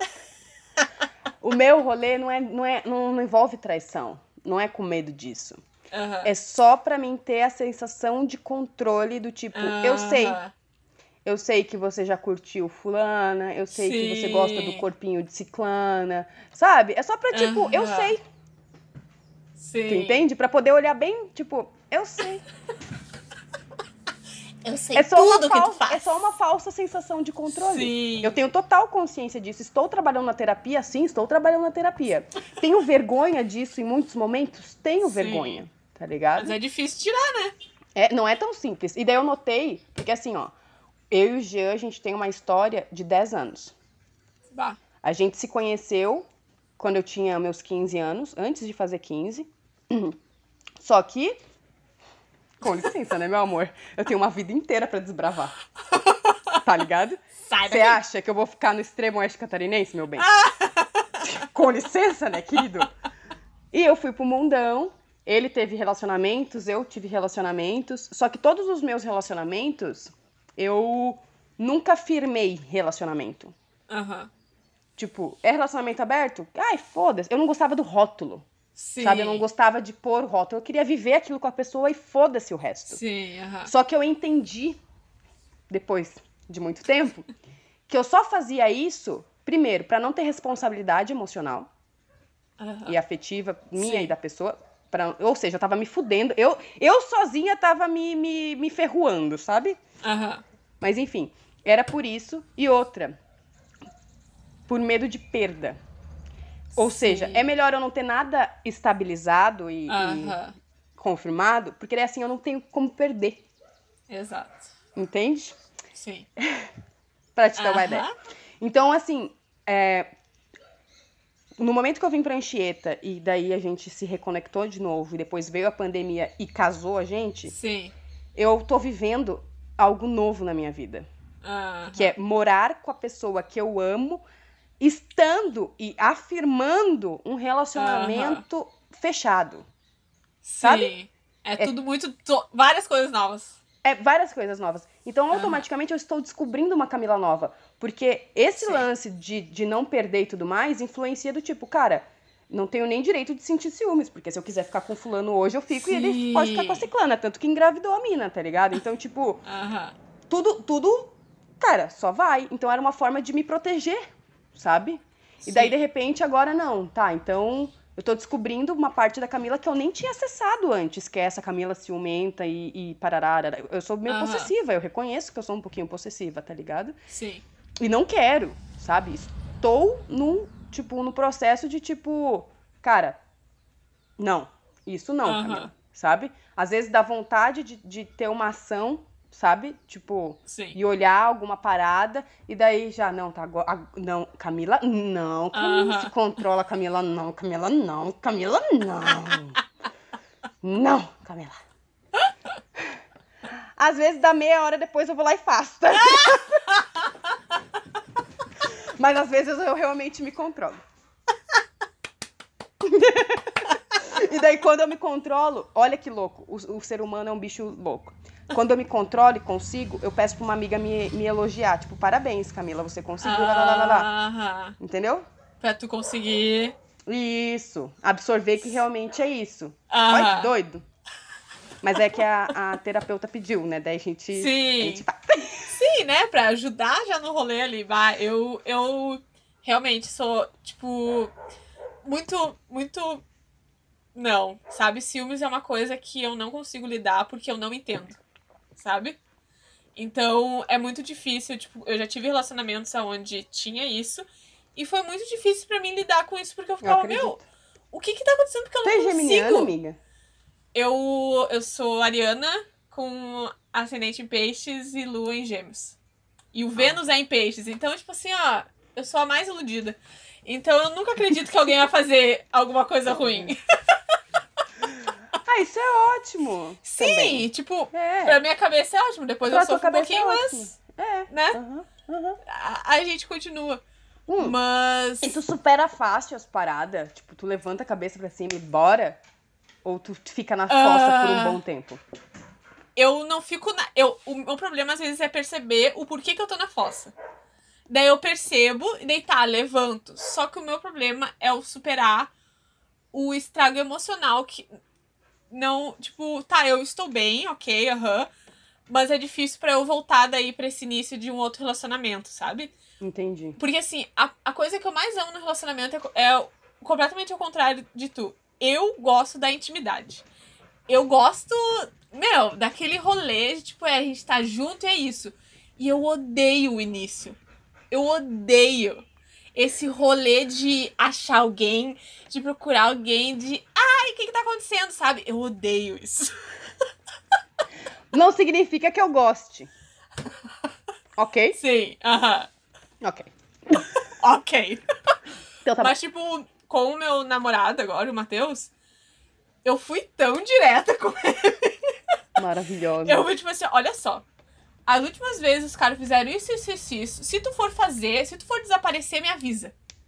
O meu rolê não, é, não, é, não, não envolve traição. Não é com medo disso. Aham. É só pra mim ter a sensação de controle do tipo, eu sei. Aham. Eu sei que você já curtiu fulana, eu sei que você gosta do Sim. corpinho de ciclana, sabe? É só pra, tipo, eu Aham. sei, Sim. tu entende? Pra poder olhar bem, tipo, eu sei. Eu sei É só, tudo uma que tu falsa, faz. é só uma falsa sensação de controle. Sim. Eu tenho total consciência disso. Estou trabalhando na terapia? Sim, estou trabalhando na terapia. Tenho vergonha disso em muitos momentos? Tenho Sim. vergonha, tá ligado? Mas é difícil tirar, né? É, não é tão simples. E daí eu notei, porque assim, ó, eu e o Jean, a gente tem uma história de dez anos. Bah. A gente se conheceu quando eu tinha meus quinze anos, antes de fazer quinze. Só que, com licença, né, meu amor? Eu tenho uma vida inteira pra desbravar. Tá ligado? Sai Você daqui. acha que eu vou ficar no extremo oeste catarinense, meu bem? Com licença, né, querido? E eu fui pro mundão, ele teve relacionamentos, eu tive relacionamentos, só que todos os meus relacionamentos, eu nunca firmei relacionamento. Aham. Tipo, é relacionamento aberto? Ai, foda-se. Eu não gostava do rótulo, Sim. sabe? Eu não gostava de pôr rótulo. Eu queria viver aquilo com a pessoa e foda-se o resto. Sim, aham. Só que eu entendi, depois de muito tempo, que eu só fazia isso, primeiro, pra não ter responsabilidade emocional Aham. e afetiva minha Sim. e da pessoa. Pra, ou seja, eu tava me fudendo. Eu, eu sozinha tava me, me, me ferroando, sabe? Aham. Mas enfim, era por isso. E outra, por medo de perda. Ou Sim. seja, é melhor eu não ter nada estabilizado e, e Aham. confirmado, porque daí assim eu não tenho como perder. Exato. Entende? Sim. Pra te dar uma Aham. ideia. Então, assim, é, no momento que eu vim pra Anchieta e daí a gente se reconectou de novo e depois veio a pandemia e casou a gente, Sim. eu tô vivendo algo novo na minha vida. Aham. Que é morar com a pessoa que eu amo, estando e afirmando um relacionamento fechado. Sim. sabe? É, tudo muito. to- Várias coisas novas. É várias coisas novas. Então, automaticamente, eu estou descobrindo uma Camila nova. Porque esse Sim. lance de, de não perder e tudo mais influencia do tipo, cara, não tenho nem direito de sentir ciúmes. Porque se eu quiser ficar com fulano hoje, eu fico e ele Sim. pode ficar com a ciclana. Tanto que engravidou a mina, tá ligado? Então, tipo, Aham. tudo, tudo, cara, só vai. Então, era uma forma de me proteger, sabe? E daí, Sim. de repente, agora não. Tá, então, Eu tô descobrindo uma parte da Camila que eu nem tinha acessado antes, que é essa Camila ciumenta e, e pararara. Eu sou meio Aham. possessiva, eu reconheço que eu sou um pouquinho possessiva, tá ligado? Sim. E não quero, sabe? Estou num, tipo, no processo de, tipo, cara, não, isso não, Aham. Camila, sabe? Às vezes dá vontade de, de ter uma ação, sabe? Tipo, Sim. e olhar alguma parada, e daí já, não, tá, agora, ag- não, Camila, não, Camila, Aham. se controla, Camila, não, Camila, não, Camila, não. Não, Camila. Às vezes dá meia hora depois eu vou lá e faço, tá? Mas às vezes eu realmente me controlo. E daí quando eu me controlo, olha que louco, o, o ser humano é um bicho louco. Quando eu me controlo e consigo, eu peço pra uma amiga me, me elogiar. Tipo, parabéns, Camila, você conseguiu, lá, lá, lá, lá, lá. Aham. Entendeu? Pra tu conseguir. Isso. Absorver que realmente é isso. Olha que Aham. doido. Mas é que a, a terapeuta pediu, né? Daí a gente, a Sim. gente faz. Sim, né? Pra ajudar já no rolê ali. Bah, eu, eu realmente sou, tipo, muito, muito. Não, sabe? Ciúmes é uma coisa que eu não consigo lidar porque eu não entendo, sabe? Então é muito difícil. Tipo, eu já tive relacionamentos onde tinha isso. E foi muito difícil pra mim lidar com isso porque eu Eu ficava, acredito. meu, o que que tá acontecendo? Porque eu Tu não é geminiana, consigo. amiga? Eu, eu sou ariana com ascendente em peixes e lua em gêmeos. E o Vênus é em peixes. Então, tipo assim, ó, eu sou a mais iludida. Então eu nunca acredito que alguém vai fazer alguma coisa ruim. Ah, isso é ótimo. Sim, Também. tipo, É. pra minha cabeça é ótimo. Depois Pra eu tua sofro um cabeça pouquinho, é mas, É. né, Aham, aham. a, a gente continua. Hum. Mas E tu supera fácil as paradas? Tipo, tu levanta a cabeça pra cima e bora? Ou tu fica na fossa por um Ah. bom tempo? eu não fico na... Eu, o meu problema às vezes é perceber o porquê que eu tô na fossa. Daí eu percebo, e daí tá, levanto. Só que o meu problema é o superar o estrago emocional que não, tipo, tá, eu estou bem, ok, aham, mas é difícil pra eu voltar daí pra esse início de um outro relacionamento, sabe? Entendi. Porque assim, a, a coisa que eu mais amo no relacionamento é, é completamente ao contrário de tu. Eu gosto da intimidade. Eu gosto, meu, daquele rolê de, tipo, é, a gente tá junto e é isso. E eu odeio o início. Eu odeio esse rolê de achar alguém, de procurar alguém, de ai, o que que tá acontecendo, sabe? Eu odeio isso. Não significa que eu goste. Ok? Sim, aham. Ok. Ok. Então tá Mas, tipo, com o meu namorado agora, o Matheus, eu fui tão direta com ele. bom. Maravilhosa. Eu fui, tipo assim, olha só. As últimas vezes os caras fizeram isso, isso, isso, isso. Se tu for fazer, se tu for desaparecer, me avisa.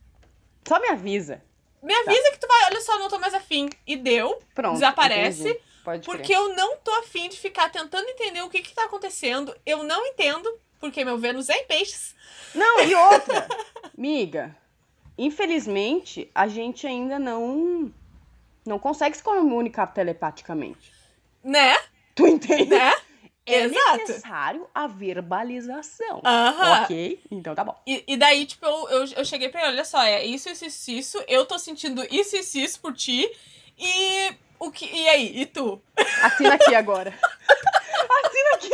Só me avisa. Me avisa que tu vai, olha só, não tô mais afim. E deu, Pronto. desaparece. entendi. Pode Porque crer. eu não tô afim de ficar tentando entender o que que tá acontecendo. Eu não entendo, porque meu Vênus é em peixes. Não, e outra. Miga, infelizmente, a gente ainda não... Não consegue se comunicar telepaticamente. Né? Tu entende? Né? É Exato. necessário a verbalização. Aham. Ok? Então tá bom. E, e daí, tipo, eu, eu, eu cheguei pra ele, olha só, é isso, isso, isso, isso, eu tô sentindo isso, isso, isso por ti, e o que. E aí? E tu? Assina aqui agora. Assina aqui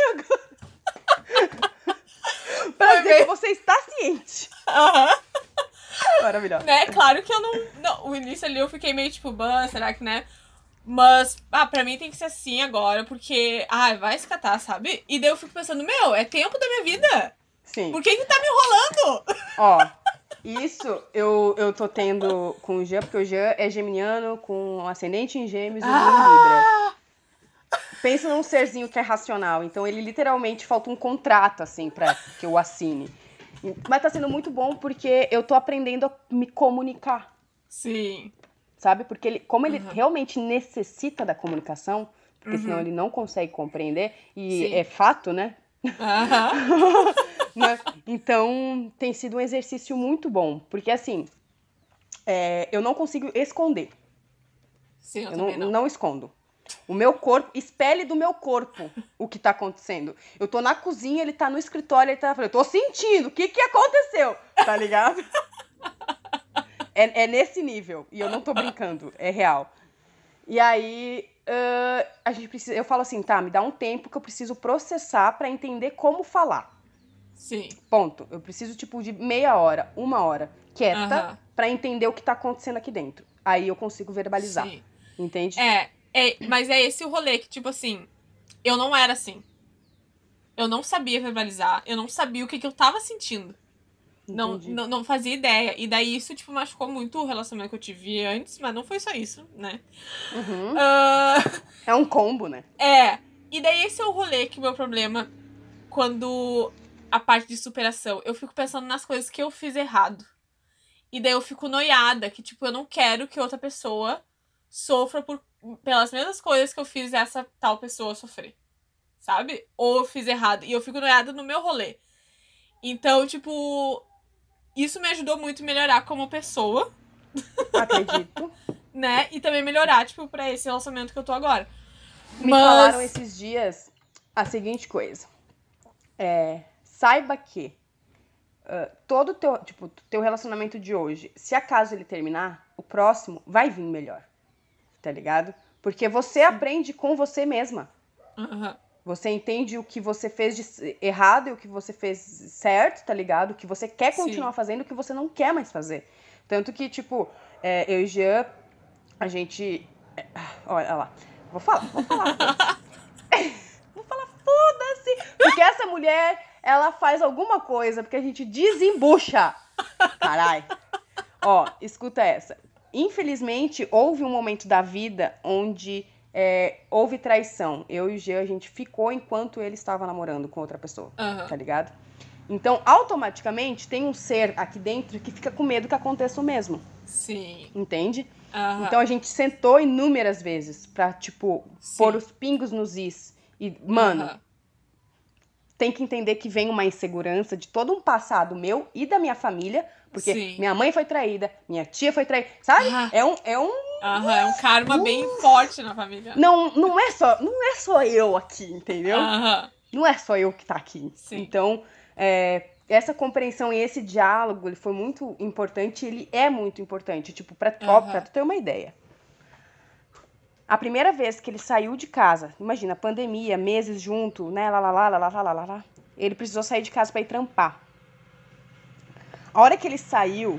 agora. Pra Foi dizer bem- que você está ciente. Aham. Maravilhosa. Né? Claro que eu não, não. O início ali eu fiquei meio tipo, bah, será que, né? Mas, ah, pra mim tem que ser assim agora, porque, ah, vai se catar, sabe? E daí eu fico pensando, meu, é tempo da minha vida. Sim. Por que que tá me enrolando? Ó, isso eu, eu tô tendo com o Jean, porque o Jean é geminiano com ascendente em gêmeos e lua em Libra. Ah! Pensa num serzinho que é racional, então ele literalmente falta um contrato, assim, pra que eu assine. Mas tá sendo muito bom porque eu tô aprendendo a me comunicar, Sim. sabe? Porque ele, como ele Uhum. realmente necessita da comunicação, porque senão ele não consegue compreender, e Sim. é fato, né? Aham. Né? Então, tem sido um exercício muito bom. Porque, assim, é, eu não consigo esconder. Sim, eu, Eu também não, não. não escondo. O meu corpo, espelhe do meu corpo o que tá acontecendo. Eu tô na cozinha, ele tá no escritório, ele tá falando, eu tô sentindo, o que que aconteceu? Tá ligado? É, é nesse nível. E eu não tô brincando, é real. E aí, uh, a gente precisa, eu falo assim, tá, me dá um tempo que eu preciso processar pra entender como falar. Sim. Ponto. Eu preciso, tipo, de meia hora, uma hora, quieta, Aham. pra entender o que tá acontecendo aqui dentro. Aí eu consigo verbalizar. Sim. Entende? É, é, mas é esse o rolê que, tipo assim, eu não era assim. Eu não sabia verbalizar, eu não sabia o que, que eu tava sentindo. Não, Entendi. não, não fazia ideia. E daí isso, tipo, machucou muito o relacionamento que eu tive antes, mas não foi só isso, né? Uhum. Ah, É um combo, né? é. E daí esse é o rolê que o meu problema quando a parte de superação. Eu fico pensando nas coisas que eu fiz errado. E daí eu fico noiada, que, tipo, eu não quero que outra pessoa sofra por, pelas mesmas coisas que eu fiz essa tal pessoa sofrer. Sabe? Ou eu fiz errado. E eu fico noiada no meu rolê. Então, tipo, isso me ajudou muito a melhorar como pessoa, Acredito. né? E também melhorar, tipo, pra esse relacionamento que eu tô agora. Me Mas... falaram esses dias a seguinte coisa. É, saiba que uh, todo teu, tipo, teu relacionamento de hoje, se acaso ele terminar, o próximo vai vir melhor. Tá ligado? Porque você Sim. aprende com você mesma. Uhum. Você entende o que você fez de errado e o que você fez certo, tá ligado? O que você quer continuar Sim. fazendo e o que você não quer mais fazer. Tanto que, tipo, é, eu e Jean, a gente... É, olha lá. Vou falar, vou falar, foda-se. Vou falar, foda-se. Porque essa mulher, ela faz alguma coisa, porque a gente desembucha. Carai. Ó, escuta essa. Infelizmente, houve um momento da vida onde... É, houve traição. Eu e o Jean, a gente ficou enquanto ele estava namorando com outra pessoa, Uhum. tá ligado? Então, automaticamente, tem um ser aqui dentro que fica com medo que aconteça o mesmo. Sim. Entende? Uhum. Então, a gente sentou inúmeras vezes pra, tipo, Sim. pôr os pingos nos is. E, mano, Uhum. tem que entender que vem uma insegurança de todo um passado meu e da minha família, porque Sim. minha mãe foi traída, minha tia foi traída, sabe? Ah. É um... É um Uhum, é um karma uh, bem forte na família. Não, não, é só, não é só eu aqui, entendeu? Uhum. Não é só eu que tá aqui. Sim. Então, é, essa compreensão e esse diálogo, ele foi muito importante, ele é muito importante. Tipo, pra, Uhum. ó, pra tu ter uma ideia. A primeira vez que ele saiu de casa, imagina, pandemia, meses junto, né, lá, lá, lá, lá, lá, lá, lá, lá, ele precisou sair de casa pra ir trampar. A hora que ele saiu...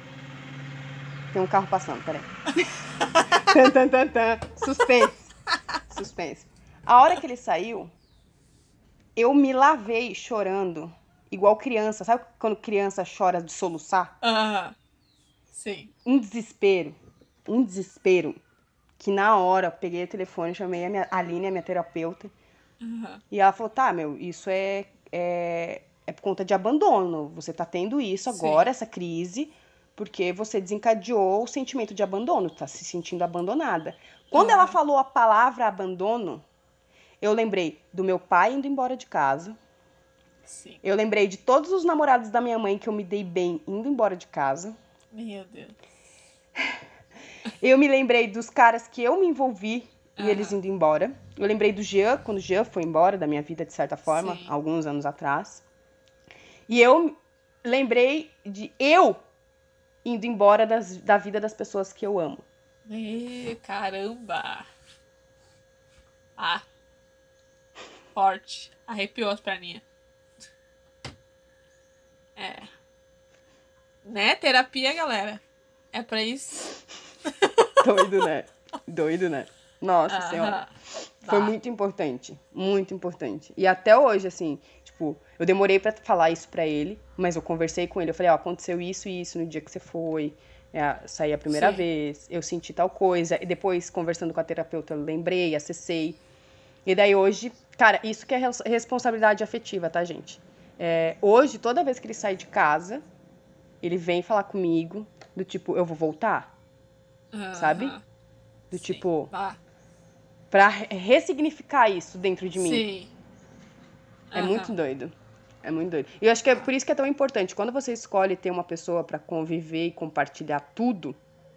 Tem um carro passando, peraí. tan, tan, tan, tan. Suspense. Suspense. A hora que ele saiu, eu me lavei chorando, igual criança. Sabe quando criança chora de soluçar? Aham. Uhum. Sim. Um desespero. Um desespero. Que na hora eu peguei o telefone, chamei a, minha, a Aline, a minha terapeuta. Uhum. E ela falou, tá, meu, isso é, é, é por conta de abandono. Você tá tendo isso agora, Sim. essa crise... porque você desencadeou o sentimento de abandono, tá se sentindo abandonada. Quando uhum. ela falou a palavra abandono, eu lembrei do meu pai indo embora de casa. Sim. Eu lembrei de todos os namorados da minha mãe que eu me dei bem indo embora de casa. Meu Deus. Eu me lembrei dos caras que eu me envolvi e uhum. eles indo embora. Eu lembrei do Jean, quando o Jean foi embora da minha vida, de certa forma, Sim. alguns anos atrás. E eu lembrei de eu indo embora das, da vida das pessoas que eu amo. E, caramba! Ah. Forte. Arrepiou as perninhas. É. Né? Terapia, galera. É pra isso. Doido, né? Doido, né? Nossa uh-huh. Senhora. Foi muito importante. Muito importante. E até hoje, assim... Tipo, eu demorei pra falar isso pra ele, mas eu conversei com ele. Eu falei, ó, aconteceu isso e isso no dia que você foi. É, saí a primeira Sim. vez, eu senti tal coisa. E depois, conversando com a terapeuta, eu lembrei, acessei. E daí hoje... Cara, isso que é responsabilidade afetiva, tá, gente? É, hoje, toda vez que ele sai de casa, ele vem falar comigo, do tipo, eu vou voltar. Uh-huh. Sabe? Do Sim. tipo... Ah. Pra ressignificar isso dentro de mim. Sim. É uhum. muito doido. É muito doido. E eu acho que é por isso que é tão importante. Quando você escolhe ter uma pessoa pra conviver e compartilhar tudo,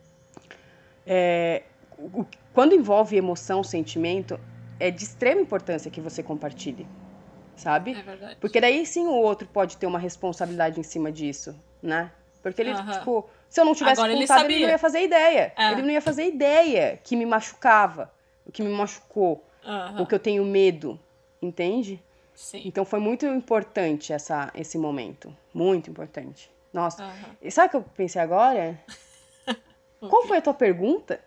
é, o, quando envolve emoção, sentimento, é de extrema importância que você compartilhe. Sabe? É verdade. Porque daí sim o outro pode ter uma responsabilidade em cima disso, né? Porque ele, Aham. tipo, se eu não tivesse Agora ele contado, ele, sabia. não ia fazer ideia. É. Ele não ia fazer ideia que me machucava, o que me machucou, Aham. o que eu tenho medo, entende? Sim. Então foi muito importante essa, esse momento. Muito importante. Nossa. Aham. E sabe o que eu pensei agora? Qual foi a tua pergunta?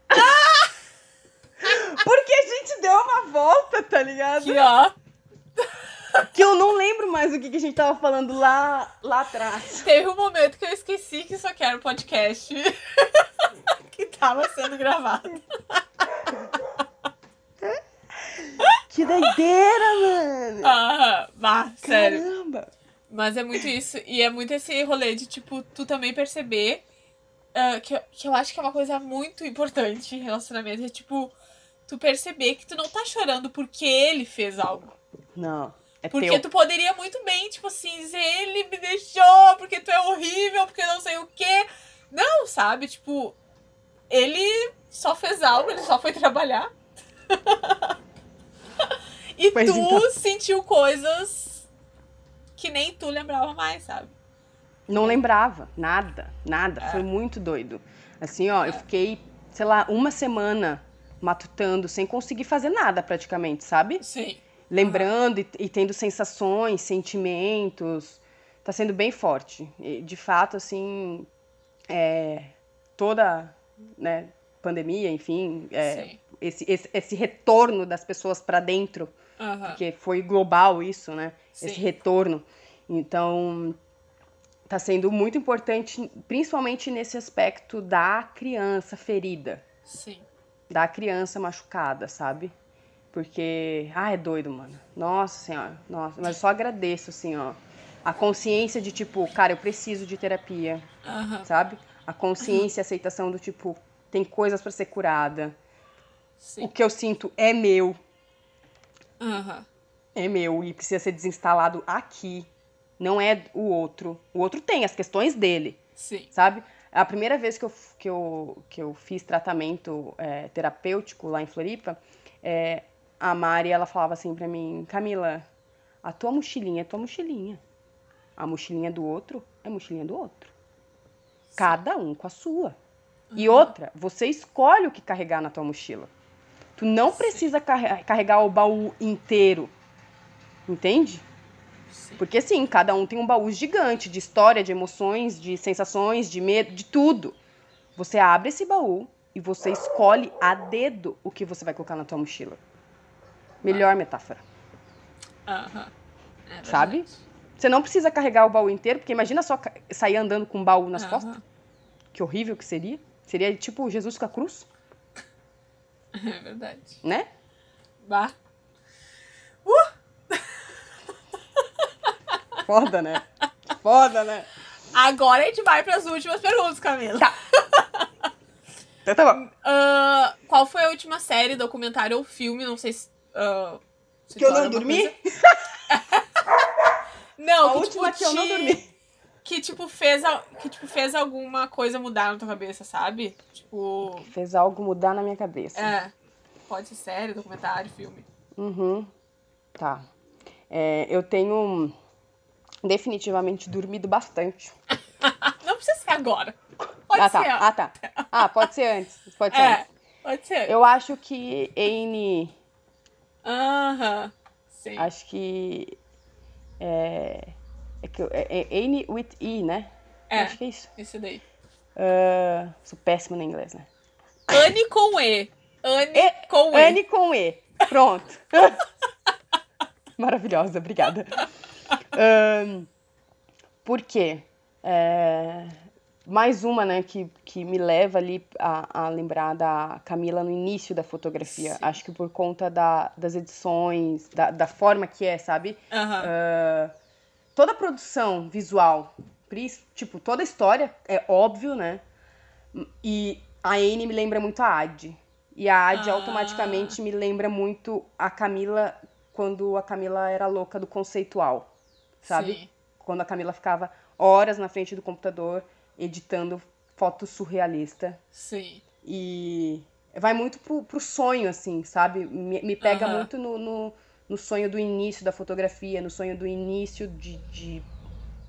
Porque a gente deu uma volta, tá ligado? Aqui, ó. Que eu não lembro mais o que, que a gente tava falando lá, lá atrás. Teve um momento que eu esqueci que isso aqui era um podcast que tava sendo gravado. Que doideira, mano! Ah, bah, sério. Caramba! Mas é muito isso. E é muito esse rolê de, tipo, tu também perceber ah, que, eu, que eu acho que é uma coisa muito importante em relacionamento. É, tipo, tu perceber que tu não tá chorando porque ele fez algo. Não, é Porque teu. tu poderia muito bem, tipo assim, dizer, ele me deixou porque tu é horrível, porque não sei o quê. Não, sabe? Tipo, ele só fez algo, ele só foi trabalhar. E Pois tu então. sentiu coisas que nem tu lembrava mais, sabe? Não lembrava, nada, nada. É. Foi muito doido. Assim, ó, eu fiquei, sei lá, uma semana matutando, sem conseguir fazer nada praticamente, sabe? Sim. Lembrando e, e tendo sensações, sentimentos. Tá sendo bem forte. E, de fato, assim, é, toda, né, pandemia, enfim, é, Sim. esse, esse, esse retorno das pessoas pra dentro, Aham. porque foi global isso, né? Sim. Esse retorno. Então, tá sendo muito importante, principalmente nesse aspecto da criança ferida, Sim. da criança machucada, sabe? Porque, ah, é doido, mano. Nossa senhora, nossa. Mas eu só agradeço, assim, ó. A consciência de, tipo, cara, eu preciso de terapia, Aham. sabe? A consciência e a aceitação do, tipo, tem coisas pra ser curada. O Sim. que eu sinto é meu, Aham. é meu e precisa ser desinstalado aqui. Não é o outro. O outro tem as questões dele, Sim. sabe? A primeira vez que eu, que eu, que eu fiz tratamento é, terapêutico lá em Floripa, é, a Mari, ela falava assim pra mim, Camila, a tua mochilinha é tua mochilinha. A mochilinha do outro é a mochilinha do outro. Cada um com a sua. E outra, você escolhe o que carregar na tua mochila. Tu não precisa carre- carregar o baú inteiro. Entende? Sim. Porque sim, cada um tem um baú gigante de história, de emoções, de sensações, de medo, de tudo. Você abre esse baú e você escolhe a dedo o que você vai colocar na tua mochila. Melhor metáfora, Aham. É verdade. sabe? Você não precisa carregar o baú inteiro, porque imagina só ca- sair andando com um baú nas Aham. costas. Que horrível que seria. Seria tipo Jesus com a cruz, É verdade. né? Bah. Foda, né? Foda, né? Agora a gente vai pras últimas perguntas, Camila. Tá. Então tá bom. Ah, qual foi a última série, documentário ou filme? Não sei se. ah, se Que eu tu olha não uma dormi? coisa- Não, A que, última tipo, que eu não te- dormi. Que tipo, fez a- que, tipo, fez alguma coisa mudar na tua cabeça, sabe? Tipo. Fez algo mudar na minha cabeça. É. Pode ser série, documentário, filme. Uhum. Tá. É, eu tenho definitivamente dormido bastante. Não precisa ser agora. Pode ah, ser. tá. Ah, tá. Ah, pode ser antes. Pode ser É, antes. pode ser. Eu acho que Anne... Aham. Sim. Acho que... É... É, que eu- é, é Anne with E, né? É. Acho que é isso. Isso daí. Ah, sou péssima no inglês, né? Anne com E. Anne E, com E. Anne com E. Pronto. Maravilhosa, obrigada. Ahn, por quê? É, mais uma, né, que, que me leva ali a, a lembrar da Camila no início da fotografia. Sim. Acho que por conta da, das edições, da, da forma que é, sabe? Aham. Ah, toda a produção visual, pris- tipo, toda a história, é óbvio, né? E a Anne me lembra muito a Adi. E a Adi Ah. automaticamente me lembra muito a Camila quando a Camila era louca do conceitual, sabe? Sim. Quando a Camila ficava horas na frente do computador editando foto surrealista. Sim. E vai muito pro, pro sonho, assim, sabe? Me, me pega Aham. muito no, no, no sonho do início da fotografia, no sonho do início de, de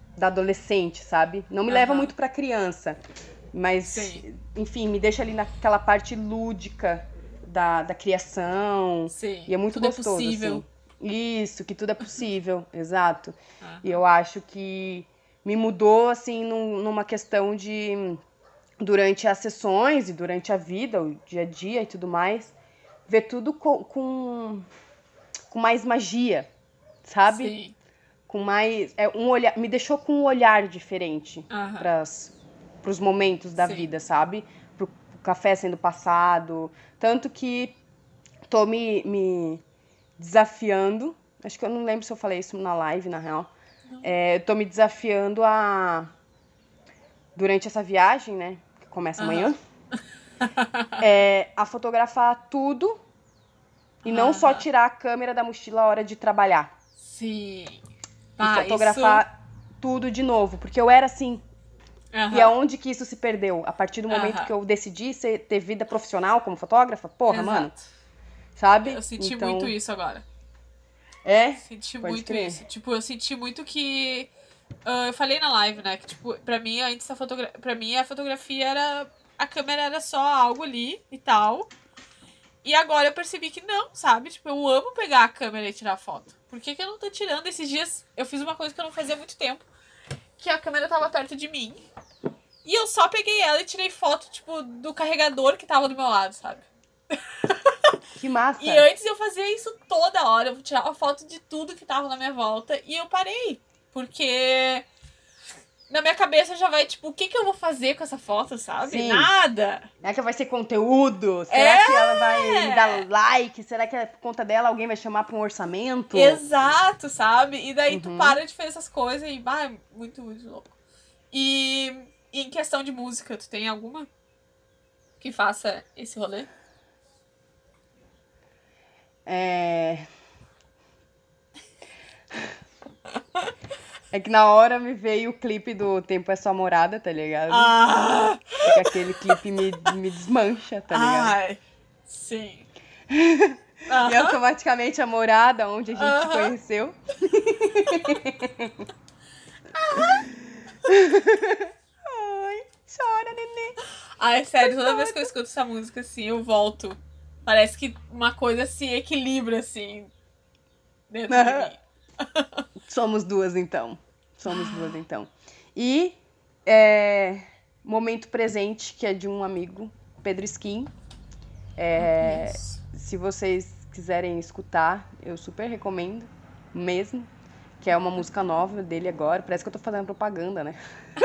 da adolescente, sabe? Não me Aham. leva muito pra criança, mas, Sim. enfim, me deixa ali naquela parte lúdica da, da criação. Sim. E é muito Tudo é gostoso, possível. assim. Isso, que tudo é possível, exato. Aham. E eu acho que me mudou, assim, num- numa questão de, durante as sessões e durante a vida, o dia a dia e tudo mais, ver tudo com, com, com mais magia, sabe? Sim. Com mais. É, um olhar, me deixou com um olhar diferente Aham. para os momentos da Sim. vida, sabe? Pro, pro café sendo passado. Tanto que tô me, me desafiando. Acho que eu não lembro se eu falei isso na live, na real. É, eu tô me desafiando a. Durante essa viagem, né? Que começa Aham. amanhã. É, a fotografar tudo e não só Aham. tirar a câmera da mochila a hora de trabalhar. Sim. E Ah, fotografar tudo de novo, porque eu era assim. isso... Aham. E aonde que isso se perdeu? A partir do momento Aham. que eu decidi ser, ter vida profissional como fotógrafa? Porra, mano, Exato. sabe? Eu senti Então, muito isso agora. é? Senti Pode muito crer. isso. Tipo, eu senti muito que. ah, eu falei na live, né? Que, tipo, pra mim, antes a fotografia. Pra mim, a fotografia era. A câmera era só algo ali e tal. E agora eu percebi que não, sabe? Tipo, eu amo pegar a câmera e tirar foto. Por que, que eu não tô tirando? Esses dias eu fiz uma coisa que eu não fazia há muito tempo. Que a câmera tava perto de mim. E eu só peguei ela e tirei foto, tipo, do carregador que tava do meu lado, sabe? Que massa. E antes eu fazia isso toda hora. Eu tirava foto de tudo que tava na minha volta. E eu parei. Porque na minha cabeça já vai, tipo, o que que eu vou fazer com essa foto, sabe? Sim. Nada. Será que vai ser conteúdo? Será É. que ela vai me dar like? Será que por conta dela alguém vai chamar pra um orçamento? Exato, sabe? E daí tu Uhum. para de fazer essas coisas e vai, muito, muito louco. E, e em questão de música, tu tem alguma que faça esse rolê? É... É que na hora me veio o clipe do Tempo é Sua Morada, tá ligado? Ah! Porque aquele clipe me, me desmancha, tá ligado? Ai, sim. E Aham. automaticamente a morada onde a gente se Aham. conheceu. Ai, chora, nenê. Ai, sério, toda vez que eu escuto essa música, assim, eu volto. Parece que uma coisa se equilibra, assim, dentro de mim. Somos duas, então. Somos duas, então. E é, momento presente, que é de um amigo, Pedro Skin. É, Isso. se vocês quiserem escutar, eu super recomendo, mesmo. Que é uma música nova dele agora. Parece que eu tô fazendo propaganda, né?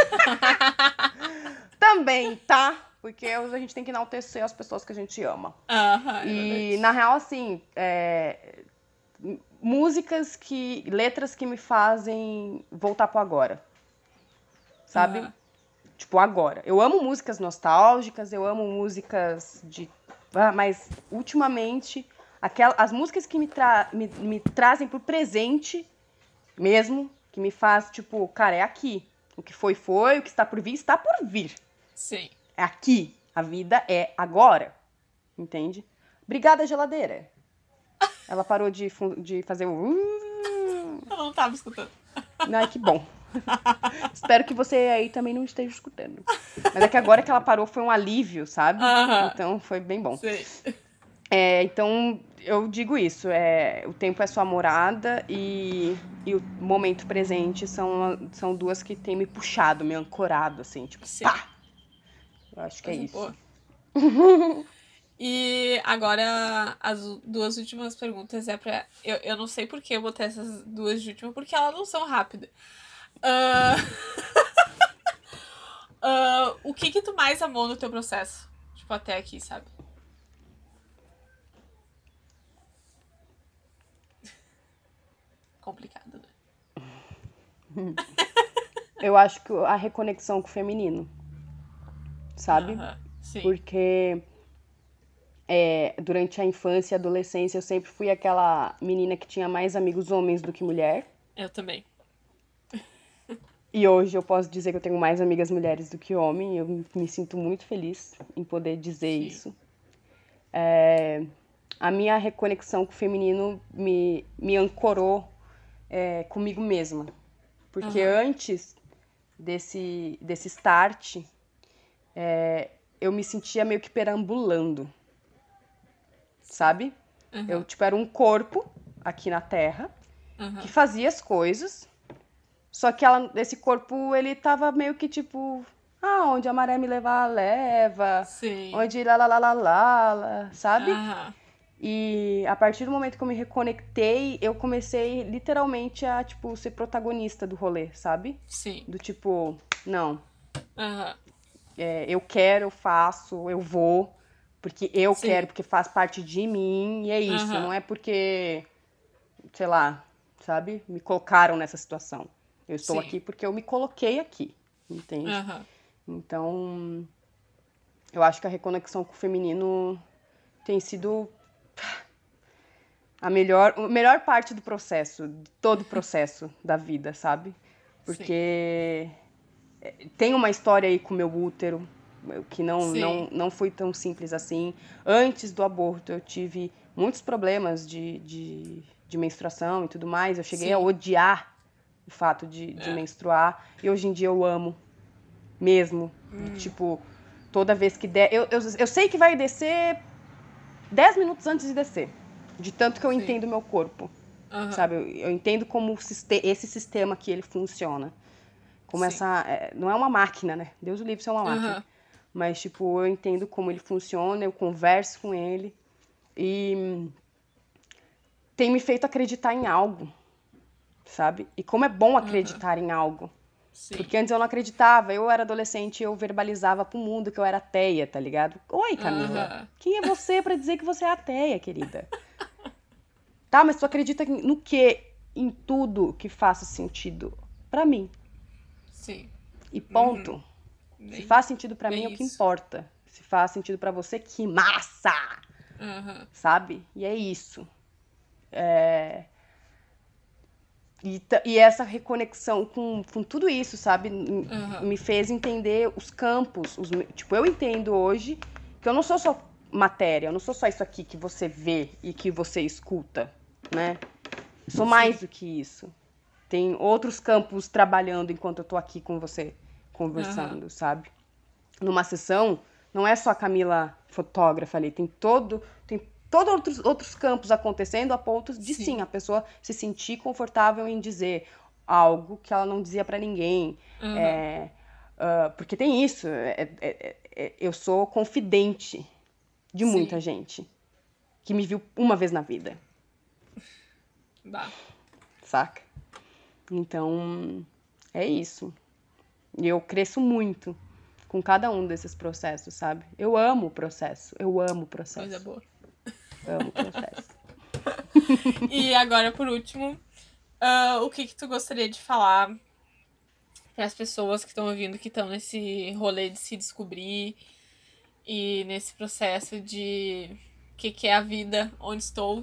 Também, tá? Porque a gente tem que enaltecer as pessoas que a gente ama. Aham, é E, verdade. na real, assim, é, músicas que... letras que me fazem voltar pro agora. Sabe? Aham. Tipo, agora. Eu amo músicas nostálgicas, eu amo músicas de... ah, mas, ultimamente, aquela, as músicas que me, tra, me, me trazem pro presente mesmo, que me faz, tipo, cara, é aqui. O que foi, foi. O que está por vir, está por vir. Sim. É aqui. A vida é agora. Entende? Obrigada, geladeira. Ela parou de, fu- de fazer o... uh. Eu não tava escutando. Ai, que bom. Espero que você aí também não esteja escutando. Mas é que agora que ela parou foi um alívio, sabe? Aham. Então foi bem bom. Sei. É, então eu digo isso, é, o tempo é sua morada e, e o momento presente são, são duas que têm me puxado, me ancorado, assim, tipo, Sim. pá! Eu acho que é Coisa isso. boa. E agora, as u- duas últimas perguntas é pra. Eu, eu não sei por que eu botei essas duas de última, porque elas não são rápidas. Ah, ah, o que que tu mais amou no teu processo? Tipo, até aqui, sabe? Complicado, né? Eu acho que a reconexão com o feminino, sabe? Aham, sim. Porque é, durante a infância e adolescência eu sempre fui aquela menina que tinha mais amigos homens do que mulher. Eu também. E hoje eu posso dizer que eu tenho mais amigas mulheres do que homem. Eu me sinto muito feliz em poder dizer Sim. isso. É, a minha reconexão com o feminino me, me ancorou é, comigo mesma. Porque Aham. antes desse, desse start, é, eu me sentia meio que perambulando, sabe? Eu, Aham. tipo, era um corpo aqui na Terra que Aham. fazia as coisas, só que ela, esse corpo, ele tava meio que tipo, ah, onde a maré me levar, leva, Sim. onde lá, lá, lá, lá, lá, lá, sabe? Aham. E a partir do momento que eu me reconectei, eu comecei literalmente a, tipo, ser protagonista do rolê, sabe? Sim. Do tipo, não, Aham. é, eu quero, eu faço, eu vou, porque eu quero, Sim. porque faz parte de mim, e é isso. Aham. Não é porque, sei lá, sabe? Me colocaram nessa situação. Eu estou Sim. aqui porque eu me coloquei aqui, entende? Aham. Então, eu acho que a reconexão com o feminino tem sido a melhor, a melhor parte do processo, de todo o processo da vida, sabe? Sim. Porque tem uma história aí com o meu útero, que não, Sim. não, não foi tão simples assim. Antes do aborto, eu tive muitos problemas de, de, de menstruação e tudo mais. Eu cheguei a Sim. odiar o fato de, de É. menstruar. E hoje em dia eu amo mesmo. Hum. Tipo, toda vez que der... Eu, eu, eu sei que vai descer dez minutos antes de descer. De tanto que eu Sim. entendo meu corpo. Aham. Sabe? Eu, eu entendo como o siste- esse sistema que ele funciona. Como Sim. essa... é, não é uma máquina, né? Deus o livre se é uma máquina. Aham. Mas, tipo, eu entendo como ele funciona, eu converso com ele. E hum, tem me feito acreditar em algo, sabe? E como é bom Aham. acreditar em algo. Sim. Porque antes eu não acreditava, eu era adolescente e eu verbalizava pro mundo que eu era ateia, tá ligado? Oi, Camila. Aham. Quem é você pra dizer que você é ateia, querida? Tá, mas tu acredita no quê? Em tudo que faça sentido pra mim. Sim. E Uhum. ponto. Se Bem, faz sentido pra mim é o bem que isso. importa. Se faz sentido pra você, que massa! Aham. Sabe? E é isso. É... E, ta- e essa reconexão com, com tudo isso, sabe? M- Aham. Me fez entender os campos. Os, me- tipo, eu entendo hoje que eu não sou só matéria, eu não sou só isso aqui que você vê e que você escuta, né? Eu sou mais Sim. do que isso. Tem outros campos trabalhando enquanto eu tô aqui com você Aham. conversando, sabe? Numa sessão, não é só a Camila fotógrafa ali, tem todo, tem todos outros, outros campos acontecendo a ponto de sim, Sim. a pessoa se sentir confortável em dizer algo que ela não dizia pra ninguém. Aham. É, ah, porque tem isso, é- é- é- é- eu sou confidente de muita Sim. gente que me viu uma vez na vida, Bah. saca? Então, é isso. E eu cresço muito com cada um desses processos, sabe? Eu amo o processo, eu amo o Coisa processo, boa. amo o processo. E agora, por último, ah, o que que tu gostaria de falar para as pessoas que estão ouvindo, que estão nesse rolê de se descobrir e nesse processo de o que que é a vida, onde estou?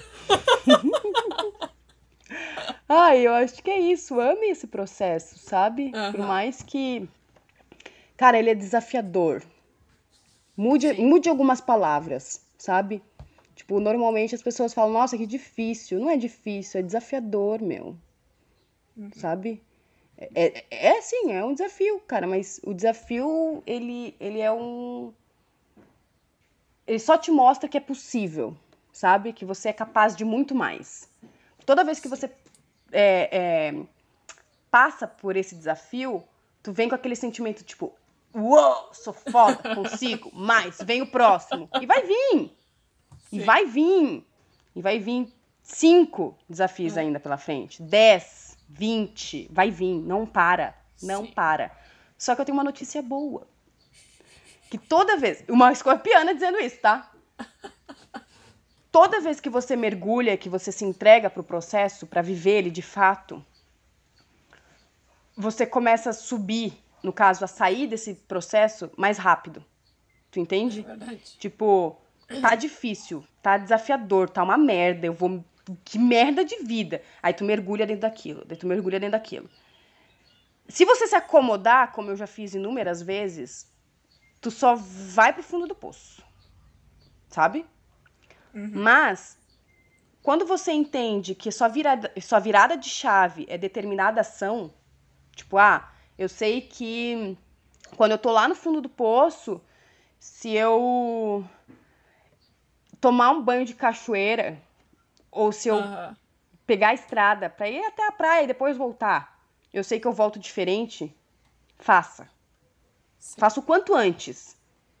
Ah, eu acho que é isso, ame esse processo, sabe? Por Aham. mais que, cara, ele é desafiador. Mude, Sim. mude algumas palavras, sabe? Tipo, normalmente as pessoas falam, nossa, que difícil. Não é difícil, é desafiador, meu, sabe? É, é, é sim, é um desafio, cara, mas o desafio, ele, ele é um. Ele só te mostra que é possível, sabe? Que você é capaz de muito mais. Toda vez que Sim. você é, é, passa por esse desafio, tu vem com aquele sentimento tipo, uou, sou foda, consigo, mais, vem o próximo. E vai vir, e Sim. vai vir, e vai vir cinco desafios ainda pela frente, dez, vinte, vai vir, não para, não Sim. para. Só que eu tenho uma notícia boa. Que toda vez, uma escorpiana dizendo isso, tá? Toda vez que você mergulha, que você se entrega pro processo, pra viver ele de fato, você começa a subir, no caso, a sair desse processo mais rápido. Tu É entende? verdade. Tipo, tá difícil, tá desafiador, tá uma merda, eu vou. Que merda de vida. Aí tu mergulha dentro daquilo, daí tu mergulha dentro daquilo. Se você se acomodar, como eu já fiz inúmeras vezes, tu só vai pro fundo do poço. Sabe? Uhum. Mas, quando você entende que sua virada, sua virada de chave é determinada ação, Tipo, ah, eu sei que quando eu tô lá no fundo do poço, se eu tomar um banho de cachoeira, ou se eu Aham. pegar a estrada pra ir até a praia e depois voltar, eu sei que eu volto diferente, faça. Sim. Faça o quanto antes.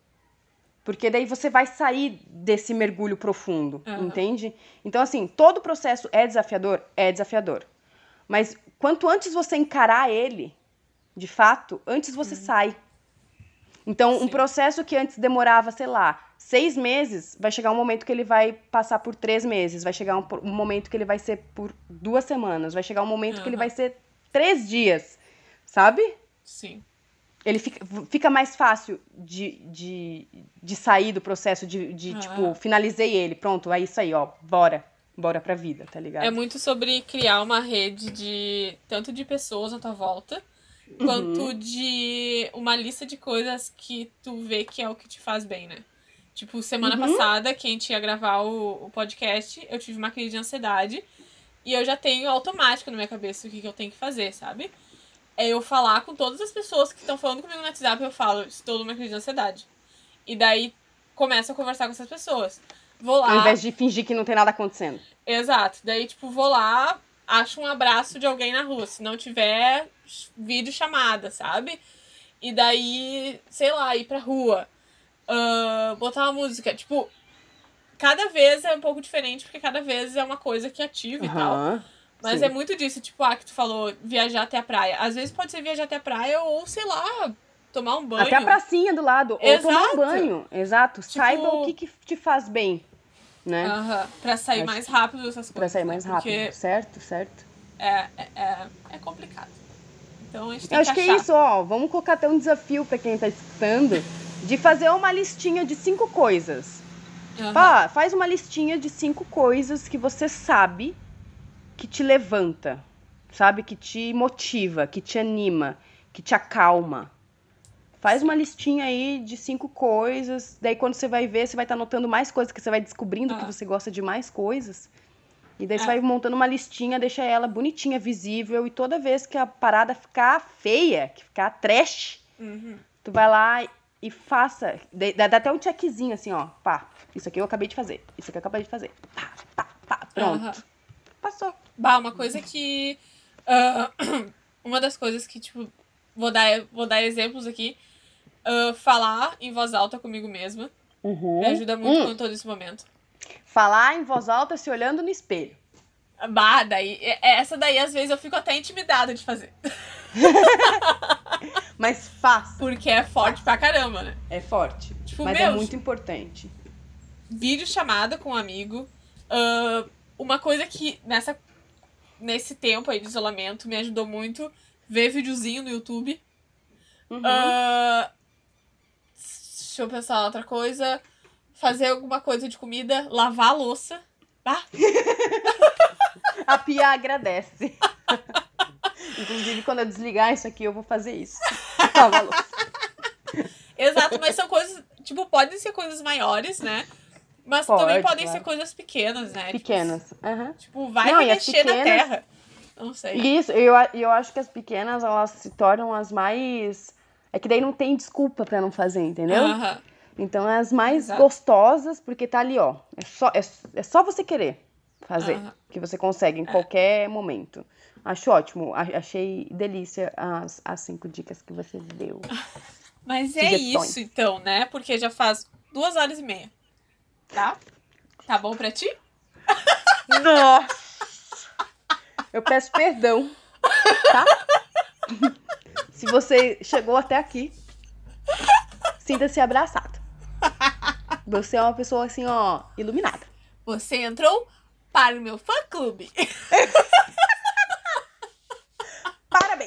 Porque daí você vai sair desse mergulho profundo, Aham. entende? Então, assim, todo processo é desafiador? É desafiador. Mas quanto antes você encarar ele, de fato, antes você sai. Então, um Sim. processo que antes demorava, sei lá, seis meses, vai chegar um momento que ele vai passar por três meses, vai chegar um, um momento que ele vai ser por duas semanas, vai chegar um momento que ele vai Aham. ser três dias, sabe? Sim. Ele fica, fica mais fácil de, de, de sair do processo, de, de tipo, Ah. finalizei ele, pronto, é isso aí, ó, bora, bora pra vida, tá ligado? É muito sobre criar uma rede de tanto de pessoas à tua volta, quanto de uma lista de coisas que tu vê que é o que te faz bem, né? Tipo, semana passada, que a gente ia gravar o, o podcast, eu tive uma crise de ansiedade e eu já tenho automático na minha cabeça o que, que eu tenho que fazer, sabe? É eu falar com todas as pessoas que estão falando comigo no WhatsApp, eu falo, estou numa crise de ansiedade. E daí começo a conversar com essas pessoas. Vou lá. Ao invés de fingir que não tem nada acontecendo. Exato. Daí, tipo, vou lá, acho um abraço de alguém na rua. Se não tiver, vídeo chamada, sabe? E daí, sei lá, ir pra rua. Uh, botar uma música. Tipo, cada vez é um pouco diferente, porque cada vez é uma coisa que ativa e tal. Aham, Mas sim. é muito disso, tipo, ah, que tu falou, viajar até a praia. Às vezes pode ser viajar até a praia ou, sei lá, tomar um banho. Até a pracinha do lado, ou tomar um Exato. banho, exato. Saiba o que, que te faz bem, né? Aham, pra sair Acho mais rápido dessas coisas. Pra sair né? mais rápido, Porque certo, certo. é, é, é, é complicado. Então a gente tem Eu acho que que achar. é isso, ó. Vamos colocar até um desafio pra quem tá escutando de fazer uma listinha de cinco coisas. Aham. Pá, faz uma listinha de cinco coisas que você sabe que te levanta, sabe? Que te motiva, que te anima, que te acalma. Faz uma listinha aí de cinco coisas. Daí quando você vai ver, você vai estar anotando mais coisas, que você vai descobrindo Ah. que você gosta de mais coisas. E daí você É. vai montando uma listinha, deixa ela bonitinha, visível. E toda vez que a parada ficar feia, que ficar trash, Uhum. tu vai lá e faça. Dá, dá até um checkzinho assim, ó. Pá, isso aqui eu acabei de fazer. Isso aqui eu acabei de fazer. Pá, pá, pá, pronto. Aham. Passou. Bah, uma coisa que. ah, uma das coisas que, tipo, vou dar, vou dar exemplos aqui. ah, falar em voz alta comigo mesma. Me ajuda muito Hum. quando eu tô nesse momento. Falar em voz alta se olhando no espelho. Bah, daí. Essa daí, às vezes, eu fico até intimidada de fazer. Mas faça. Porque é forte pra caramba, né? É forte. Tipo, mas meu, é muito importante. Vídeo chamada com um amigo. ah, uma coisa que nessa, nesse tempo aí de isolamento me ajudou muito. Ver videozinho no YouTube. Uhum. Ah, deixa eu pensar outra coisa. Fazer alguma coisa de comida. Lavar a louça. Ah, A Pia agradece. Inclusive, quando eu desligar isso aqui, eu vou fazer isso. Lavar a louça. exato, mas são coisas. Tipo, podem ser coisas maiores, né? Mas Pode, também podem claro. ser coisas pequenas, né? Pequenas. Aham. Tipo, tipo, vai Não, e as mexer na pequenas- terra. Não sei. Isso, eu, eu acho que as pequenas, elas se tornam as mais... É que daí não tem desculpa pra não fazer, entendeu? Aham. Então, é as mais Exato. gostosas, porque tá ali, ó. É só, é, é só você querer fazer, Aham. que você consegue em qualquer momento. Acho ótimo. A- Achei delícia as, as cinco dicas que você deu. Mas é Sugestões. isso, então, né? Porque já faz duas horas e meia. Tá? Tá bom pra ti? Nossa! Eu peço perdão, tá? Se você chegou até aqui, sinta-se abraçado. Você é uma pessoa, assim, ó, iluminada. Você entrou para o meu fã-clube. Parabéns!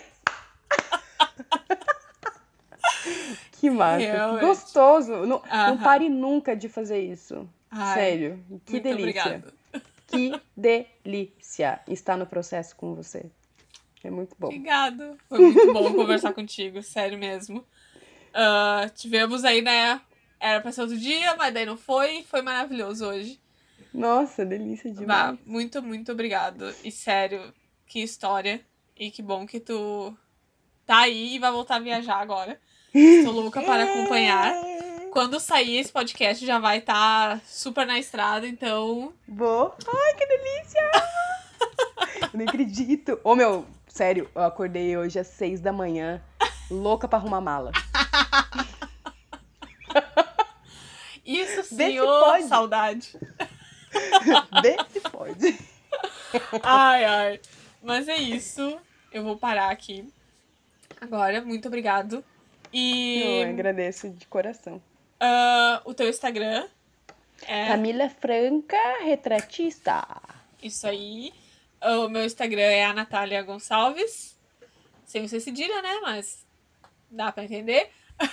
Que massa, Realmente. que gostoso. Não, não Aham. pare nunca de fazer isso. Ai, Sério, que Muito delícia. obrigada. Que delícia estar no processo com você. É muito bom. Obrigada. Foi muito bom conversar contigo, sério mesmo. Ah, tivemos aí, né? Era pra ser outro dia, mas daí não foi. Foi maravilhoso hoje. Nossa, delícia demais. Bah, muito, muito obrigado. E sério, que história. E que bom que tu tá aí e vai voltar a viajar agora. Estou louca para acompanhar. Quando sair esse podcast já vai estar tá super na estrada, então... Vou. Ai, que delícia! Eu nem acredito. Ô, meu, sério, eu acordei hoje às seis da manhã, louca pra arrumar mala. Isso sim, ô, saudade. Vê se pode. Ai, ai. Mas é isso. Eu vou parar aqui. Agora, muito obrigado. E... Eu agradeço de coração. Uh, o teu Instagram é... Camila Franca Retratista. Isso aí. O meu Instagram é a Natália Gonçalves. Sem você cedilha, né? Mas dá pra entender.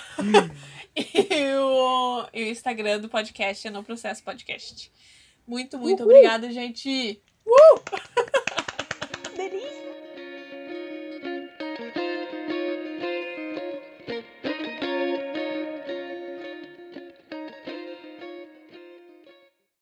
e, o, e o Instagram do podcast é No Processo Podcast. Muito, muito Uhul. obrigada, gente. Uh! Delícia!